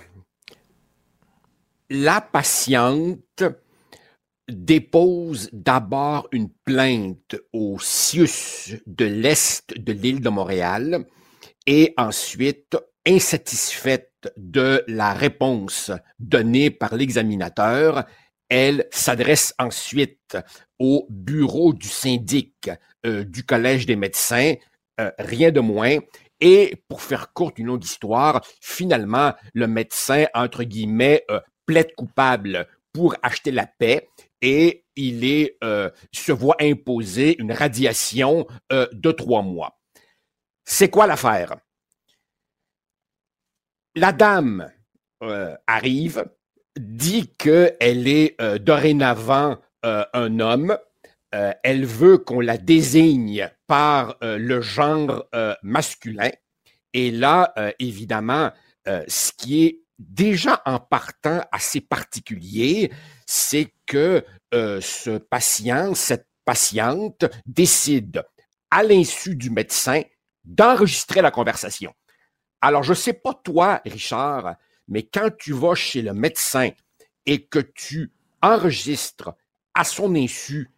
la patiente dépose d'abord une plainte au C I U S de l'Est de l'île de Montréal et ensuite, insatisfaite de la réponse donnée par l'examinateur, elle s'adresse ensuite au bureau du syndic euh, du Collège des médecins, euh, rien de moins. Et pour faire courte une longue histoire, finalement, le médecin, entre guillemets, euh, plaide coupable pour acheter la paix et il est, euh, se voit imposer une radiation euh, de trois mois. C'est quoi l'affaire? La dame euh, arrive, dit qu'elle est euh, dorénavant euh, un homme. Euh, elle veut qu'on la désigne par euh, le genre euh, masculin. Et là, euh, évidemment, euh, ce qui est déjà en partant assez particulier, c'est que euh, ce patient, cette patiente, décide, à l'insu du médecin, d'enregistrer la conversation. Alors, je ne sais pas toi, Richard, mais quand tu vas chez le médecin et que tu enregistres à son insu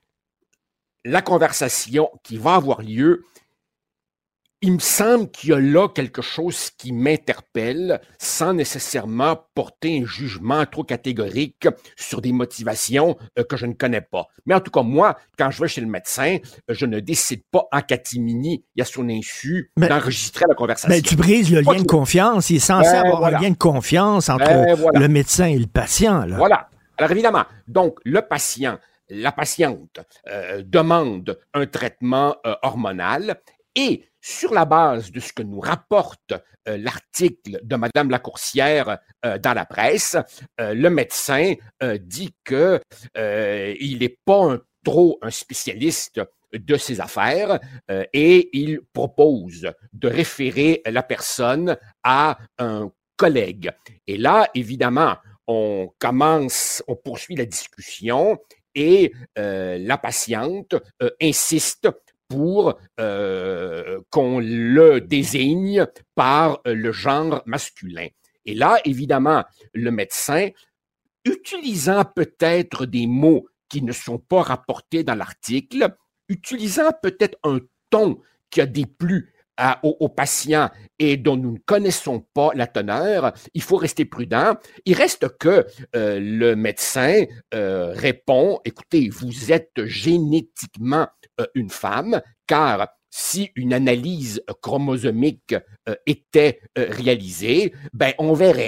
la conversation qui va avoir lieu, il me semble qu'il y a là quelque chose qui m'interpelle sans nécessairement porter un jugement trop catégorique sur des motivations euh, que je ne connais pas. Mais en tout cas, moi, quand je vais chez le médecin, je ne décide pas en catimini, il y a son insu, mais, d'enregistrer la conversation. Mais tu brises le lien de confiance. Il est censé ben, avoir voilà. un lien de confiance entre ben, voilà. le médecin et le patient. Là. Voilà. Alors évidemment, donc le patient, la patiente euh, demande un traitement euh, hormonal et sur la base de ce que nous rapporte euh, l'article de Madame Lacourcière euh, dans la presse, euh, le médecin euh, dit que euh, il n'est pas un, trop un spécialiste de ces affaires euh, et il propose de référer la personne à un collègue. Et là, évidemment, on commence, on poursuit la discussion et euh, la patiente euh, insiste pour euh, qu'on le désigne par euh, le genre masculin. Et là, évidemment, le médecin, utilisant peut-être des mots qui ne sont pas rapportés dans l'article, utilisant peut-être un ton qui a déplu à, aux, aux patients et dont nous ne connaissons pas la teneur, il faut rester prudent. Il reste que euh, le médecin euh, répond, écoutez, vous êtes génétiquement euh, une femme, car si une analyse chromosomique euh, était euh, réalisée, ben on verrait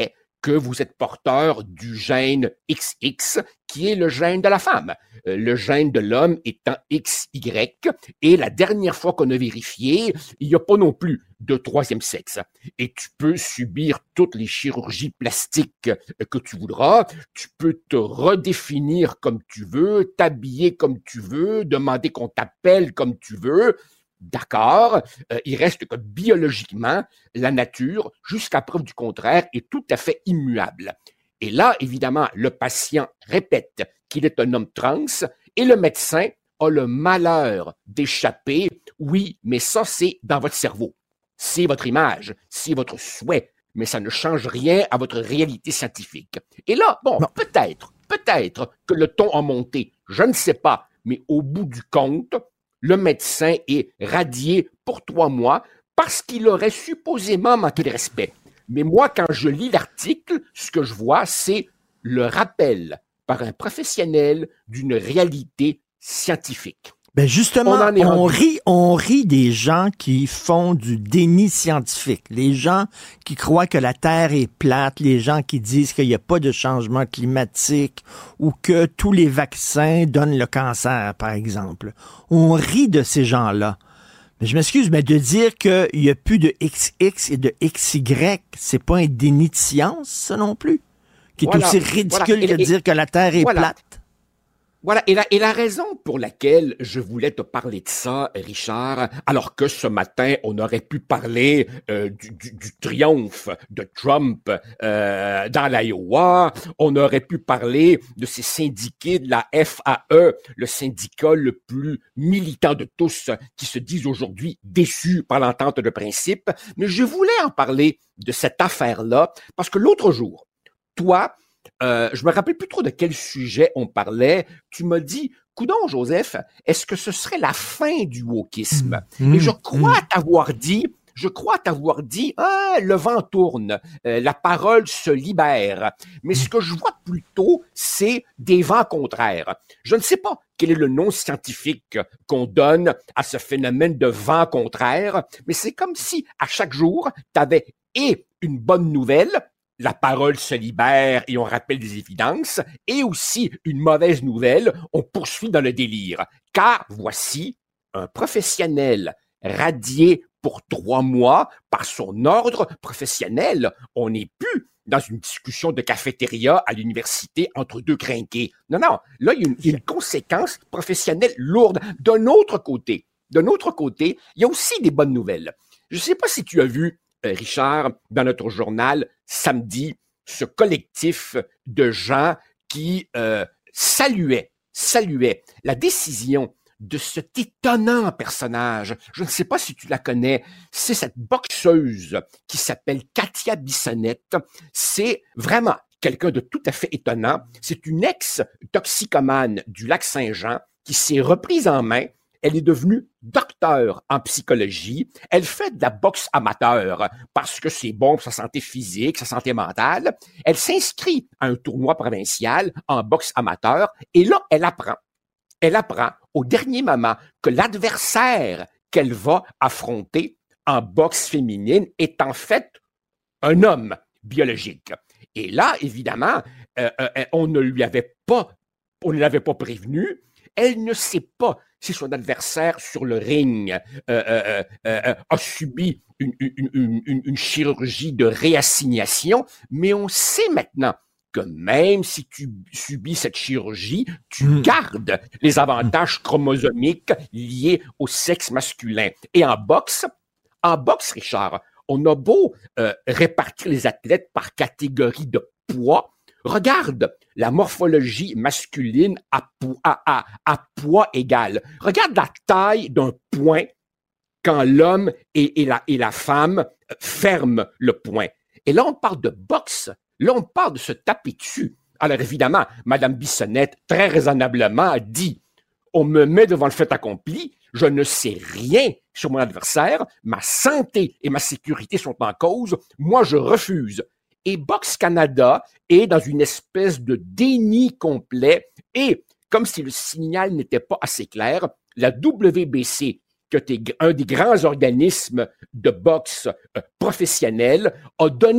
que vous êtes porteur du gène X X, qui est le gène de la femme. Euh, le gène de l'homme étant X Y, et la dernière fois qu'on a vérifié, il n'y a pas non plus de troisième sexe. Et tu peux subir toutes les chirurgies plastiques que tu voudras, tu peux te redéfinir comme tu veux, t'habiller comme tu veux, demander qu'on t'appelle comme tu veux. D'accord, euh, il reste que biologiquement, la nature, jusqu'à preuve du contraire, est tout à fait immuable. Et là, évidemment, le patient répète qu'il est un homme trans et le médecin a le malheur d'échapper. Oui, mais ça, c'est dans votre cerveau. C'est votre image, c'est votre souhait, mais ça ne change rien à votre réalité scientifique. Et là, bon, non. peut-être, peut-être que le ton a monté, je ne sais pas, mais au bout du compte, le médecin est radié pour trois mois parce qu'il aurait supposément manqué de respect. Mais moi, quand je lis l'article, ce que je vois, c'est le rappel par un professionnel d'une réalité scientifique. Ben justement, on, on rit, on rit des gens qui font du déni scientifique, les gens qui croient que la Terre est plate, les gens qui disent qu'il n'y a pas de changement climatique ou que tous les vaccins donnent le cancer, par exemple. On rit de ces gens-là. Mais je m'excuse, mais de dire qu'il n'y a plus de X X et de X Y, c'est pas un déni de science, ça non plus, qui est voilà, aussi ridicule voilà. que de dire que la Terre est voilà. plate. Voilà, et la, et la raison pour laquelle je voulais te parler de ça, Richard, alors que ce matin, on aurait pu parler euh, du, du, du triomphe de Trump euh, dans l'Iowa, on aurait pu parler de ces syndiqués de la F A E, le syndicat le plus militant de tous, qui se disent aujourd'hui déçus par l'entente de principe, mais je voulais en parler de cette affaire-là, parce que l'autre jour, toi, Euh, je me rappelle plus trop de quel sujet on parlait. Tu m'as dit, coudonc, Joseph, est-ce que ce serait la fin du wokisme? Mmh, Et je crois mmh. t'avoir dit, je crois t'avoir dit, ah, le vent tourne, euh, la parole se libère. Mais ce que je vois plutôt, c'est des vents contraires. Je ne sais pas quel est le nom scientifique qu'on donne à ce phénomène de vent contraire, mais c'est comme si à chaque jour, tu avais et une bonne nouvelle, la parole se libère et on rappelle des évidences, et aussi une mauvaise nouvelle, on poursuit dans le délire. Car voici un professionnel radié pour trois mois par son ordre professionnel. On n'est plus dans une discussion de cafétéria à l'université entre deux crinqués. Non, non, là, il y a une, une conséquence professionnelle lourde. D'un autre côté, d'un autre côté, il y a aussi des bonnes nouvelles. Je ne sais pas si tu as vu, Richard, dans notre journal, samedi, ce collectif de gens qui euh, saluaient, saluaient la décision de cet étonnant personnage. Je ne sais pas si tu la connais, c'est cette boxeuse qui s'appelle Katia Bissonnette. C'est vraiment quelqu'un de tout à fait étonnant. C'est une ex-toxicomane du Lac-Saint-Jean qui s'est reprise en main. Elle est devenue docteur en psychologie. Elle fait de la boxe amateur parce que c'est bon pour sa santé physique, sa santé mentale. Elle s'inscrit à un tournoi provincial en boxe amateur et là, elle apprend. Elle apprend au dernier moment que l'adversaire qu'elle va affronter en boxe féminine est en fait un homme biologique. Et là, évidemment, euh, euh, on ne lui avait pas, on ne l'avait pas prévenu. Elle ne sait pas si son adversaire sur le ring euh, euh, euh, euh, a subi une, une, une, une, une chirurgie de réassignation, mais on sait maintenant que même si tu subis cette chirurgie, tu mmh. gardes les avantages chromosomiques liés au sexe masculin. Et en boxe, en boxe, Richard, on a beau euh, répartir les athlètes par catégorie de poids, regarde la morphologie masculine à, po- à, à, à poids égal. Regarde la taille d'un poing quand l'homme et, et, la, et la femme ferment le poing. Et là, on parle de boxe. Là, on parle de se taper dessus. Alors évidemment, Mme Bissonnette, très raisonnablement, a dit « On me met devant le fait accompli, je ne sais rien sur mon adversaire, ma santé et ma sécurité sont en cause, moi je refuse. » Et Boxe Canada est dans une espèce de déni complet et, comme si le signal n'était pas assez clair, la W B C, qui est un des grands organismes de boxe euh, professionnels, a donné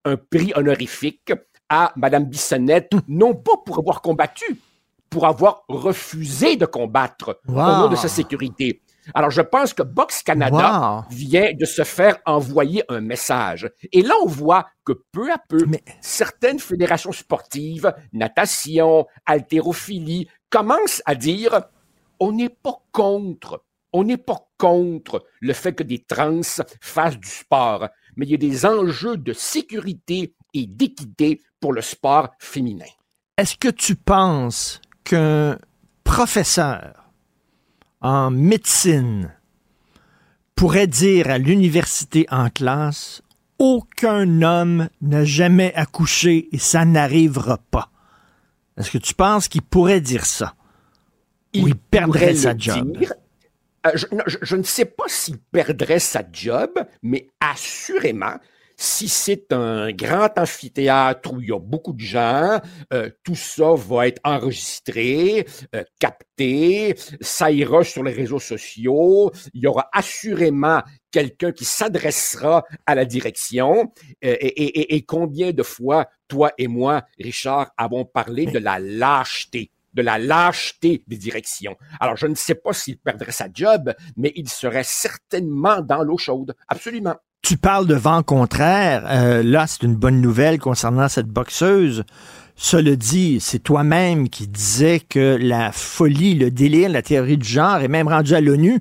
un prix honorifique à Mme Bissonnette, non pas pour avoir combattu, pour avoir refusé de combattre wow. au nom de sa sécurité. Alors, je pense que Boxe Canada wow. vient de se faire envoyer un message. Et là, on voit que peu à peu, Mais... certaines fédérations sportives, natation, haltérophilie, commencent à dire « on n'est pas contre, on n'est pas contre le fait que des trans fassent du sport, mais il y a des enjeux de sécurité et d'équité pour le sport féminin. » Est-ce que tu penses qu'un professeur en médecine pourrait dire à l'université en classe « Aucun homme n'a jamais accouché et ça n'arrivera pas ». Est-ce que tu penses qu'il pourrait dire ça? Il Ou il perdrait sa job? Dire. Euh, je, je, je ne sais pas s'il perdrait sa job, mais assurément, si c'est un grand amphithéâtre où il y a beaucoup de gens, euh, tout ça va être enregistré, euh, capté, ça ira sur les réseaux sociaux, il y aura assurément quelqu'un qui s'adressera à la direction. Euh, et, et, et combien de fois, toi et moi, Richard, avons parlé de la lâcheté de la lâcheté des directions. Alors, je ne sais pas s'il perdrait sa job, mais il serait certainement dans l'eau chaude. Absolument. Tu parles de vent contraire. Euh, là, c'est une bonne nouvelle concernant cette boxeuse. Cela dit, c'est toi-même qui disais que la folie, le délire, la théorie du genre est même rendue à l'ONU.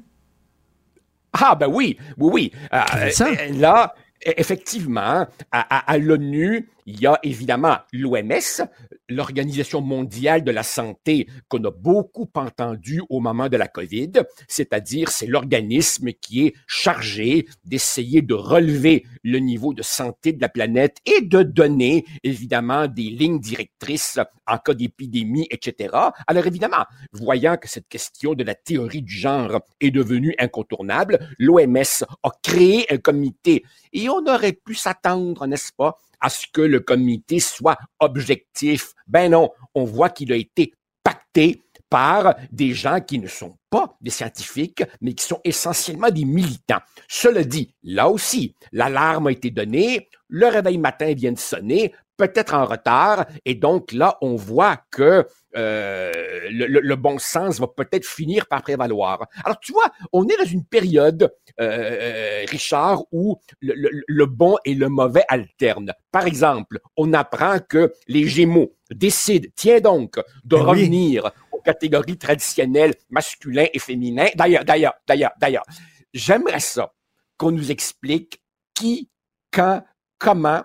Ah, ben oui, oui, oui. Euh, ça? Là, effectivement, à, à, à l'ONU, il y a évidemment l'O M S, l'Organisation mondiale de la santé, qu'on a beaucoup entendu au moment de la COVID, c'est-à-dire c'est l'organisme qui est chargé d'essayer de relever le niveau de santé de la planète et de donner évidemment des lignes directrices en cas d'épidémie, et cetera. Alors évidemment, voyant que cette question de la théorie du genre est devenue incontournable, l'O M S a créé un comité et on aurait pu s'attendre, n'est-ce pas, à ce que le comité soit objectif. Ben non, on voit qu'il a été pacté par des gens qui ne sont pas des scientifiques, mais qui sont essentiellement des militants. Cela dit, là aussi, l'alarme a été donnée, le réveil matin vient de sonner, peut-être en retard, et donc là, on voit que euh, le, le, le bon sens va peut-être finir par prévaloir. Alors, tu vois, on est dans une période, euh, Richard, où le, le, le bon et le mauvais alternent. Par exemple, on apprend que les Gémeaux décident, tiens donc, de oui. revenir aux catégories traditionnelles masculin et féminin. D'ailleurs, d'ailleurs, d'ailleurs, d'ailleurs, j'aimerais ça qu'on nous explique qui, quand, comment,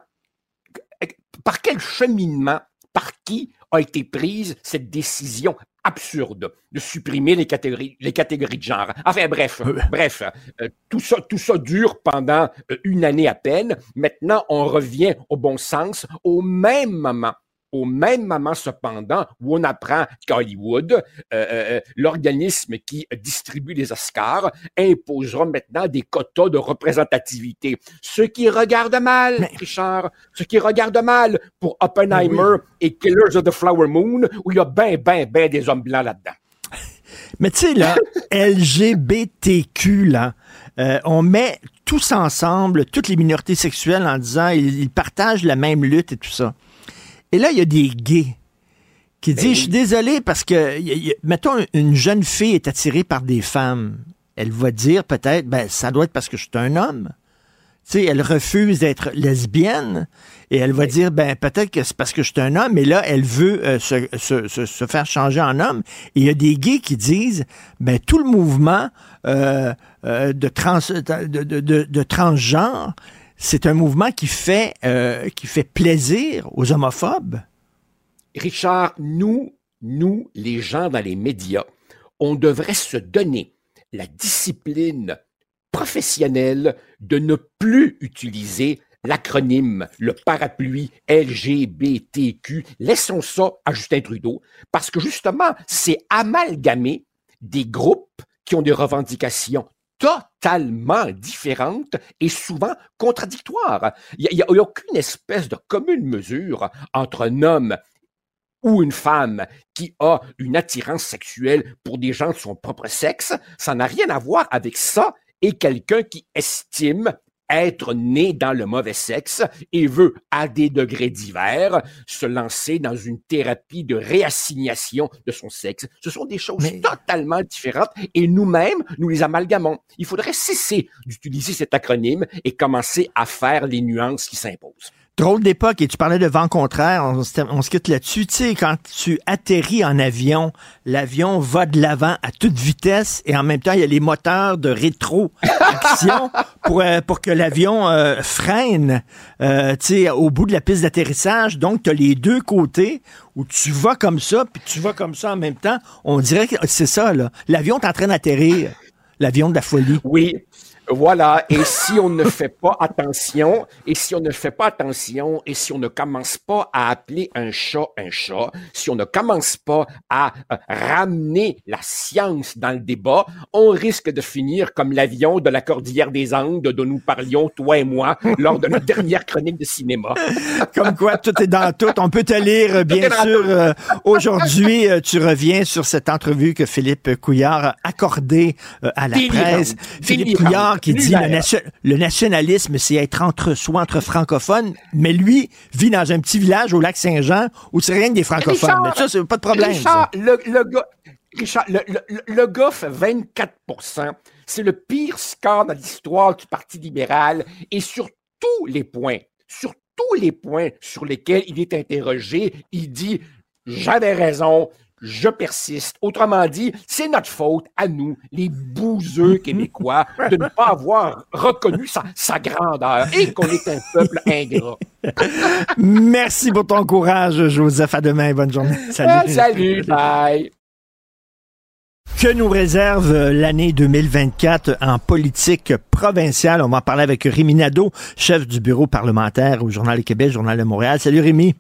par quel cheminement, par qui a été prise cette décision absurde de supprimer les catégories, les catégories de genre. Enfin bref, euh. bref, euh, tout ça, tout ça dure pendant euh, une année à peine. Maintenant, on revient au bon sens au même moment. Au même moment, cependant, où on apprend qu'à Hollywood, euh, euh, l'organisme qui distribue les Oscars imposera maintenant des quotas de représentativité. Ce qui regarde mal, Mais... Richard, ce qui regarde mal pour Oppenheimer oui. et Killers of the Flower Moon, où il y a ben, ben, ben des hommes blancs là-dedans. Mais tu sais, là, L G B T Q, là, euh, on met tous ensemble, toutes les minorités sexuelles en disant ils, ils partagent la même lutte et tout ça. Et là, il y a des gays qui disent, ben, je suis désolé parce que, y a, y a, mettons, une jeune fille est attirée par des femmes. Elle va dire peut-être, ben, ça doit être parce que je suis un homme. Tu sais, elle refuse d'être lesbienne et elle va ben, dire, ben, peut-être que c'est parce que je suis un homme, mais là, elle veut euh, se, se, se, se faire changer en homme. Et il y a des gays qui disent, ben, tout le mouvement euh, euh, de, trans, de, de, de, de transgenre, c'est un mouvement qui fait, euh, qui fait plaisir aux homophobes. Richard, nous, nous, les gens dans les médias, on devrait se donner la discipline professionnelle de ne plus utiliser l'acronyme, le parapluie L G B T Q. Laissons ça à Justin Trudeau, parce que justement, c'est amalgamer des groupes qui ont des revendications totalement différentes et souvent contradictoires. Il n'y a, a aucune espèce de commune mesure entre un homme ou une femme qui a une attirance sexuelle pour des gens de son propre sexe. Ça n'a rien à voir avec ça et quelqu'un qui estime être né dans le mauvais sexe et veut, à des degrés divers, se lancer dans une thérapie de réassignation de son sexe. Ce sont des choses Mais... totalement différentes et nous-mêmes, nous les amalgamons. Il faudrait cesser d'utiliser cet acronyme et commencer à faire les nuances qui s'imposent. Drôle d'époque, et tu parlais de vent contraire, on, on se quitte là-dessus. Tu sais, quand tu atterris en avion, l'avion va de l'avant à toute vitesse et en même temps, il y a les moteurs de rétro-action pour, euh, pour que l'avion euh, freine euh, tu sais, au bout de la piste d'atterrissage. Donc, tu as les deux côtés où tu vas comme ça, puis tu vas comme ça en même temps. On dirait que c'est ça, là. L'avion est en train d'atterrir. L'avion de la folie. Oui. Voilà, et si on ne fait pas attention, et si on ne fait pas attention, et si on ne commence pas à appeler un chat un chat, si on ne commence pas à euh, ramener la science dans le débat, on risque de finir comme l'avion de la Cordillère des Andes dont nous parlions, toi et moi, lors de notre dernière chronique de cinéma. Comme quoi, tout est dans tout. On peut te lire, bien sûr. Euh, aujourd'hui, euh, tu reviens sur cette entrevue que Philippe Couillard a accordée euh, à la Délirant. presse. Philippe Délirant. Couillard qui dit le, nation, le nationalisme, c'est être entre soi, entre francophones, mais lui vit dans un petit village au lac Saint-Jean où c'est rien que des francophones. Richard, mais ça, c'est pas de problème. Richard, le, le, gars, Richard le, le, le gars fait vingt-quatre pour cent. C'est le pire score dans l'histoire du Parti libéral et sur tous les points, sur tous les points sur lesquels il est interrogé, il dit « j'avais raison ». Je persiste. Autrement dit, c'est notre faute à nous, les bouseux québécois, de ne pas avoir reconnu sa, sa grandeur et qu'on est un peuple ingrat. Merci pour ton courage, Joseph. À demain. Bonne journée. Salut. Ah, salut. Bye. Que nous réserve l'année deux mille vingt-quatre en politique provinciale? On va en parler avec Rémi Nadeau, chef du bureau parlementaire au Journal du Québec, Journal de Montréal. Salut Rémi.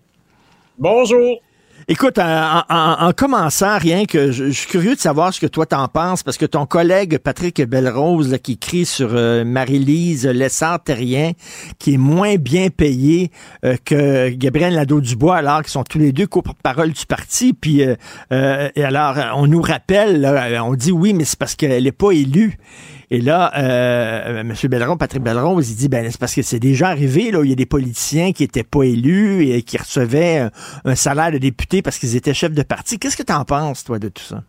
Bonjour. Écoute, en, en, en commençant, rien que je, je suis curieux de savoir ce que toi t'en penses, parce que ton collègue Patrick Belrose, là, qui écrit sur euh, Marie-Lise Lessard-Terrien, qui est moins bien payé euh, que Gabriel Nadeau-Dubois, alors qu'ils sont tous les deux co-porte-parole du parti. Puis, euh, euh, et alors, on nous rappelle, là, on dit oui, mais c'est parce qu'elle n'est pas élue. Et là, euh, M. Belrose, Patrick Belrose, il dit, ben, c'est parce que c'est déjà arrivé, là, où il y a des politiciens qui étaient pas élus et qui recevaient un, un salaire de député parce qu'ils étaient chefs de parti. Qu'est-ce que tu en penses, toi, de tout ça?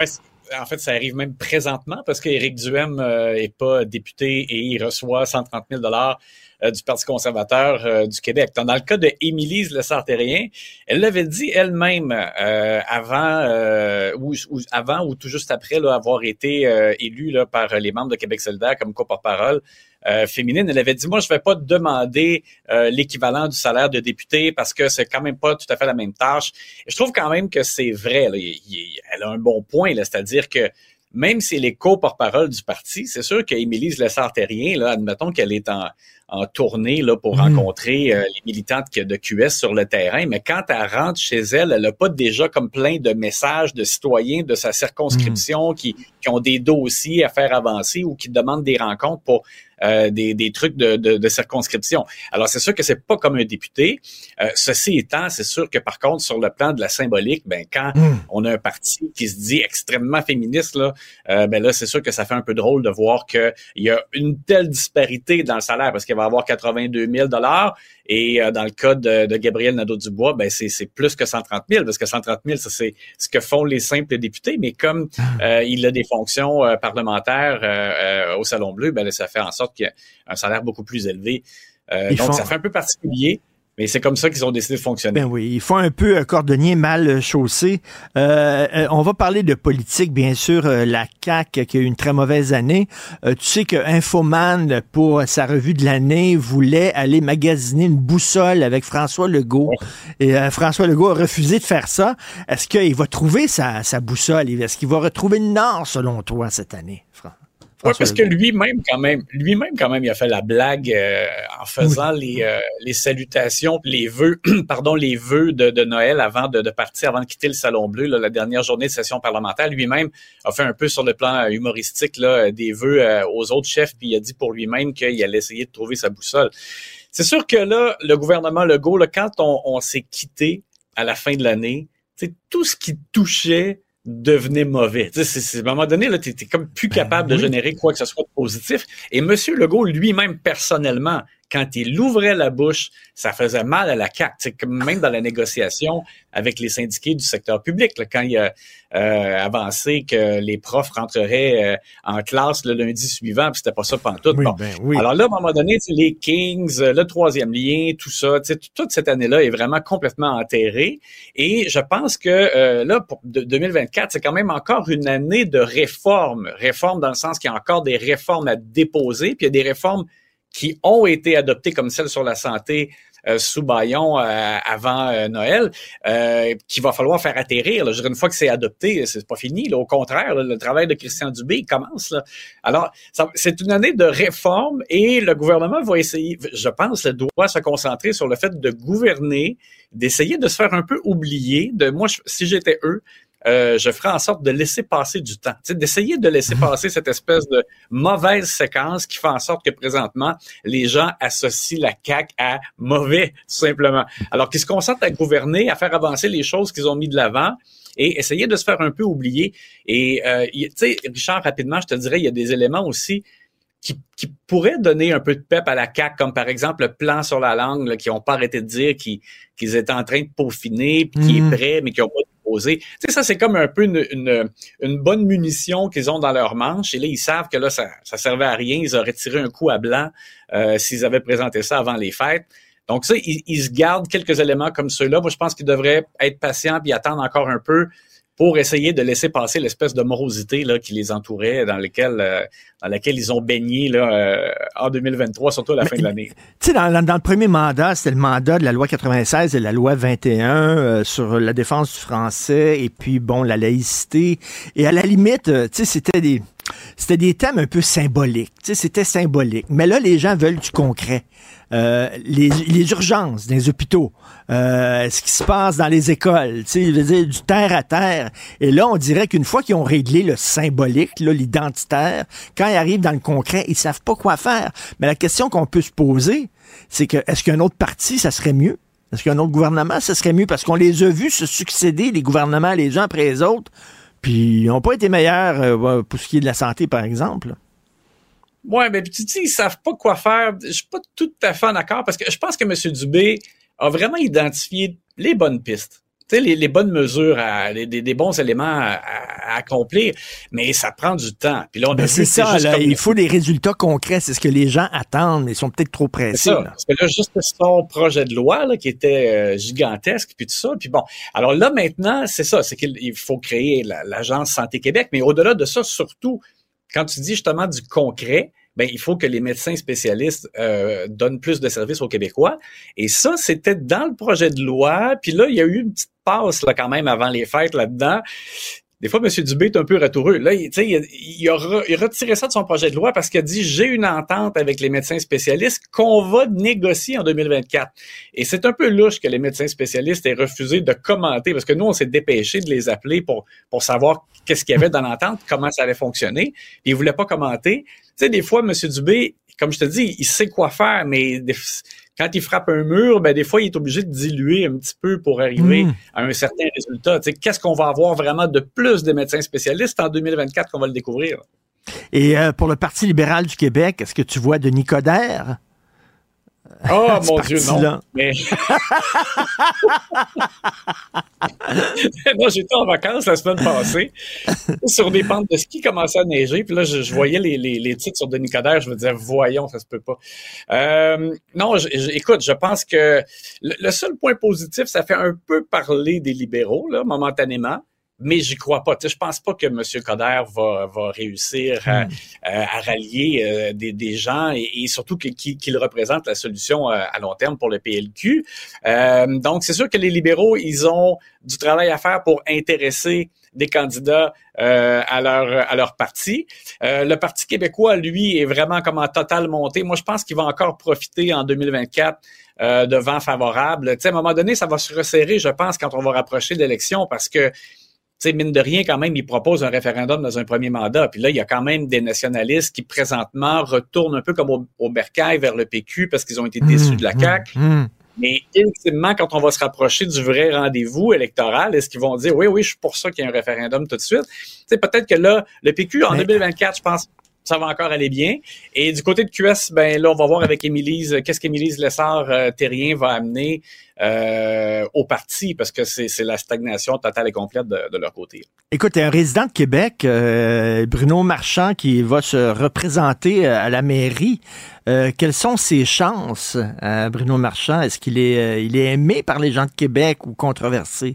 En fait, ça arrive même présentement parce qu'Éric Duhem euh, est pas député et il reçoit cent trente mille dollars euh, du Parti conservateur euh, du Québec. Dans le cas de Émilie Lessard-Terrien, elle l'avait dit elle-même euh, avant, euh, ou, ou avant ou tout juste après là, avoir été euh, élue là, par les membres de Québec solidaire comme co-porte-parole euh, féminine. Elle avait dit, moi, je vais pas demander euh, l'équivalent du salaire de député parce que c'est quand même pas tout à fait la même tâche. Et je trouve quand même que c'est vrai. Là, il, il, elle a un bon point, là, c'est-à-dire que même si elle est co-porte-parole du parti, c'est sûr qu'Émilie Lessard-Terrien, là, admettons qu'elle est en, en tournée là, pour mmh. rencontrer euh, les militantes de Q S sur le terrain, mais quand elle rentre chez elle, elle n'a pas déjà comme plein de messages de citoyens de sa circonscription mmh. qui, qui ont des dossiers à faire avancer ou qui demandent des rencontres pour Euh, des, des trucs de, de, de circonscription. Alors, c'est sûr que c'est pas comme un député. Euh, ceci étant, c'est sûr que par contre, sur le plan de la symbolique, ben quand mmh. on a un parti qui se dit extrêmement féministe, là, euh, ben là, c'est sûr que ça fait un peu drôle de voir qu'il y a une telle disparité dans le salaire parce qu'il va avoir quatre-vingt-deux mille dollars et euh, dans le cas de, de Gabriel Nadeau-Dubois, ben c'est, c'est plus que cent trente mille parce que cent trente mille, ça, c'est ce que font les simples députés. Mais comme euh, il a des fonctions euh, parlementaires euh, euh, au Salon Bleu, ben là, ça fait en sorte qu'il y a un salaire beaucoup plus élevé. Euh, donc, font... ça fait un peu particulier. Mais c'est comme ça qu'ils ont décidé de fonctionner. Ben oui, ils font un peu un cordonnier mal chaussé. Euh, euh, on va parler de politique, bien sûr. Euh, la C A Q qui a eu une très mauvaise année. Euh, tu sais que Infoman, pour sa revue de l'année, voulait aller magasiner une boussole avec François Legault. Ouais. Et euh, François Legault a refusé de faire ça. Est-ce qu'il va trouver sa, sa boussole? Est-ce qu'il va retrouver le Nord, selon toi, cette année, François? Oui, parce que lui-même, quand même, lui-même, quand même, il a fait la blague euh, en faisant oui. les, euh, les salutations, les vœux, pardon, les vœux de, de Noël avant de, de partir, avant de quitter le Salon Bleu, là, la dernière journée de session parlementaire. Lui-même a fait un peu sur le plan humoristique là, des vœux euh, aux autres chefs, puis il a dit pour lui-même qu'il allait essayer de trouver sa boussole. C'est sûr que là, le gouvernement Legault, là, quand on, on s'est quitté à la fin de l'année, c'est tout ce qui touchait devenait mauvais. Tu sais, c'est, c'est, à un moment donné, là, t'es, t'es comme plus capable ben, oui. de générer quoi que ce soit de positif. Et M. Legault, lui-même, personnellement, quand il ouvrait la bouche, ça faisait mal à la C A Q. Tu sais, même dans la négociation avec les syndiqués du secteur public, là, quand il a euh, avancé que les profs rentreraient euh, en classe le lundi suivant, puis c'était pas ça pantoute. Oui, bon. ben, oui. Alors là, à un moment donné, les Kings, le troisième lien, tout ça, tu sais, toute cette année-là est vraiment complètement enterrée. Et je pense que euh, là, pour deux mille vingt-quatre, c'est quand même encore une année de réforme. Réforme dans le sens qu'il y a encore des réformes à déposer, puis il y a des réformes qui ont été adoptées, comme celle sur la santé euh, sous Bayon euh, avant euh, Noël, euh, qu'il va falloir faire atterrir. Là. Je dirais, une fois que c'est adopté, c'est pas fini. Là. Au contraire, là, le travail de Christian Dubé commence. Là. Alors, ça, c'est une année de réforme et le gouvernement va essayer, je pense, doit se concentrer sur le fait de gouverner, d'essayer de se faire un peu oublier. De moi, je, si j'étais eux, Euh, je ferai en sorte de laisser passer du temps, tu sais, d'essayer de laisser passer cette espèce de mauvaise séquence qui fait en sorte que présentement, les gens associent la C A Q à mauvais, tout simplement. Alors qu'ils se concentrent à gouverner, à faire avancer les choses qu'ils ont mis de l'avant et essayer de se faire un peu oublier. Et euh, tu sais, Richard, rapidement, je te dirais, il y a des éléments aussi qui, qui pourraient donner un peu de pep à la C A Q, comme par exemple le plan sur la langue, là, qui n'ont pas arrêté de dire qu'ils, qu'ils étaient en train de peaufiner, puis qui mmh. est prêt, mais qui n'ont pas posé. Tu sais, ça, c'est comme un peu une, une, une bonne munition qu'ils ont dans leur manche. Et là, ils savent que là, ça ça servait à rien. Ils auraient tiré un coup à blanc euh, s'ils avaient présenté ça avant les fêtes. Donc ça, ils, ils se gardent quelques éléments comme ceux-là. Moi, je pense qu'ils devraient être patients puis attendre encore un peu pour essayer de laisser passer l'espèce de morosité là, qui les entourait, dans lesquelles, euh, dans laquelle ils ont baigné là, euh, en deux mille vingt-trois, surtout à la Mais, fin de l'année. Tu sais, dans, dans le premier mandat, c'était le mandat de la loi quatre-vingt-seize et la loi vingt et un euh, sur la défense du français et puis, bon, la laïcité. Et à la limite, euh, tu sais, c'était des... C'était des thèmes un peu symboliques. Tu sais, c'était symbolique. Mais là, les gens veulent du concret. Euh, les, les urgences dans les hôpitaux, euh, ce qui se passe dans les écoles, tu sais, je veux dire, du terre à terre. Et là, on dirait qu'une fois qu'ils ont réglé le symbolique, là, l'identitaire, quand ils arrivent dans le concret, ils savent pas quoi faire. Mais la question qu'on peut se poser, c'est que est-ce qu'un autre parti, ça serait mieux? Est-ce qu'un autre gouvernement, ça serait mieux? Parce qu'on les a vus se succéder, les gouvernements, les uns après les autres. Puis, ils n'ont pas été meilleurs euh, pour ce qui est de la santé, par exemple. Oui, mais tu dis, ils savent pas quoi faire. Je suis pas tout à fait d'accord parce que je pense que M. Dubé a vraiment identifié les bonnes pistes. Tu sais, les, les bonnes mesures, à, les, des, des bons éléments à, à accomplir, mais ça prend du temps. Puis là, on a ben vu, c'est ça, c'est là, comme... il faut des résultats concrets. C'est ce que les gens attendent, mais ils sont peut-être trop pressés. C'est ça, là. parce que là, juste son projet de loi là, qui était euh, gigantesque, puis tout ça. Puis bon, alors là, maintenant, c'est ça, c'est qu'il faut créer la, l'Agence Santé Québec, mais au-delà de ça, surtout, quand tu dis justement du concret, ben il faut que les médecins spécialistes euh, donnent plus de services aux Québécois. Et ça, c'était dans le projet de loi. Puis là, il y a eu une petite passe là quand même avant les fêtes là-dedans. Des fois, M. Dubé est un peu ratoureux. Là, il, il, a, il, a re, il a retiré ça de son projet de loi parce qu'il a dit « J'ai une entente avec les médecins spécialistes qu'on va négocier en deux mille vingt-quatre. » Et c'est un peu louche que les médecins spécialistes aient refusé de commenter parce que nous, on s'est dépêché de les appeler pour, pour savoir qu'est-ce qu'il y avait dans l'entente, comment ça allait fonctionner. Puis ils voulaient pas commenter. Tu sais, des fois, M. Dubé, comme je te dis, il sait quoi faire, mais des, quand il frappe un mur, ben des fois, il est obligé de diluer un petit peu pour arriver mmh. à un certain résultat. Tu sais, qu'est-ce qu'on va avoir vraiment de plus de médecins spécialistes en deux mille vingt-quatre qu'on va le découvrir? Et euh, pour le Parti libéral du Québec, est-ce que tu vois Denis Coderre? Oh mon Dieu, non. Mais... non, j'étais en vacances la semaine passée sur des pentes de ski, commençait à neiger, puis là, je, je voyais les, les, les titres sur Denis Coderre, je me disais, voyons, ça se peut pas. Euh, non, je, je, écoute, je pense que le, le seul point positif, ça fait un peu parler des libéraux, là, momentanément. Mais j'y crois pas. Tu sais, je pense pas que M. Coderre va, va réussir à, mmh. à rallier euh, des, des gens et, et surtout qu'il, qu'il représente la solution à, à long terme pour le P L Q. Euh, donc, c'est sûr que les libéraux, ils ont du travail à faire pour intéresser des candidats euh, à leur à leur parti. Euh, le Parti québécois, lui, est vraiment comme en totale montée. Moi, je pense qu'il va encore profiter en deux mille vingt-quatre euh, de vents favorables. Tu sais, à un moment donné, ça va se resserrer, je pense, quand on va rapprocher de l'élection parce que tu sais, mine de rien, quand même, il propose un référendum dans un premier mandat. Puis là, il y a quand même des nationalistes qui, présentement, retournent un peu comme au, au bercail vers le P Q parce qu'ils ont été déçus mmh, de la C A Q. Mmh. Mais ultimement, quand on va se rapprocher du vrai rendez-vous électoral, est-ce qu'ils vont dire, oui, oui, je suis pour ça qu'il y ait un référendum tout de suite? Tu sais, peut-être que là, le P Q, en mais... deux mille vingt-quatre, je pense, ça va encore aller bien. Et du côté de Q S, ben là, on va voir avec Émilise, qu'est-ce qu'Émilise Lessard-Terrien va amener euh, au parti, parce que c'est, c'est la stagnation totale et complète de, de leur côté. Écoute, un résident de Québec, euh, Bruno Marchand, qui va se représenter à la mairie, euh, quelles sont ses chances, euh, Bruno Marchand? Est-ce qu'il est, euh, il est aimé par les gens de Québec ou controversé?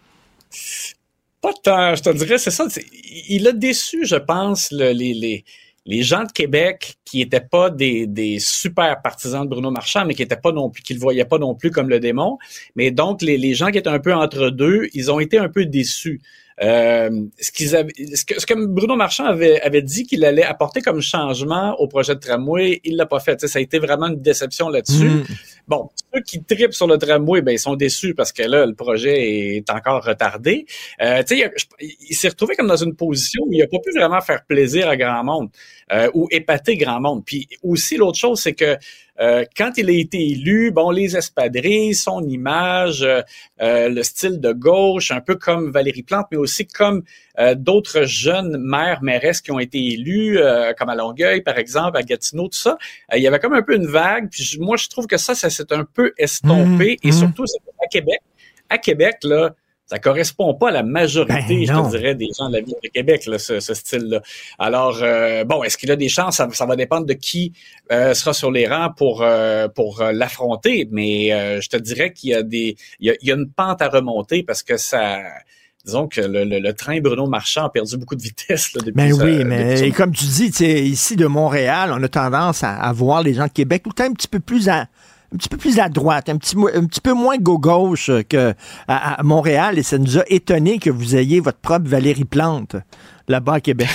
Pas tant, je te dirais, c'est ça. C'est, il a déçu, je pense, le, les... les Les gens de Québec qui étaient pas des, des super partisans de Bruno Marchand, mais qui étaient pas non plus, qui le voyaient pas non plus comme le démon. Mais donc, les, les gens qui étaient un peu entre deux, ils ont été un peu déçus. Euh, ce qu'ils avaient, ce que, ce que Bruno Marchand avait, avait dit qu'il allait apporter comme changement au projet de tramway, il l'a pas fait. T'sais, ça a été vraiment une déception là-dessus. Mmh. Bon, ceux qui trippent sur le tramway, ben ils sont déçus parce que là, le projet est encore retardé. Euh, tu sais, il, il s'est retrouvé comme dans une position où il a pas pu vraiment faire plaisir à grand monde euh, ou épater grand monde. Puis aussi, l'autre chose, c'est que Euh, quand il a été élu, bon, les espadrilles, son image, euh, euh, le style de gauche, un peu comme Valérie Plante, mais aussi comme euh, d'autres jeunes maires, mairesses qui ont été élus, euh, comme à Longueuil, par exemple, à Gatineau, tout ça. Euh, il y avait comme un peu une vague. Puis je, moi, je trouve que ça, ça s'est un peu estompé. Mmh, et mmh. surtout, c'est à Québec. À Québec, là, ça correspond pas à la majorité, ben je te dirais, des gens de la ville de Québec, là, ce, ce style-là. Alors, euh, bon, est-ce qu'il a des chances? Ça, ça va dépendre de qui euh, sera sur les rangs pour euh, pour euh, l'affronter. Mais euh, je te dirais qu'il y a des, il y a, il y a une pente à remonter parce que ça, disons que le, le, le train Bruno Marchand a perdu beaucoup de vitesse là, depuis. Ben ça, oui, mais ça. Et comme tu dis, ici de Montréal, on a tendance à, à voir les gens de Québec tout le temps un petit peu plus à un petit peu plus à droite, un petit, un petit peu moins gauche que à, à Montréal, et ça nous a étonné que vous ayez votre propre Valérie Plante là-bas à Québec.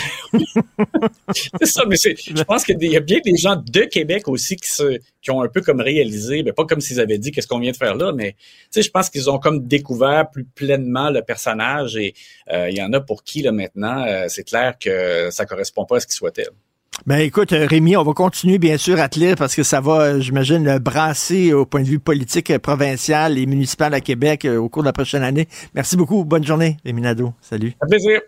C'est ça, mais c'est, je pense qu'il y a bien des gens de Québec aussi qui, se, qui ont un peu comme réalisé, mais pas comme s'ils avaient dit qu'est-ce qu'on vient de faire là, mais tu sais, je pense qu'ils ont comme découvert plus pleinement le personnage et euh, il y en a pour qui là maintenant, euh, c'est clair que ça correspond pas à ce qu'ils souhaitaient. Ben écoute, Rémi, on va continuer bien sûr à te lire parce que ça va, j'imagine, brasser au point de vue politique provincial et municipal à Québec au cours de la prochaine année. Merci beaucoup. Bonne journée, Rémi Nadeau. Salut. Un plaisir.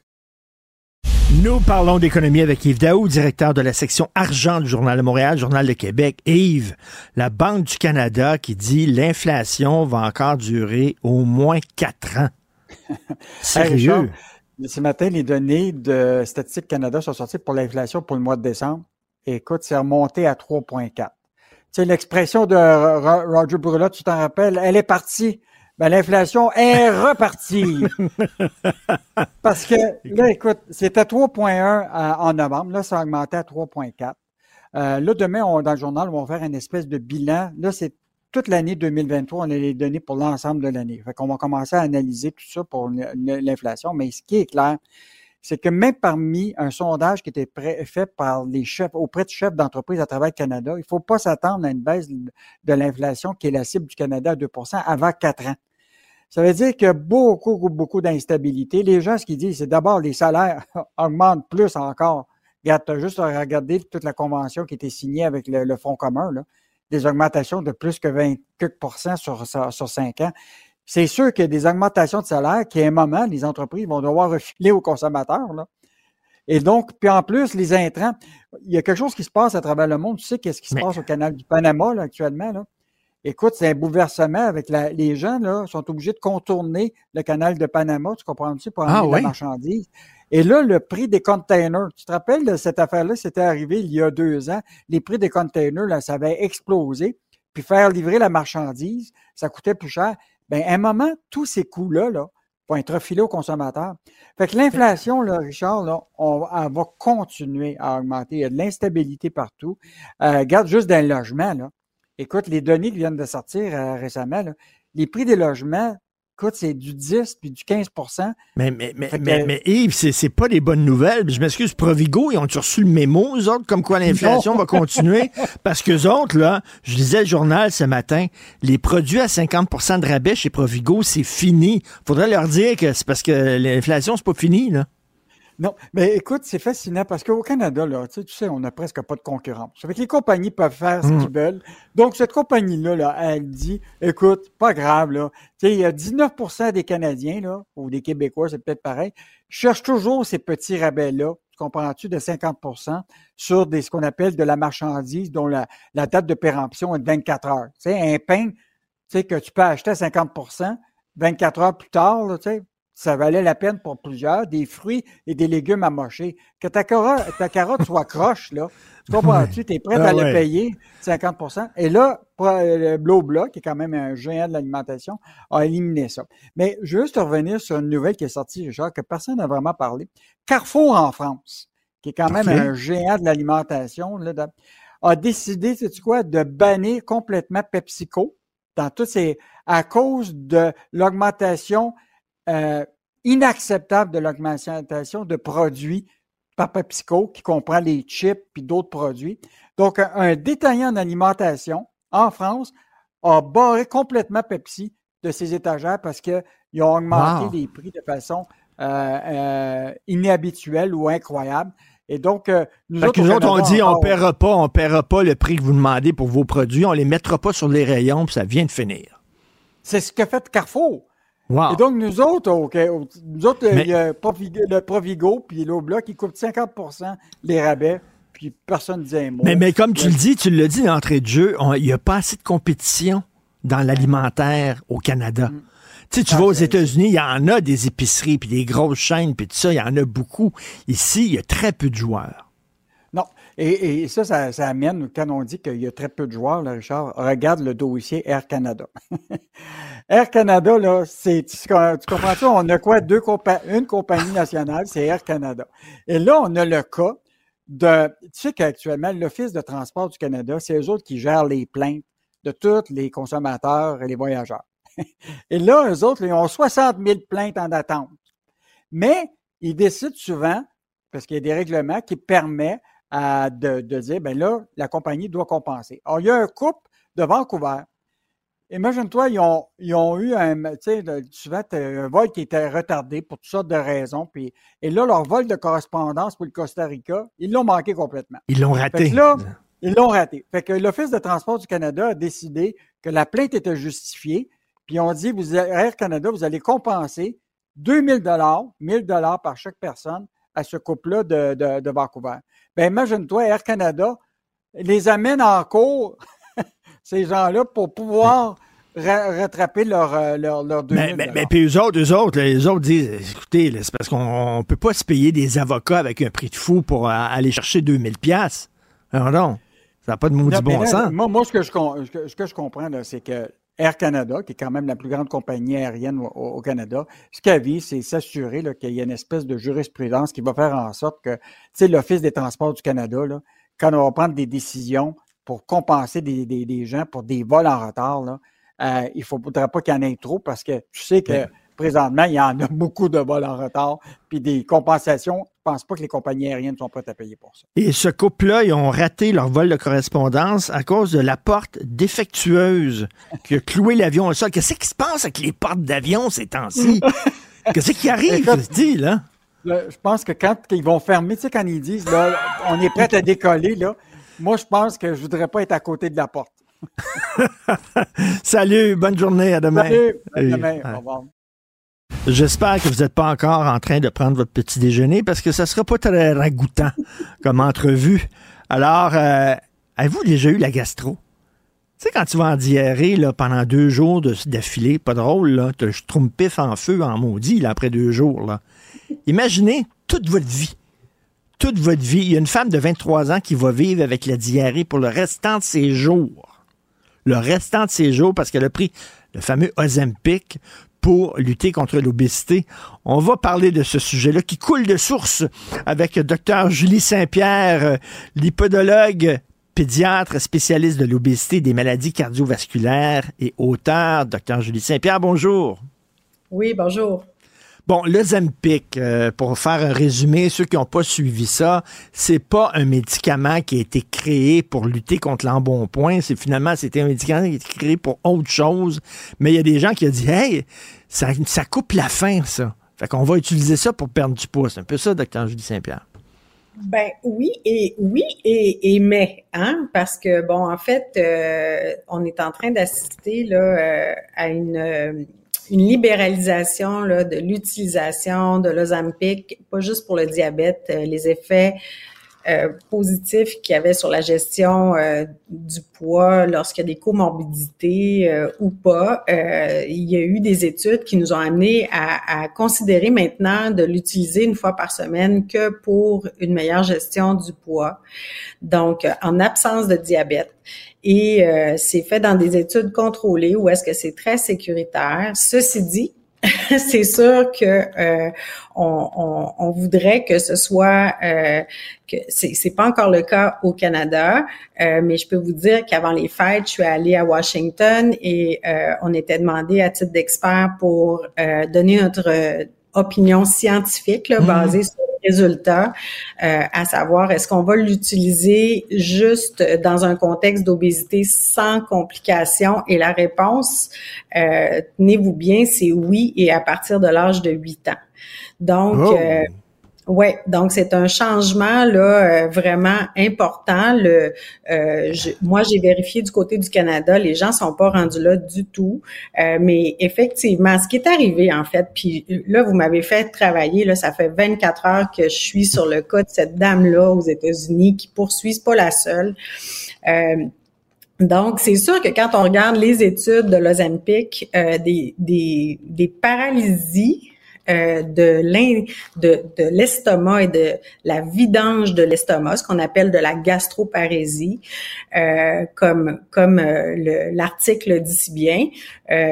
Nous parlons d'économie avec Yves Daou, directeur de la section argent du Journal de Montréal, Journal de Québec. Et Yves, la Banque du Canada qui dit l'inflation va encore durer au moins quatre ans. Sérieux? Hey, ce matin, les données de Statistique Canada sont sorties pour l'inflation pour le mois de décembre. Écoute, c'est remonté à trois virgule quatre. Tu sais, l'expression de Roger Brulotte, tu t'en rappelles, elle est partie. Ben, l'inflation est repartie. Parce que, là, écoute, c'était trois virgule un en novembre. Là, ça a augmenté à trois virgule quatre. Euh, là, demain, on, dans le journal, on va faire une espèce de bilan. Là, c'est toute l'année deux mille vingt-trois, on a les données pour l'ensemble de l'année. Fait qu'on va commencer à analyser tout ça pour l'inflation. Mais ce qui est clair, c'est que même parmi un sondage qui était pré- fait par les chefs, auprès de chefs d'entreprise à travers le Canada, il ne faut pas s'attendre à une baisse de l'inflation qui est la cible du Canada à deux pour cent avant quatre ans. Ça veut dire qu'il y a beaucoup, beaucoup d'instabilité. Les gens, ce qu'ils disent, c'est d'abord les salaires augmentent plus encore. Regarde, tu as juste à regarder toute la convention qui a été signée avec le, le Fonds commun, là. Des augmentations de plus que vingt pour cent sur, sur, sur cinq ans. C'est sûr qu'il y a des augmentations de salaire qui, à un moment, les entreprises vont devoir refiler aux consommateurs, là. Et donc, puis en plus, les intrants, il y a quelque chose qui se passe à travers le monde. Tu sais qu'est-ce qui se Mais... passe au canal du Panama, là, actuellement, là? Écoute, c'est un bouleversement avec la, les gens, là, sont obligés de contourner le canal de Panama, tu comprends-tu, pour amener ah, oui. la marchandise. Et là, le prix des containers, tu te rappelles de cette affaire-là, c'était arrivé il y a deux ans, les prix des containers, là, ça avait explosé, puis faire livrer la marchandise, ça coûtait plus cher. Bien, à un moment, tous ces coûts-là, là, vont être refilés aux consommateurs. Fait que l'inflation, là, Richard, là, on, elle va continuer à augmenter. Il y a de l'instabilité partout. Euh, regarde juste dans le logement, là. Écoute, les données qui viennent de sortir euh, récemment, là, les prix des logements, écoute, c'est du dix puis du quinze pour cent. Mais, mais, mais, mais, mais Yves, c'est, c'est pas des bonnes nouvelles. Je m'excuse, Provigo, ils ont-tu reçu le mémo, eux autres, comme quoi l'inflation non. va continuer? Parce qu'eux autres, là, je lisais le journal ce matin, les produits à cinquante pour cent de rabais chez Provigo, c'est fini. Faudrait leur dire que c'est parce que l'inflation, c'est pas fini, là. Non, mais écoute, c'est fascinant parce qu'au Canada, là, tu sais, tu sais, on n'a presque pas de concurrence. Ça fait que les compagnies peuvent faire ce Mm. qu'ils veulent. Donc, cette compagnie-là, là, elle dit, écoute, pas grave, là. Tu sais, il y a dix-neuf pour cent des Canadiens, là, ou des Québécois, c'est peut-être pareil, cherchent toujours ces petits rabais-là, tu comprends-tu, de cinquante pour cent sur des, ce qu'on appelle de la marchandise dont la, la date de péremption est de vingt-quatre heures. Tu sais, un pain, tu sais, que tu peux acheter à cinquante pour cent, vingt-quatre heures plus tard, là, tu sais, ça valait la peine pour plusieurs, des fruits et des légumes à mâcher. Que ta carotte, ta carotte soit croche, là, tu comprends-tu, tu es prêt Ah à ouais. le payer cinquante pour cent. Et là, le Blobla, qui est quand même un géant de l'alimentation, a éliminé ça. Mais je veux juste revenir sur une nouvelle qui est sortie, Richard, que personne n'a vraiment parlé. Carrefour en France, qui est quand même Ok. un géant de l'alimentation, là, de- a décidé, sais-tu quoi, de bannir complètement PepsiCo dans tous ces, à cause de l'augmentation euh, inacceptable de l'augmentation de produits par PepsiCo, qui comprend les chips puis d'autres produits. Donc, un, un détaillant en alimentation en France a barré complètement Pepsi de ses étagères parce qu'ils ont augmenté Wow. les prix de façon euh, euh, inhabituelle ou incroyable. Et donc, euh, nous Fait autres, que nous au autres, on Canada, dit, on encore- paiera pas, on paiera pas le prix que vous demandez pour vos produits, on les mettra pas sur les rayons, puis ça vient de finir. C'est ce qu'a fait Carrefour. Wow. Et donc, nous autres, OK, nous autres, Mais- il y a Provigo- le Provigo puis l'Obla qui coûtent cinquante pour cent les rabais, puis personne ne dit un mot. Mais, mais comme tu Le- le dis, tu l'as dit d'entrée de jeu, on- il n'y a pas assez de compétition dans l'alimentaire au Canada. Tu sais, tu Ah, vas aux c'est- États-Unis, il y en a des épiceries, puis des grosses chaînes, puis tout ça, il y en a beaucoup. Ici, il y a très peu de joueurs. Non. Et, et ça, ça, ça amène, quand on dit qu'il y a très peu de joueurs, là, Richard, regarde le dossier Air Canada. Air Canada, là, c'est, tu, tu comprends ça? On a quoi? Deux compa- une compagnie nationale, c'est Air Canada. Et là, on a le cas de, tu sais qu'actuellement, l'Office de transport du Canada, c'est eux autres qui gèrent les plaintes de tous les consommateurs et les voyageurs. Et là, eux autres, ils ont soixante mille plaintes en attente. Mais ils décident souvent, parce qu'il y a des règlements qui permettent à, de, de dire, ben là, la compagnie doit compenser. Alors, il y a un couple de Vancouver. Imagine-toi, ils ont, ils ont eu un, tu sais, le- souvent, t'as un vol qui était retardé pour toutes sortes de raisons. Puis, et là, leur vol de correspondance pour le Costa Rica, ils l'ont manqué complètement. Ils l'ont Fait raté. que là, ils l'ont raté. Fait que l'Office de transport du Canada a décidé que la plainte était justifiée. Puis on dit, vous, Air Canada, vous allez compenser deux mille dollars, mille dollars par chaque personne à ce couple-là de, de, de Vancouver. Ben imagine-toi, Air Canada les amène en cours, ces gens-là, pour pouvoir ra- rattraper leur, euh, leur, leur deux mille Mais, dollars. mais, mais puis eux autres, eux autres, là, les autres disent, écoutez, là, c'est parce qu'on ne peut pas se payer des avocats avec un prix de fou pour euh, aller chercher deux mille piastres. Alors non, ça n'a pas de maudit Non, mais bon là, sens. Moi, moi, ce que je, com- ce que, ce que je comprends, là, c'est que Air Canada, qui est quand même la plus grande compagnie aérienne au, au Canada, ce qu'elle vit, c'est s'assurer là, qu'il y a une espèce de jurisprudence qui va faire en sorte que, tu sais, l'Office des transports du Canada, là, quand on va prendre des décisions pour compenser des, des, des gens pour des vols en retard, là, euh, il ne faudra pas qu'il y en ait trop parce que tu sais que Mais- présentement, il y en a beaucoup de vols en retard, puis des compensations. Je ne pense pas que les compagnies aériennes sont prêtes à payer pour ça. Et ce couple-là, ils ont raté leur vol de correspondance à cause de la porte défectueuse qui a cloué l'avion au sol. Qu'est-ce qui se passe avec les portes d'avion ces temps-ci? Qu'est-ce qui arrive, Écoute, je dis, là? Là, je pense que quand ils vont fermer, tu sais, quand ils disent, là, on est prêt à décoller, là, moi, je pense que je voudrais pas être à côté de la porte. Salut, bonne journée, à demain. Salut, à Oui. demain, Ouais. au revoir. J'espère que vous n'êtes pas encore en train de prendre votre petit déjeuner parce que ça ne sera pas très ragoûtant comme entrevue. Alors, euh, avez-vous déjà eu la gastro? Tu sais, quand tu vas en diarrhée là, pendant deux jours de- d'affilée, pas drôle, là, tu as le pif en feu, en maudit, là, après deux jours. Là. Imaginez toute votre vie. Toute votre vie. Il y a une femme de vingt-trois ans qui va vivre avec la diarrhée pour le restant de ses jours. Le restant de ses jours parce qu'elle a pris le fameux Ozempic pour lutter contre l'obésité. On va parler de ce sujet-là qui coule de source avec Dr Julie Saint-Pierre, euh, lipodologue, pédiatre, spécialiste de l'obésité et des maladies cardiovasculaires et auteur. Dr Julie Saint-Pierre, bonjour. Oui, bonjour. Bon, l'Ozempic, euh, pour faire un résumé, ceux qui n'ont pas suivi ça, c'est pas un médicament qui a été créé pour lutter contre l'embonpoint. C'est finalement, c'était un médicament qui a été créé pour autre chose. Mais il y a des gens qui ont dit, hey, ça, ça coupe la faim, ça. Fait qu'on va utiliser ça pour perdre du poids. C'est un peu ça, docteur Julie Saint-Pierre. Ben oui et oui et, et mais hein parce que bon en fait euh, on est en train d'assister là euh, à une euh, une libéralisation là de l'utilisation de l'Ozempic, pas juste pour le diabète, euh, les effets euh, positifs qu'il y avait sur la gestion euh, du poids lorsqu'il y a des comorbidités euh, ou pas. Euh, il y a eu des études qui nous ont amenés à, à considérer maintenant de l'utiliser une fois par semaine que pour une meilleure gestion du poids. Donc, en absence de diabète. Et euh, c'est fait dans des études contrôlées où est-ce que c'est très sécuritaire. Ceci dit, c'est sûr que euh, on, on, on voudrait que ce soit euh, que c'est, c'est pas encore le cas au Canada, euh, mais je peux vous dire qu'avant les fêtes, je suis allée à Washington et euh, on était demandé à titre d'expert pour euh, donner notre euh, opinion scientifique là, basée mmh. sur les résultats, euh, à savoir est-ce qu'on va l'utiliser juste dans un contexte d'obésité sans complications, et la réponse, euh, tenez-vous bien, c'est oui, et à partir de l'âge de huit ans. Donc, oh. euh, ouais, donc c'est un changement là euh, vraiment important. Le, euh, je, moi j'ai vérifié du côté du Canada, les gens sont pas rendus là du tout, euh, mais effectivement, ce qui est arrivé en fait, puis là vous m'avez fait travailler là, ça fait vingt-quatre heures que je suis sur le cas de cette dame là aux États-Unis qui poursuit, c'est pas la seule. Euh, Donc, c'est sûr que quand on regarde les études de l'Ozempic, euh, des, des, des paralysies euh, de, l'in, de, de l'estomac et de la vidange de l'estomac, ce qu'on appelle de la gastroparésie, euh, comme comme euh, le, l'article le dit si bien, euh,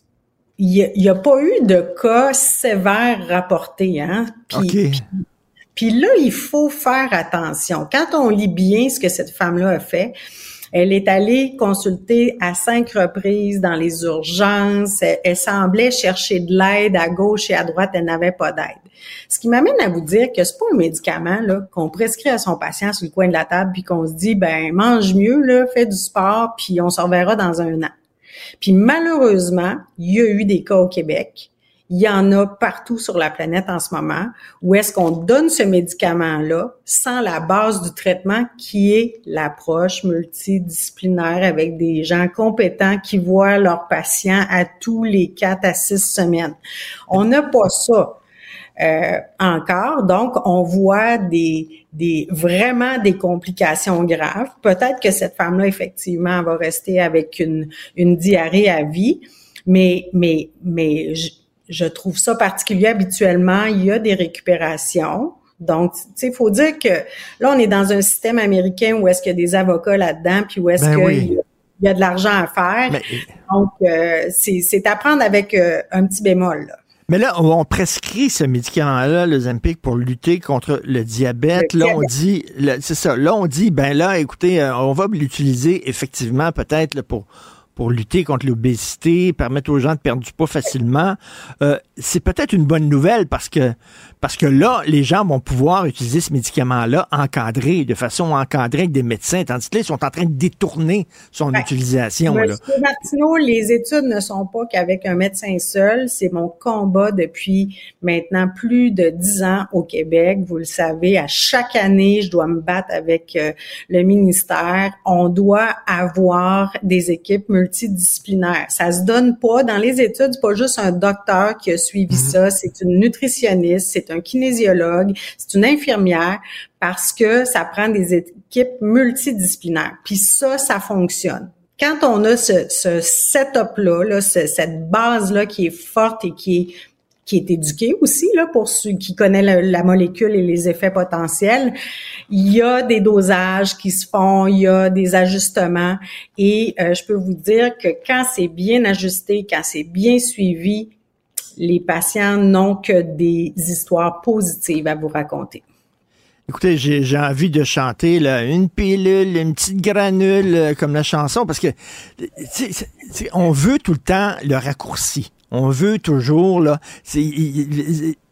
il n'y a, a pas eu de cas sévères rapportés, hein. Puis, okay. puis, puis là, il faut faire attention. Quand on lit bien ce que cette femme-là a fait, elle est allée consulter à cinq reprises dans les urgences. Elle, elle semblait chercher de l'aide à gauche et à droite. Elle n'avait pas d'aide. Ce qui m'amène à vous dire que c'est pas un médicament là qu'on prescrit à son patient sur le coin de la table puis qu'on se dit ben mange mieux là, fais du sport puis on se reverra dans un an. Puis malheureusement, il y a eu des cas au Québec. Il y en a partout sur la planète en ce moment où est-ce qu'on donne ce médicament-là sans la base du traitement qui est l'approche multidisciplinaire avec des gens compétents qui voient leurs patients à tous les quatre à six semaines. On n'a pas ça euh, encore, donc on voit des, des vraiment des complications graves. Peut-être que cette femme-là, effectivement, va rester avec une, une diarrhée à vie, mais, mais, mais... Je, Je trouve ça particulier. Habituellement, il y a des récupérations. Donc, tu sais, il faut dire que là, on est dans un système américain où est-ce qu'il y a des avocats là-dedans, puis où est-ce ben qu'il oui. y, y a de l'argent à faire. Mais... Donc, euh, c'est, c'est à prendre avec euh, un petit bémol, là. Mais là, on prescrit ce médicament-là, le Ozempic, pour lutter contre le diabète. Le là, diabète. on dit, là, c'est ça. Là, on dit, ben là, écoutez, on va l'utiliser effectivement, peut-être là, pour pour lutter contre l'obésité, permettre aux gens de perdre du poids facilement. Euh, c'est peut-être une bonne nouvelle parce que parce que là, les gens vont pouvoir utiliser ce médicament-là encadré, de façon encadrée avec des médecins, tandis que là, ils sont en train de détourner son ben, utilisation. Monsieur là. Martineau, les études ne sont pas qu'avec un médecin seul. C'est mon combat depuis maintenant plus de dix ans au Québec. Vous le savez, à chaque année, je dois me battre avec euh, le ministère. On doit avoir des équipes multidisciplinaires. Ça se donne pas. Dans les études, c'est pas juste un docteur qui a suivi mmh. ça. C'est une nutritionniste, c'est un kinésiologue, c'est une infirmière, parce que ça prend des équipes multidisciplinaires. Puis ça, ça fonctionne. Quand on a ce, ce setup-là, là, ce, cette base-là qui est forte et qui est qui est éduquée aussi, là, pour ceux qui connaissent la, la molécule et les effets potentiels, il y a des dosages qui se font, il y a des ajustements, et euh, je peux vous dire que quand c'est bien ajusté, quand c'est bien suivi, les patients n'ont que des histoires positives à vous raconter. Écoutez, j'ai, j'ai envie de chanter là, une pilule, une petite granule, euh, comme la chanson, parce que c'est, c'est, c'est, on veut tout le temps le raccourci. On veut toujours, là, c'est,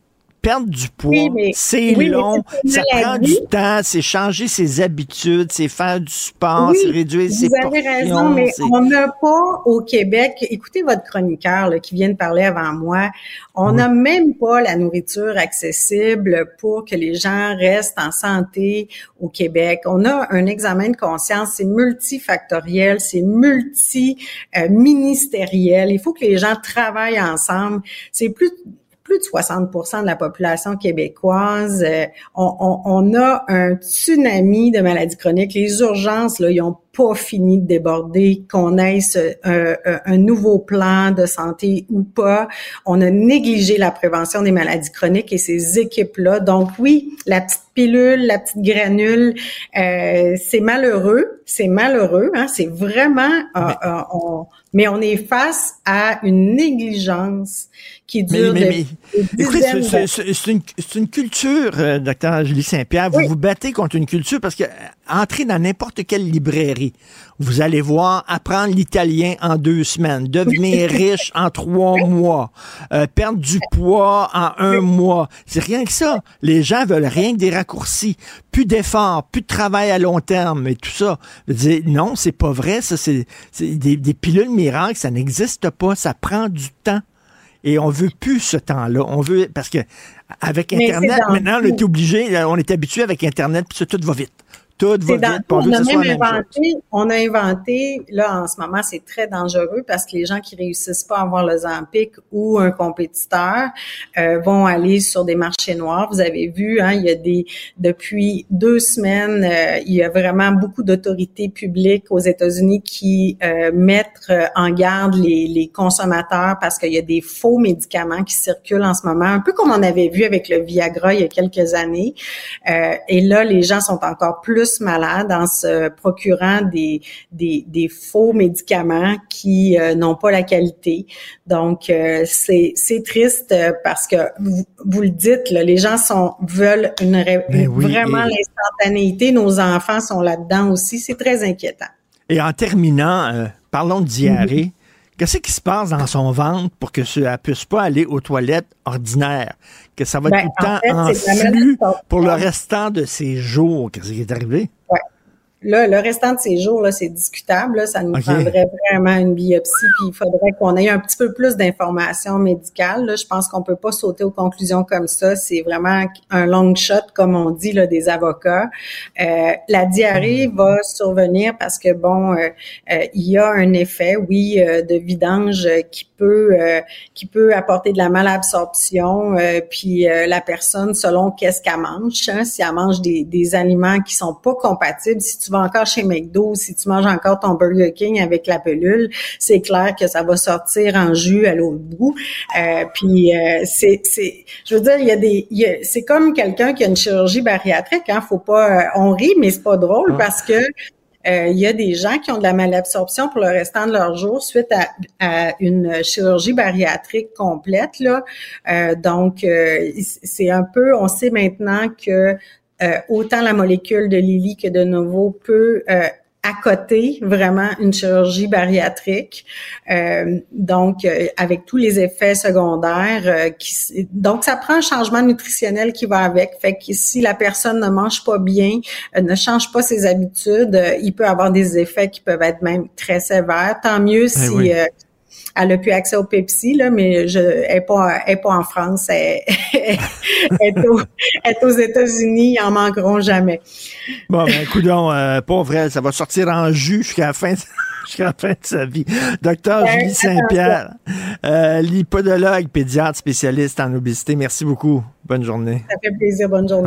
perdre du poids, Oui, mais- c'est oui, mais long, c'est une ça prend maladie. du temps, c'est changer ses habitudes, c'est faire du sport, Oui, c'est réduire ses vous portions. avez raison, mais c'est- on n'a pas au Québec, écoutez votre chroniqueur là, qui vient de parler avant moi, on n'a même pas la nourriture accessible pour que les gens restent en santé au Québec. On a un examen de conscience, c'est multifactoriel, c'est multi-ministériel. Il faut que les gens travaillent ensemble. C'est plus plus de soixante pour cent de la population québécoise. Euh, on, on, on a un tsunami de maladies chroniques. Les urgences, là, ils ont pas fini de déborder, qu'on ait ce, un, un nouveau plan de santé ou pas. On a négligé la prévention des maladies chroniques et ces équipes-là. Donc oui, la petite pilule, la petite granule, euh, c'est malheureux, c'est malheureux, hein, c'est vraiment... Euh, mais, euh, on, mais on est face à une négligence qui dure mais, mais, mais, de écoutez, dizaines c'est, d'années. c'est, c'est, une, c'est une culture, euh, docteur Julie Saint-Pierre. Vous Oui. vous battez contre une culture parce que euh, entrez dans n'importe quelle librairie, vous allez voir apprendre l'italien en deux semaines, devenir riche en trois mois, euh, perdre du poids en un mois. C'est rien que ça. Les gens veulent rien que des raccourcis, plus d'efforts, plus de travail à long terme et tout ça. Je veux dire, non, c'est pas vrai. Ça, c'est, c'est des, des pilules miracles, ça n'existe pas. Ça prend du temps. Et on veut plus ce temps-là. On veut, parce que avec Mais Internet, c'est dans maintenant, on tout. est obligé, là, on est habitué avec Internet, puis ça, tout va vite. Tout va C'est dans- vite, puis on on veut que a ce soit même la même chose. inventé, on a inventé, là, en ce moment, c'est très dangereux parce que les gens qui réussissent pas à avoir le Ozempic ou un compétiteur euh, vont aller sur des marchés noirs. Vous avez vu, hein, il y a des, depuis deux semaines, euh, il y a vraiment beaucoup d'autorités publiques aux États-Unis qui euh, mettent euh, en garde les, les consommateurs parce qu'il y a des faux médicaments qui circulent en ce moment, un peu comme on avait vu avec le Viagra il y a quelques années. Euh, et là, les gens sont encore plus malades en se procurant des, des, des faux médicaments qui euh, n'ont pas la qualité. Donc, euh, c'est, c'est triste euh, parce que vous, vous le dites, là, les gens sont veulent une, ré- Ben oui, vraiment et- l'instantanéité. Nos enfants sont là-dedans aussi. C'est très inquiétant. Et en terminant, euh, parlons de diarrhée. Qu'est-ce qui se passe dans son ventre pour que ça ne puisse pas aller aux toilettes ordinaires? Que ça va être Ben, tout le en temps fait, c'est en la flux maladie. pour le restant de ses jours. Qu'est-ce qui est arrivé? Ouais. Là, le restant de ces jours, là, c'est discutable. Là. Ça nous OK. prendrait vraiment une biopsie, puis il faudrait qu'on ait un petit peu plus d'informations médicales. Là. Je pense qu'on peut pas sauter aux conclusions comme ça. C'est vraiment un long shot, comme on dit, là, des avocats. Euh, la diarrhée va survenir parce que, bon, euh, euh, il y a un effet, oui, euh, de vidange euh, qui peut euh, qui peut apporter de la malabsorption, euh, puis euh, la personne, selon qu'est-ce qu'elle mange, hein, si elle mange des, des aliments qui sont pas compatibles, si tu vas encore chez McDo, si tu manges encore ton Burger King avec la pilule, c'est clair que ça va sortir en jus à l'autre bout. Euh, puis euh, c'est, c'est, je veux dire, il y a des, il y a, c'est comme quelqu'un qui a une chirurgie bariatrique, hein, faut pas, euh, on rit, mais c'est pas drôle Ah. parce que euh, il y a des gens qui ont de la malabsorption pour le restant de leur jour suite à, à une chirurgie bariatrique complète là. Euh, donc euh, c'est un peu, on sait maintenant que euh, autant la molécule de Lilly que de Novo peut euh, accoter vraiment une chirurgie bariatrique, euh, donc euh, avec tous les effets secondaires. Euh, qui, donc ça prend un changement nutritionnel qui va avec. Fait que si la personne ne mange pas bien, euh, ne change pas ses habitudes, euh, il peut avoir des effets qui peuvent être même très sévères. Tant mieux si oui. euh, elle a plus accès au Pepsi, là, mais je, elle est pas, elle est pas en France, elle, elle, est, au, elle est aux États-Unis, ils en manqueront jamais. Bon, ben, coudonc, euh, pauvre elle, ça va sortir en jus jusqu'à la fin, jusqu'à la fin de sa vie. Docteur Ben, Julie Saint-Pierre, euh, lipodologue, pédiatre spécialiste en obésité. Merci beaucoup. Bonne journée. Ça fait plaisir. Bonne journée.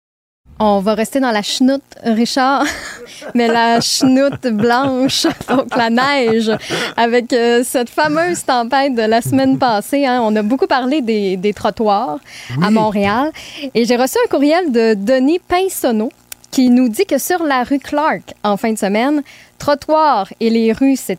On va rester dans la chenoute, Richard, mais la chenoute blanche, donc la neige, avec euh, cette fameuse tempête de la semaine passée. Hein. On a beaucoup parlé des, des trottoirs Oui. à Montréal. Et j'ai reçu un courriel de Denis Pinsonneau qui nous dit que sur la rue Clark, en fin de semaine, trottoirs et les rues s'étaient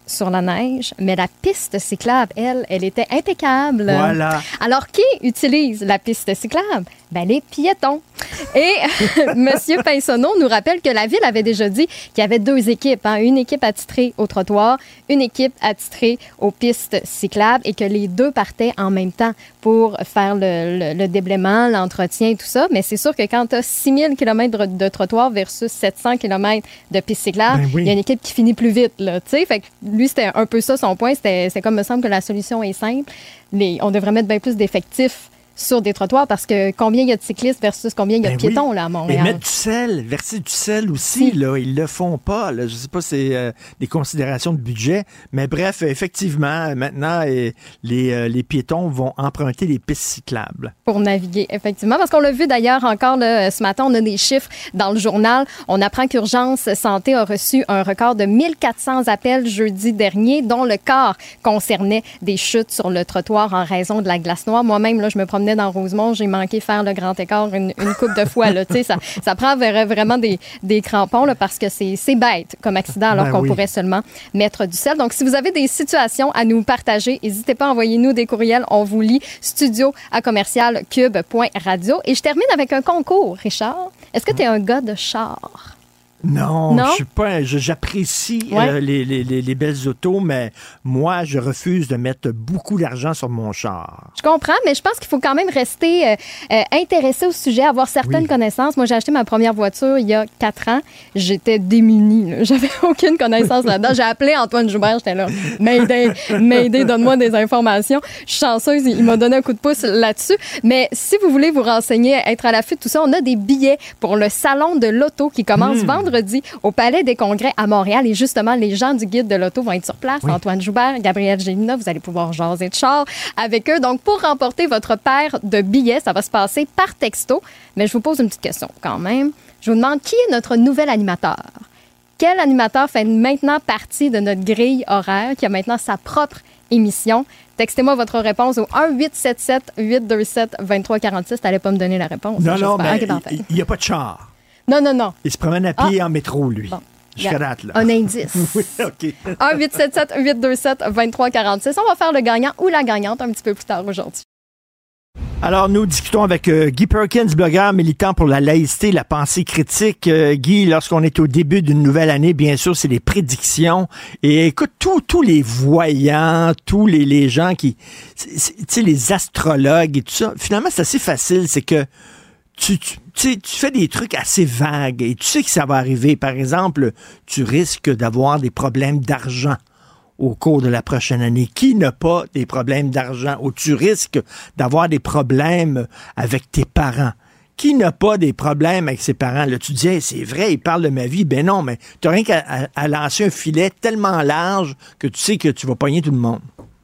sur la neige, mais la piste cyclable, elle, elle était impeccable. Voilà. Alors, qui utilise la piste cyclable? Ben, les piétons. Et M. Pinsonneau nous rappelle que la Ville avait déjà dit qu'il y avait deux équipes. Hein, une équipe attitrée au trottoir, une équipe attitrée aux pistes cyclables et que les deux partaient en même temps pour faire le, le, le déblaiement, l'entretien, tout ça. Mais c'est sûr que quand tu as six mille kilomètres de, de trottoir versus sept cents kilomètres de pistes cyclables, il ben oui. y a une équipe qui finit plus vite. Là, fait que lui, c'était un peu ça son point. C'était, c'est comme me semble que la solution est simple. Les, on devrait mettre bien plus d'effectifs sur des trottoirs parce que combien il y a de cyclistes versus combien il y a de ben piétons oui. là, à Montréal. Et mettre du sel, verser du sel aussi, si. là, ils le font pas. Là. Je sais pas, c'est euh, des considérations de budget, mais bref, effectivement, maintenant, euh, les, euh, les piétons vont emprunter les pistes cyclables. Pour naviguer, effectivement, parce qu'on l'a vu d'ailleurs encore là, ce matin, on a des chiffres dans le journal. On apprend qu'Urgence Santé a reçu un record de mille quatre cents appels jeudi dernier, dont le quart concernait des chutes sur le trottoir en raison de la glace noire. Moi-même, là, je me promenais dans Rosemont, j'ai manqué faire le grand écart une, une couple de fois. Là, ça, ça prend vraiment des, des crampons là, parce que c'est, c'est bête comme accident alors ben qu'on oui. pourrait seulement mettre du sel. Donc, si vous avez des situations à nous partager, n'hésitez pas à envoyer nous des courriels. On vous lit studio à commercial cube point radio. Et je termine avec un concours, Richard. Est-ce que tu es un gars de char? Non, non, je suis pas. Je, j'apprécie ouais. euh, les, les, les, les belles autos, mais moi, je refuse de mettre beaucoup d'argent sur mon char. Je comprends, mais je pense qu'il faut quand même rester euh, euh, intéressé au sujet, avoir certaines oui. connaissances. Moi, j'ai acheté ma première voiture il y a quatre ans. J'étais démunie. Là. J'avais aucune connaissance là-dedans. J'ai appelé Antoine Joubert. J'étais là, m'aider, m'aider, donne-moi des informations. Je suis chanceuse. Il m'a donné un coup de pouce là-dessus. Mais si vous voulez vous renseigner, être à l'affût de tout ça, on a des billets pour le salon de l'auto qui commence mmh. vendredi. vendredi au Palais des Congrès à Montréal. Et justement, les gens du Guide de l'auto vont être sur place. Oui. Antoine Joubert, Gabriel Gélina, vous allez pouvoir jaser de char avec eux. Donc, pour remporter votre paire de billets, ça va se passer par texto. Mais je vous pose une petite question quand même. Je vous demande qui est notre nouvel animateur? Quel animateur fait maintenant partie de notre grille horaire, qui a maintenant sa propre émission? Textez-moi votre réponse au un huit sept sept huit deux sept deux trois quatre six. T'allais pas me donner la réponse. Non, non, mais il n'y a pas de char. Non, non, non. Il se promène à pied ah. en métro, lui. Bon. Jusqu'à date, là. Un indice. Oui, OK. un huit sept sept huit deux sept deux trois quatre six. On va faire le gagnant ou la gagnante un petit peu plus tard aujourd'hui. Alors, nous discutons avec euh, Guy Perkins, blogueur militant pour la laïcité, la pensée critique. Euh, Guy, lorsqu'on est au début d'une nouvelle année, bien sûr, c'est les prédictions. Et écoute, tous tous les voyants, tous les, les gens qui... Tu sais, les astrologues et tout ça, finalement, c'est assez facile. C'est que tu, tu, tu, tu fais des trucs assez vagues et tu sais que ça va arriver. Par exemple, tu risques d'avoir des problèmes d'argent au cours de la prochaine année. Qui n'a pas des problèmes d'argent? Ou tu risques d'avoir des problèmes avec tes parents? Qui n'a pas des problèmes avec ses parents? Là, tu dis, hey, c'est vrai, il parle de ma vie. Ben non, mais tu n'as rien qu'à à, à lancer un filet tellement large que tu sais que tu vas pogner tout le monde.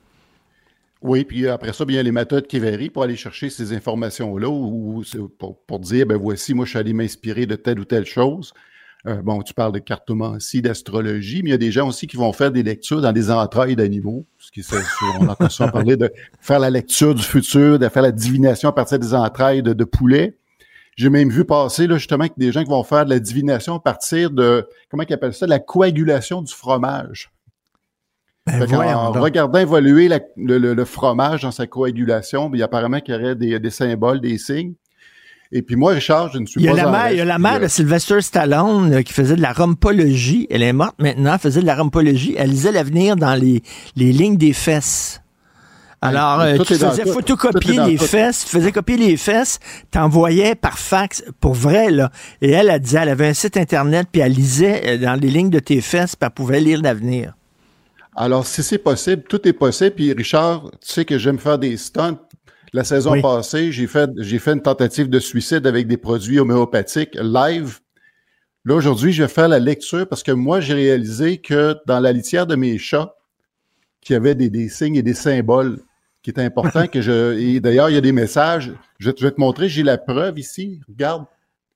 Oui, puis après ça, il y a les méthodes qui varient pour aller chercher ces informations-là ou, ou pour, pour dire, ben voici, moi, je suis allé m'inspirer de telle ou telle chose. Euh, bon, tu parles de cartomancie, d'astrologie, mais il y a des gens aussi qui vont faire des lectures dans des entrailles d'animaux. Ce qui, c'est, on entend souvent parler de faire la lecture du futur, de faire la divination à partir des entrailles de, de poulet. J'ai même vu passer, là, justement, des gens qui vont faire de la divination à partir de, comment ils appellent ça, de la coagulation du fromage. Ben en donc. regardant évoluer la, le, le, le fromage dans sa coagulation, bien, apparemment qu'il y aurait des, des symboles, des signes. Et puis moi, Richard, je ne suis il y a pas la en mère, Il y a la mère de Sylvester Stallone là, qui faisait de la rhumpologie. Elle est morte maintenant, faisait de la rhumpologie. Elle lisait l'avenir dans les, les lignes des fesses. Alors, euh, tu faisais tout, photocopier les tout. fesses, tu faisais copier les fesses, t'envoyais par fax, pour vrai, là. Et elle, elle disait, elle avait un site Internet, puis elle lisait dans les lignes de tes fesses, puis elle pouvait lire l'avenir. Alors, si c'est possible, tout est possible. Puis Richard, tu sais que j'aime faire des stunts. La saison oui. passée, j'ai fait, j'ai fait une tentative de suicide avec des produits homéopathiques live. Là, aujourd'hui, je vais faire la lecture parce que moi, j'ai réalisé que dans la litière de mes chats, qu'il y avait des, des signes et des symboles qui étaient importants. que je et d'ailleurs, il y a des messages. Je, je vais te montrer, j'ai la preuve ici. Regarde.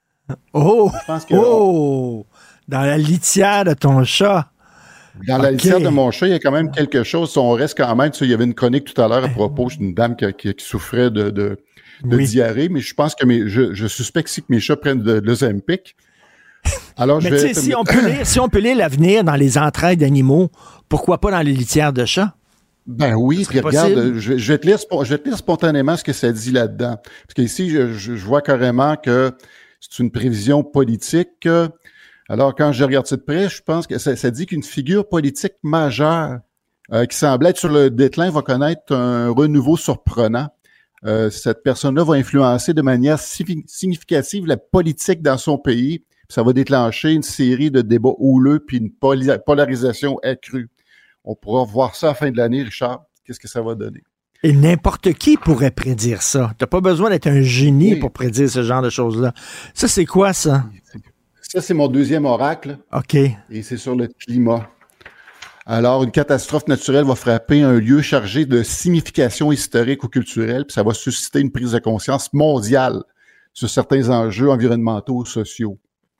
Oh! Je pense que, oh! Dans la litière de ton chat. Dans okay. la litière de mon chat, il y a quand même quelque chose. On reste quand même, tu sais, il y avait une chronique tout à l'heure à propos d'une dame qui, qui, qui souffrait de, de, de oui. diarrhée, mais je pense que mes, je, je suspecte aussi que mes chats prennent de, de l'Ozempic. Alors, Mais je tu vais... sais, si on peut lire, si on peut lire l'avenir dans les entrailles d'animaux, pourquoi pas dans les litières de chats? Ben oui, puis regarde, je, je, vais te lire, je vais te lire spontanément ce que ça dit là-dedans. Parce qu'ici, je, je, je vois carrément que c'est une prévision politique. Alors, quand je regarde ça de près, je pense que ça, ça dit qu'une figure politique majeure euh, qui semble être sur le déclin va connaître un renouveau surprenant. Euh, cette personne-là va influencer de manière significative la politique dans son pays. Ça va déclencher une série de débats houleux puis une polarisation accrue. On pourra voir ça à la fin de l'année, Richard. Qu'est-ce que ça va donner? Et n'importe qui pourrait prédire ça. T'as pas besoin d'être un génie oui. pour prédire ce genre de choses-là. Ça, c'est quoi, ça? Ça, c'est mon deuxième oracle. OK. Et c'est sur le climat. Alors, une catastrophe naturelle va frapper un lieu chargé de signification historique ou culturelle, puis ça va susciter une prise de conscience mondiale sur certains enjeux environnementaux ou sociaux.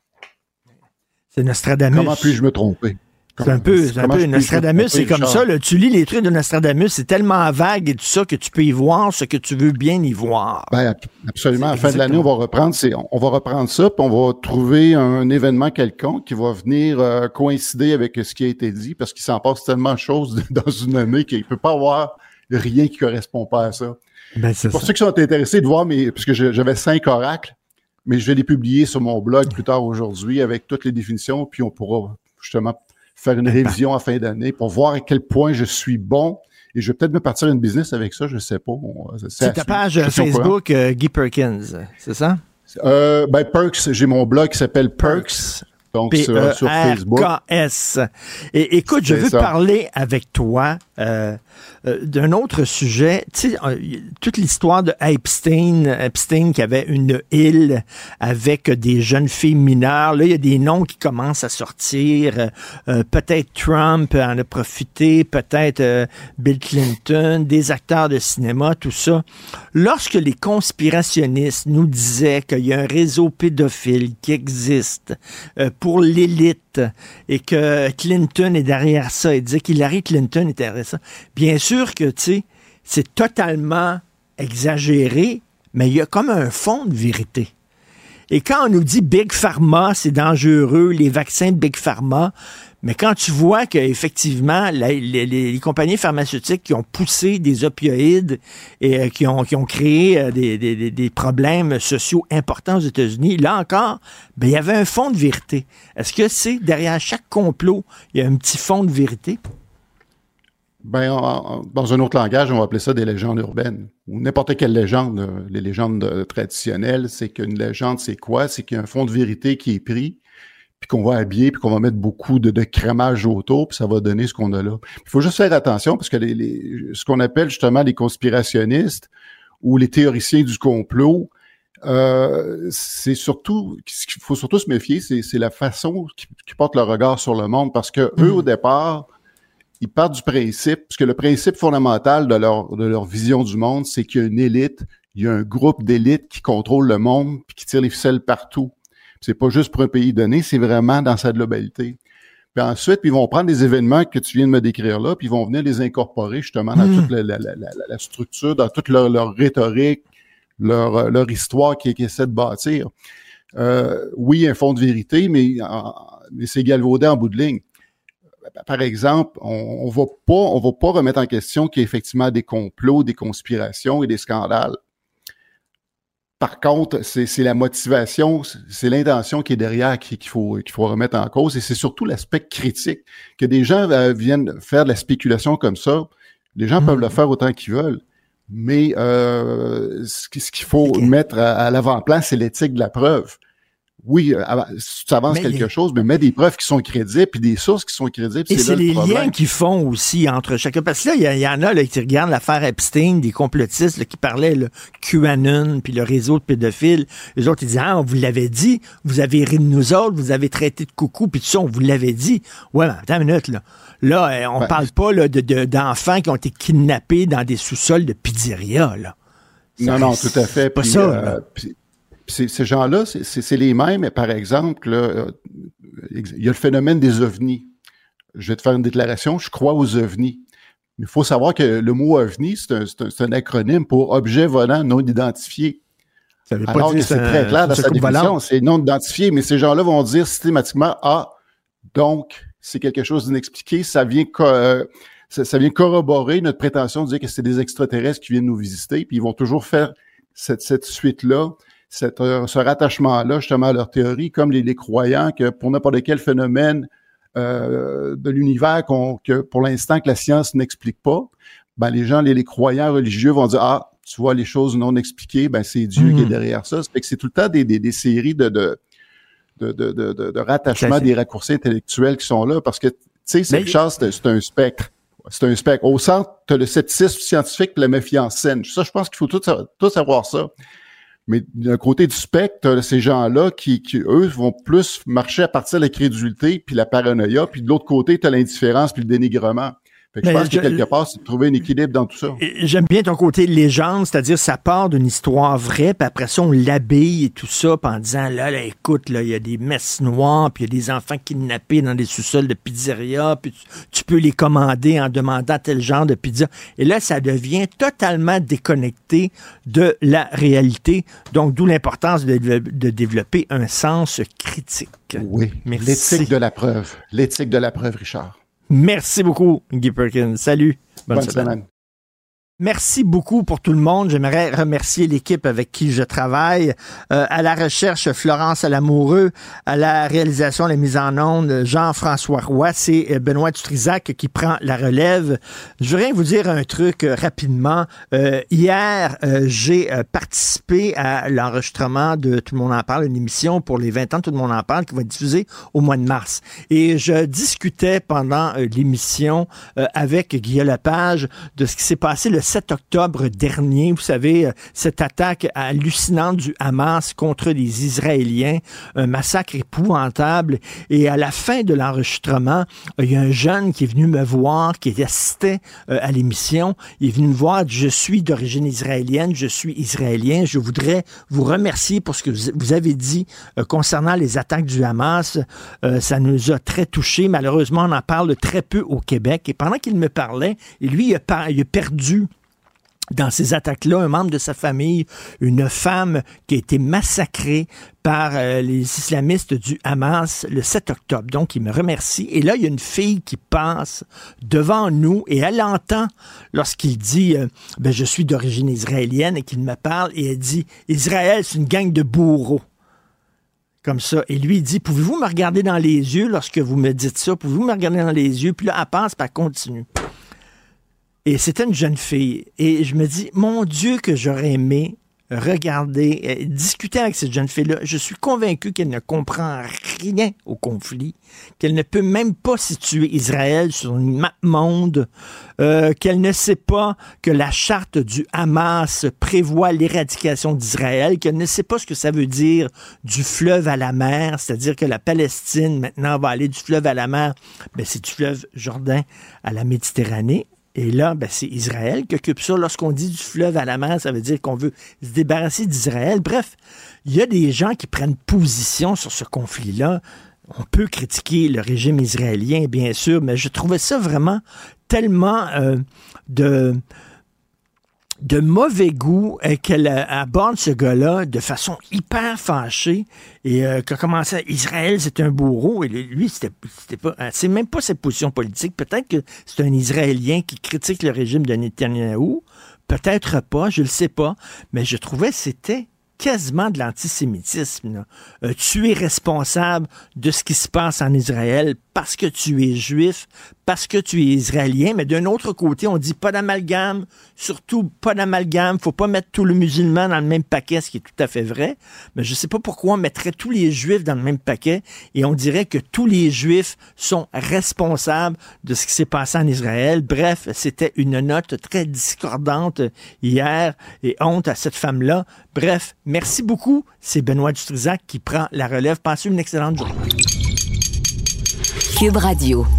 C'est Nostradamus. Comment puis-je me tromper? C'est un peu, c'est un peu Nostradamus, c'est comme ça. Là, tu lis les trucs de Nostradamus, c'est tellement vague et tout ça que tu peux y voir ce que tu veux bien y voir. Ben, absolument. À la fin de l'année, on va reprendre, c'est, on va reprendre ça, puis on va trouver un événement quelconque qui va venir euh, coïncider avec ce qui a été dit, parce qu'il s'en passe tellement de choses dans une année qu'il ne peut pas avoir rien qui ne correspond pas à ça. Ben, c'est Pour ça. ceux qui sont intéressés de voir, mes, parce que j'avais cinq oracles, mais je vais les publier sur mon blog plus tard aujourd'hui avec toutes les définitions, puis on pourra justement faire une révision à fin d'année pour voir à quel point je suis bon. Et je vais peut-être me partir une business avec ça, je ne sais pas. C'est ta page Facebook, euh, Guy Perkins, c'est ça? Euh, ben, Perks, j'ai mon blog qui s'appelle Perks. Donc, P E R K S. sur, sur Facebook. Et écoute, je C'est veux ça. parler avec toi euh, euh, d'un autre sujet. Tu sais, euh, toute l'histoire de Epstein, Epstein qui avait une île avec des jeunes filles mineures. Là, il y a des noms qui commencent à sortir. Euh, peut-être Trump en a profité, peut-être euh, Bill Clinton, des acteurs de cinéma, tout ça. Lorsque les conspirationnistes nous disaient qu'il y a un réseau pédophile qui existe euh, pour l'élite et que Clinton est derrière ça et disait qu'Hillary Clinton est derrière ça. Bien sûr que, tu sais, c'est totalement exagéré, mais il y a comme un fond de vérité. Et quand on nous dit Big Pharma, c'est dangereux, les vaccins de Big Pharma, mais quand tu vois qu'effectivement, les, les, les compagnies pharmaceutiques qui ont poussé des opioïdes et euh, qui, ont, qui ont créé euh, des, des, des problèmes sociaux importants aux États-Unis, là encore, ben, il y avait un fond de vérité. Est-ce que c'est derrière chaque complot, il y a un petit fond de vérité? Ben, en, en, dans un autre langage, on va appeler ça des légendes urbaines. Ou n'importe quelle légende. Euh, les légendes euh, traditionnelles, c'est qu'une légende, c'est quoi? C'est qu'il y a un fond de vérité qui est pris, puis qu'on va habiller, puis qu'on va mettre beaucoup de, de crémage autour, puis ça va donner ce qu'on a là. Il faut juste faire attention, parce que les, les, ce qu'on appelle justement les conspirationnistes ou les théoriciens du complot, euh, c'est surtout, ce qu'il faut surtout se méfier, c'est, c'est la façon qu'ils qui portent le regard sur le monde, parce que eux, au départ, ils partent du principe, parce que le principe fondamental de leur, de leur vision du monde, c'est qu'il y a une élite, il y a un groupe d'élites qui contrôle le monde, puis qui tire les ficelles partout. C'est pas juste pour un pays donné, c'est vraiment dans sa globalité. Puis ensuite, ils vont prendre des événements que tu viens de me décrire là, puis ils vont venir les incorporer justement dans mmh. toute la, la, la, la, la structure, dans toute leur, leur rhétorique, leur, leur histoire qui, qui essaie de bâtir. Euh, oui, un fond de vérité, mais, mais c'est galvaudé en bout de ligne. Par exemple, on, on va pas, on va pas remettre en question qu'il y a effectivement des complots, des conspirations et des scandales. Par contre, c'est, c'est la motivation, c'est l'intention qui est derrière qu'il faut, qu'il faut remettre en cause, et c'est surtout l'aspect critique. Que des gens euh, viennent faire de la spéculation comme ça, les gens mmh. peuvent le faire autant qu'ils veulent, mais euh, ce, ce qu'il faut okay. mettre à, à l'avant-plan, c'est l'éthique de la preuve. Oui, si tu avances mais quelque les... chose, mais mets des preuves qui sont crédibles puis des sources qui sont crédibles. Et c'est, c'est là les le problème. liens qu'ils font aussi entre chacun. Parce que là, il y, y en a là, qui regardent l'affaire Epstein, des complotistes là, qui parlaient le QAnon puis le réseau de pédophiles. Les autres, ils disaient, ah, on vous l'avait dit, vous avez ri de nous autres, vous avez traité de coucou, puis tout ça, on vous l'avait dit. Ouais, mais attends une minute, là. Là, on ben, parle pas là, de, de, d'enfants qui ont été kidnappés dans des sous-sols de pizzeria, là. Ça, non, non, tout à fait. Pas puis, ça, euh, là. Puis, Ces, ces gens-là, c'est, c'est, c'est les mêmes, mais par exemple, là, il y a le phénomène des ovnis. Je vais te faire une déclaration, je crois aux ovnis. Mais il faut savoir que le mot ovni, c'est un, c'est un, c'est un acronyme pour objet volant non identifié. Ça veut pas Alors dire que c'est un- très clair dans c'est sa une coupe définition, volante. c'est non identifié, mais ces gens-là vont dire systématiquement, ah, donc, c'est quelque chose d'inexpliqué, ça vient, co- euh, ça, ça vient corroborer notre prétention de dire que c'est des extraterrestres qui viennent nous visiter, puis ils vont toujours faire cette, cette suite-là, cette, euh, ce rattachement-là, justement, à leur théorie, comme les, les croyants que pour n'importe quel phénomène euh, de l'univers qu'on, que pour l'instant que la science n'explique pas, ben les gens, les, les croyants religieux vont dire, ah, tu vois, les choses non expliquées, ben c'est Dieu Mhm. qui est derrière ça. Ça fait que c'est tout le temps des, des, des séries de, de, de, de, de, de, de rattachement, Ça, c'est- des raccourcis intellectuels qui sont là, parce que, tu sais, c'est Mais- Richard, c'est, c'est un spectre. C'est un spectre. Au centre, tu as le scepticisme scientifique et la méfiance saine. Ça, je pense qu'il faut tout, sa- tout savoir ça. Mais d'un côté du spectre, t'as ces gens-là qui, qui, eux, vont plus marcher à partir de la crédulité puis la paranoïa, puis de l'autre côté, tu as l'indifférence puis le dénigrement. Fait que je Mais pense je- que quelque part, c'est de trouver un équilibre dans tout ça. Et J'aime bien ton côté légende, c'est-à-dire ça part d'une histoire vraie, puis après ça, on l'habille et tout ça, puis en disant, là, là écoute, là, il y a des messes noires, puis il y a des enfants kidnappés dans des sous-sols de pizzeria, puis tu, tu peux les commander en demandant tel genre de pizza. Et là, ça devient totalement déconnecté de la réalité. Donc, d'où l'importance de, de développer un sens critique. Oui, Merci. l'éthique de la preuve. L'éthique de la preuve, Richard. Merci beaucoup, Guy Perkins. Salut. Bonne, Bonne semaine. semaine. Merci beaucoup pour tout le monde. J'aimerais remercier l'équipe avec qui je travaille. Euh, à la recherche, Florence Lamoureux. À la réalisation, la mise en onde, Jean-François Roy. C'est Benoît Dutrisac qui prend la relève. Je voudrais vous dire un truc euh, rapidement. Euh, hier, euh, j'ai euh, participé à l'enregistrement de Tout le monde en parle, une émission pour les vingt ans de Tout le monde en parle qui va être diffusée au mois de mars. Et je discutais pendant euh, l'émission euh, avec Guillaume Lepage de ce qui s'est passé le sept octobre dernier. Vous savez, euh, cette attaque hallucinante du Hamas contre les Israéliens, un massacre épouvantable. Et à la fin de l'enregistrement, euh, il y a un jeune qui est venu me voir, qui assistait euh, à l'émission. Il est venu me voir, je suis d'origine israélienne, je suis israélien. Je voudrais vous remercier pour ce que vous, vous avez dit euh, concernant les attaques du Hamas. Euh, ça nous a très touchés. Malheureusement, on en parle très peu au Québec. Et pendant qu'il me parlait, et lui, il a, par- il a perdu dans ces attaques-là, un membre de sa famille, une femme qui a été massacrée par euh, les islamistes du Hamas le sept octobre. Donc, il me remercie. Et là, il y a une fille qui passe devant nous et elle entend lorsqu'il dit euh, « ben, je suis d'origine israélienne » et qu'il me parle et elle dit « Israël, c'est une gang de bourreaux ». Comme ça. Et lui, il dit, pouvez-vous me regarder dans les yeux lorsque vous me dites ça? Pouvez-vous me regarder dans les yeux? Puis là, elle passe, puis elle continue. Et c'était une jeune fille. Et je me dis, mon Dieu, que j'aurais aimé regarder, euh, discuter avec cette jeune fille-là. Je suis convaincu qu'elle ne comprend rien au conflit, qu'elle ne peut même pas situer Israël sur une map monde, euh, qu'elle ne sait pas que la charte du Hamas prévoit l'éradication d'Israël, qu'elle ne sait pas ce que ça veut dire du fleuve à la mer, c'est-à-dire que la Palestine maintenant va aller du fleuve à la mer, ben, c'est du fleuve Jourdain à la Méditerranée. Et là, ben, c'est Israël qui occupe ça. Lorsqu'on dit du fleuve à la mer, ça veut dire qu'on veut se débarrasser d'Israël. Bref, il y a des gens qui prennent position sur ce conflit-là. On peut critiquer le régime israélien, bien sûr, mais je trouvais ça vraiment tellement euh, de... de mauvais goût euh, qu'elle euh, aborde ce gars-là de façon hyper fâchée et euh, qu'a commencé à Israël, c'est un bourreau. Et lui, c'était, c'était pas, c'est même pas sa position politique. Peut-être que c'est un Israélien qui critique le régime de Netanyahou. Peut-être pas, je le sais pas. Mais je trouvais que c'était quasiment de l'antisémitisme. Là. Euh, tu es responsable de ce qui se passe en Israël parce que tu es juif, parce que tu es israélien, mais d'un autre côté, on dit pas d'amalgame, surtout pas d'amalgame, faut pas mettre tout le musulman dans le même paquet, ce qui est tout à fait vrai, mais je sais pas pourquoi on mettrait tous les juifs dans le même paquet et on dirait que tous les juifs sont responsables de ce qui s'est passé en Israël. Bref, c'était une note très discordante hier et honte à cette femme-là. Bref, merci beaucoup. C'est Benoît Dutrisac qui prend la relève. Passez une excellente journée. Cube Radio.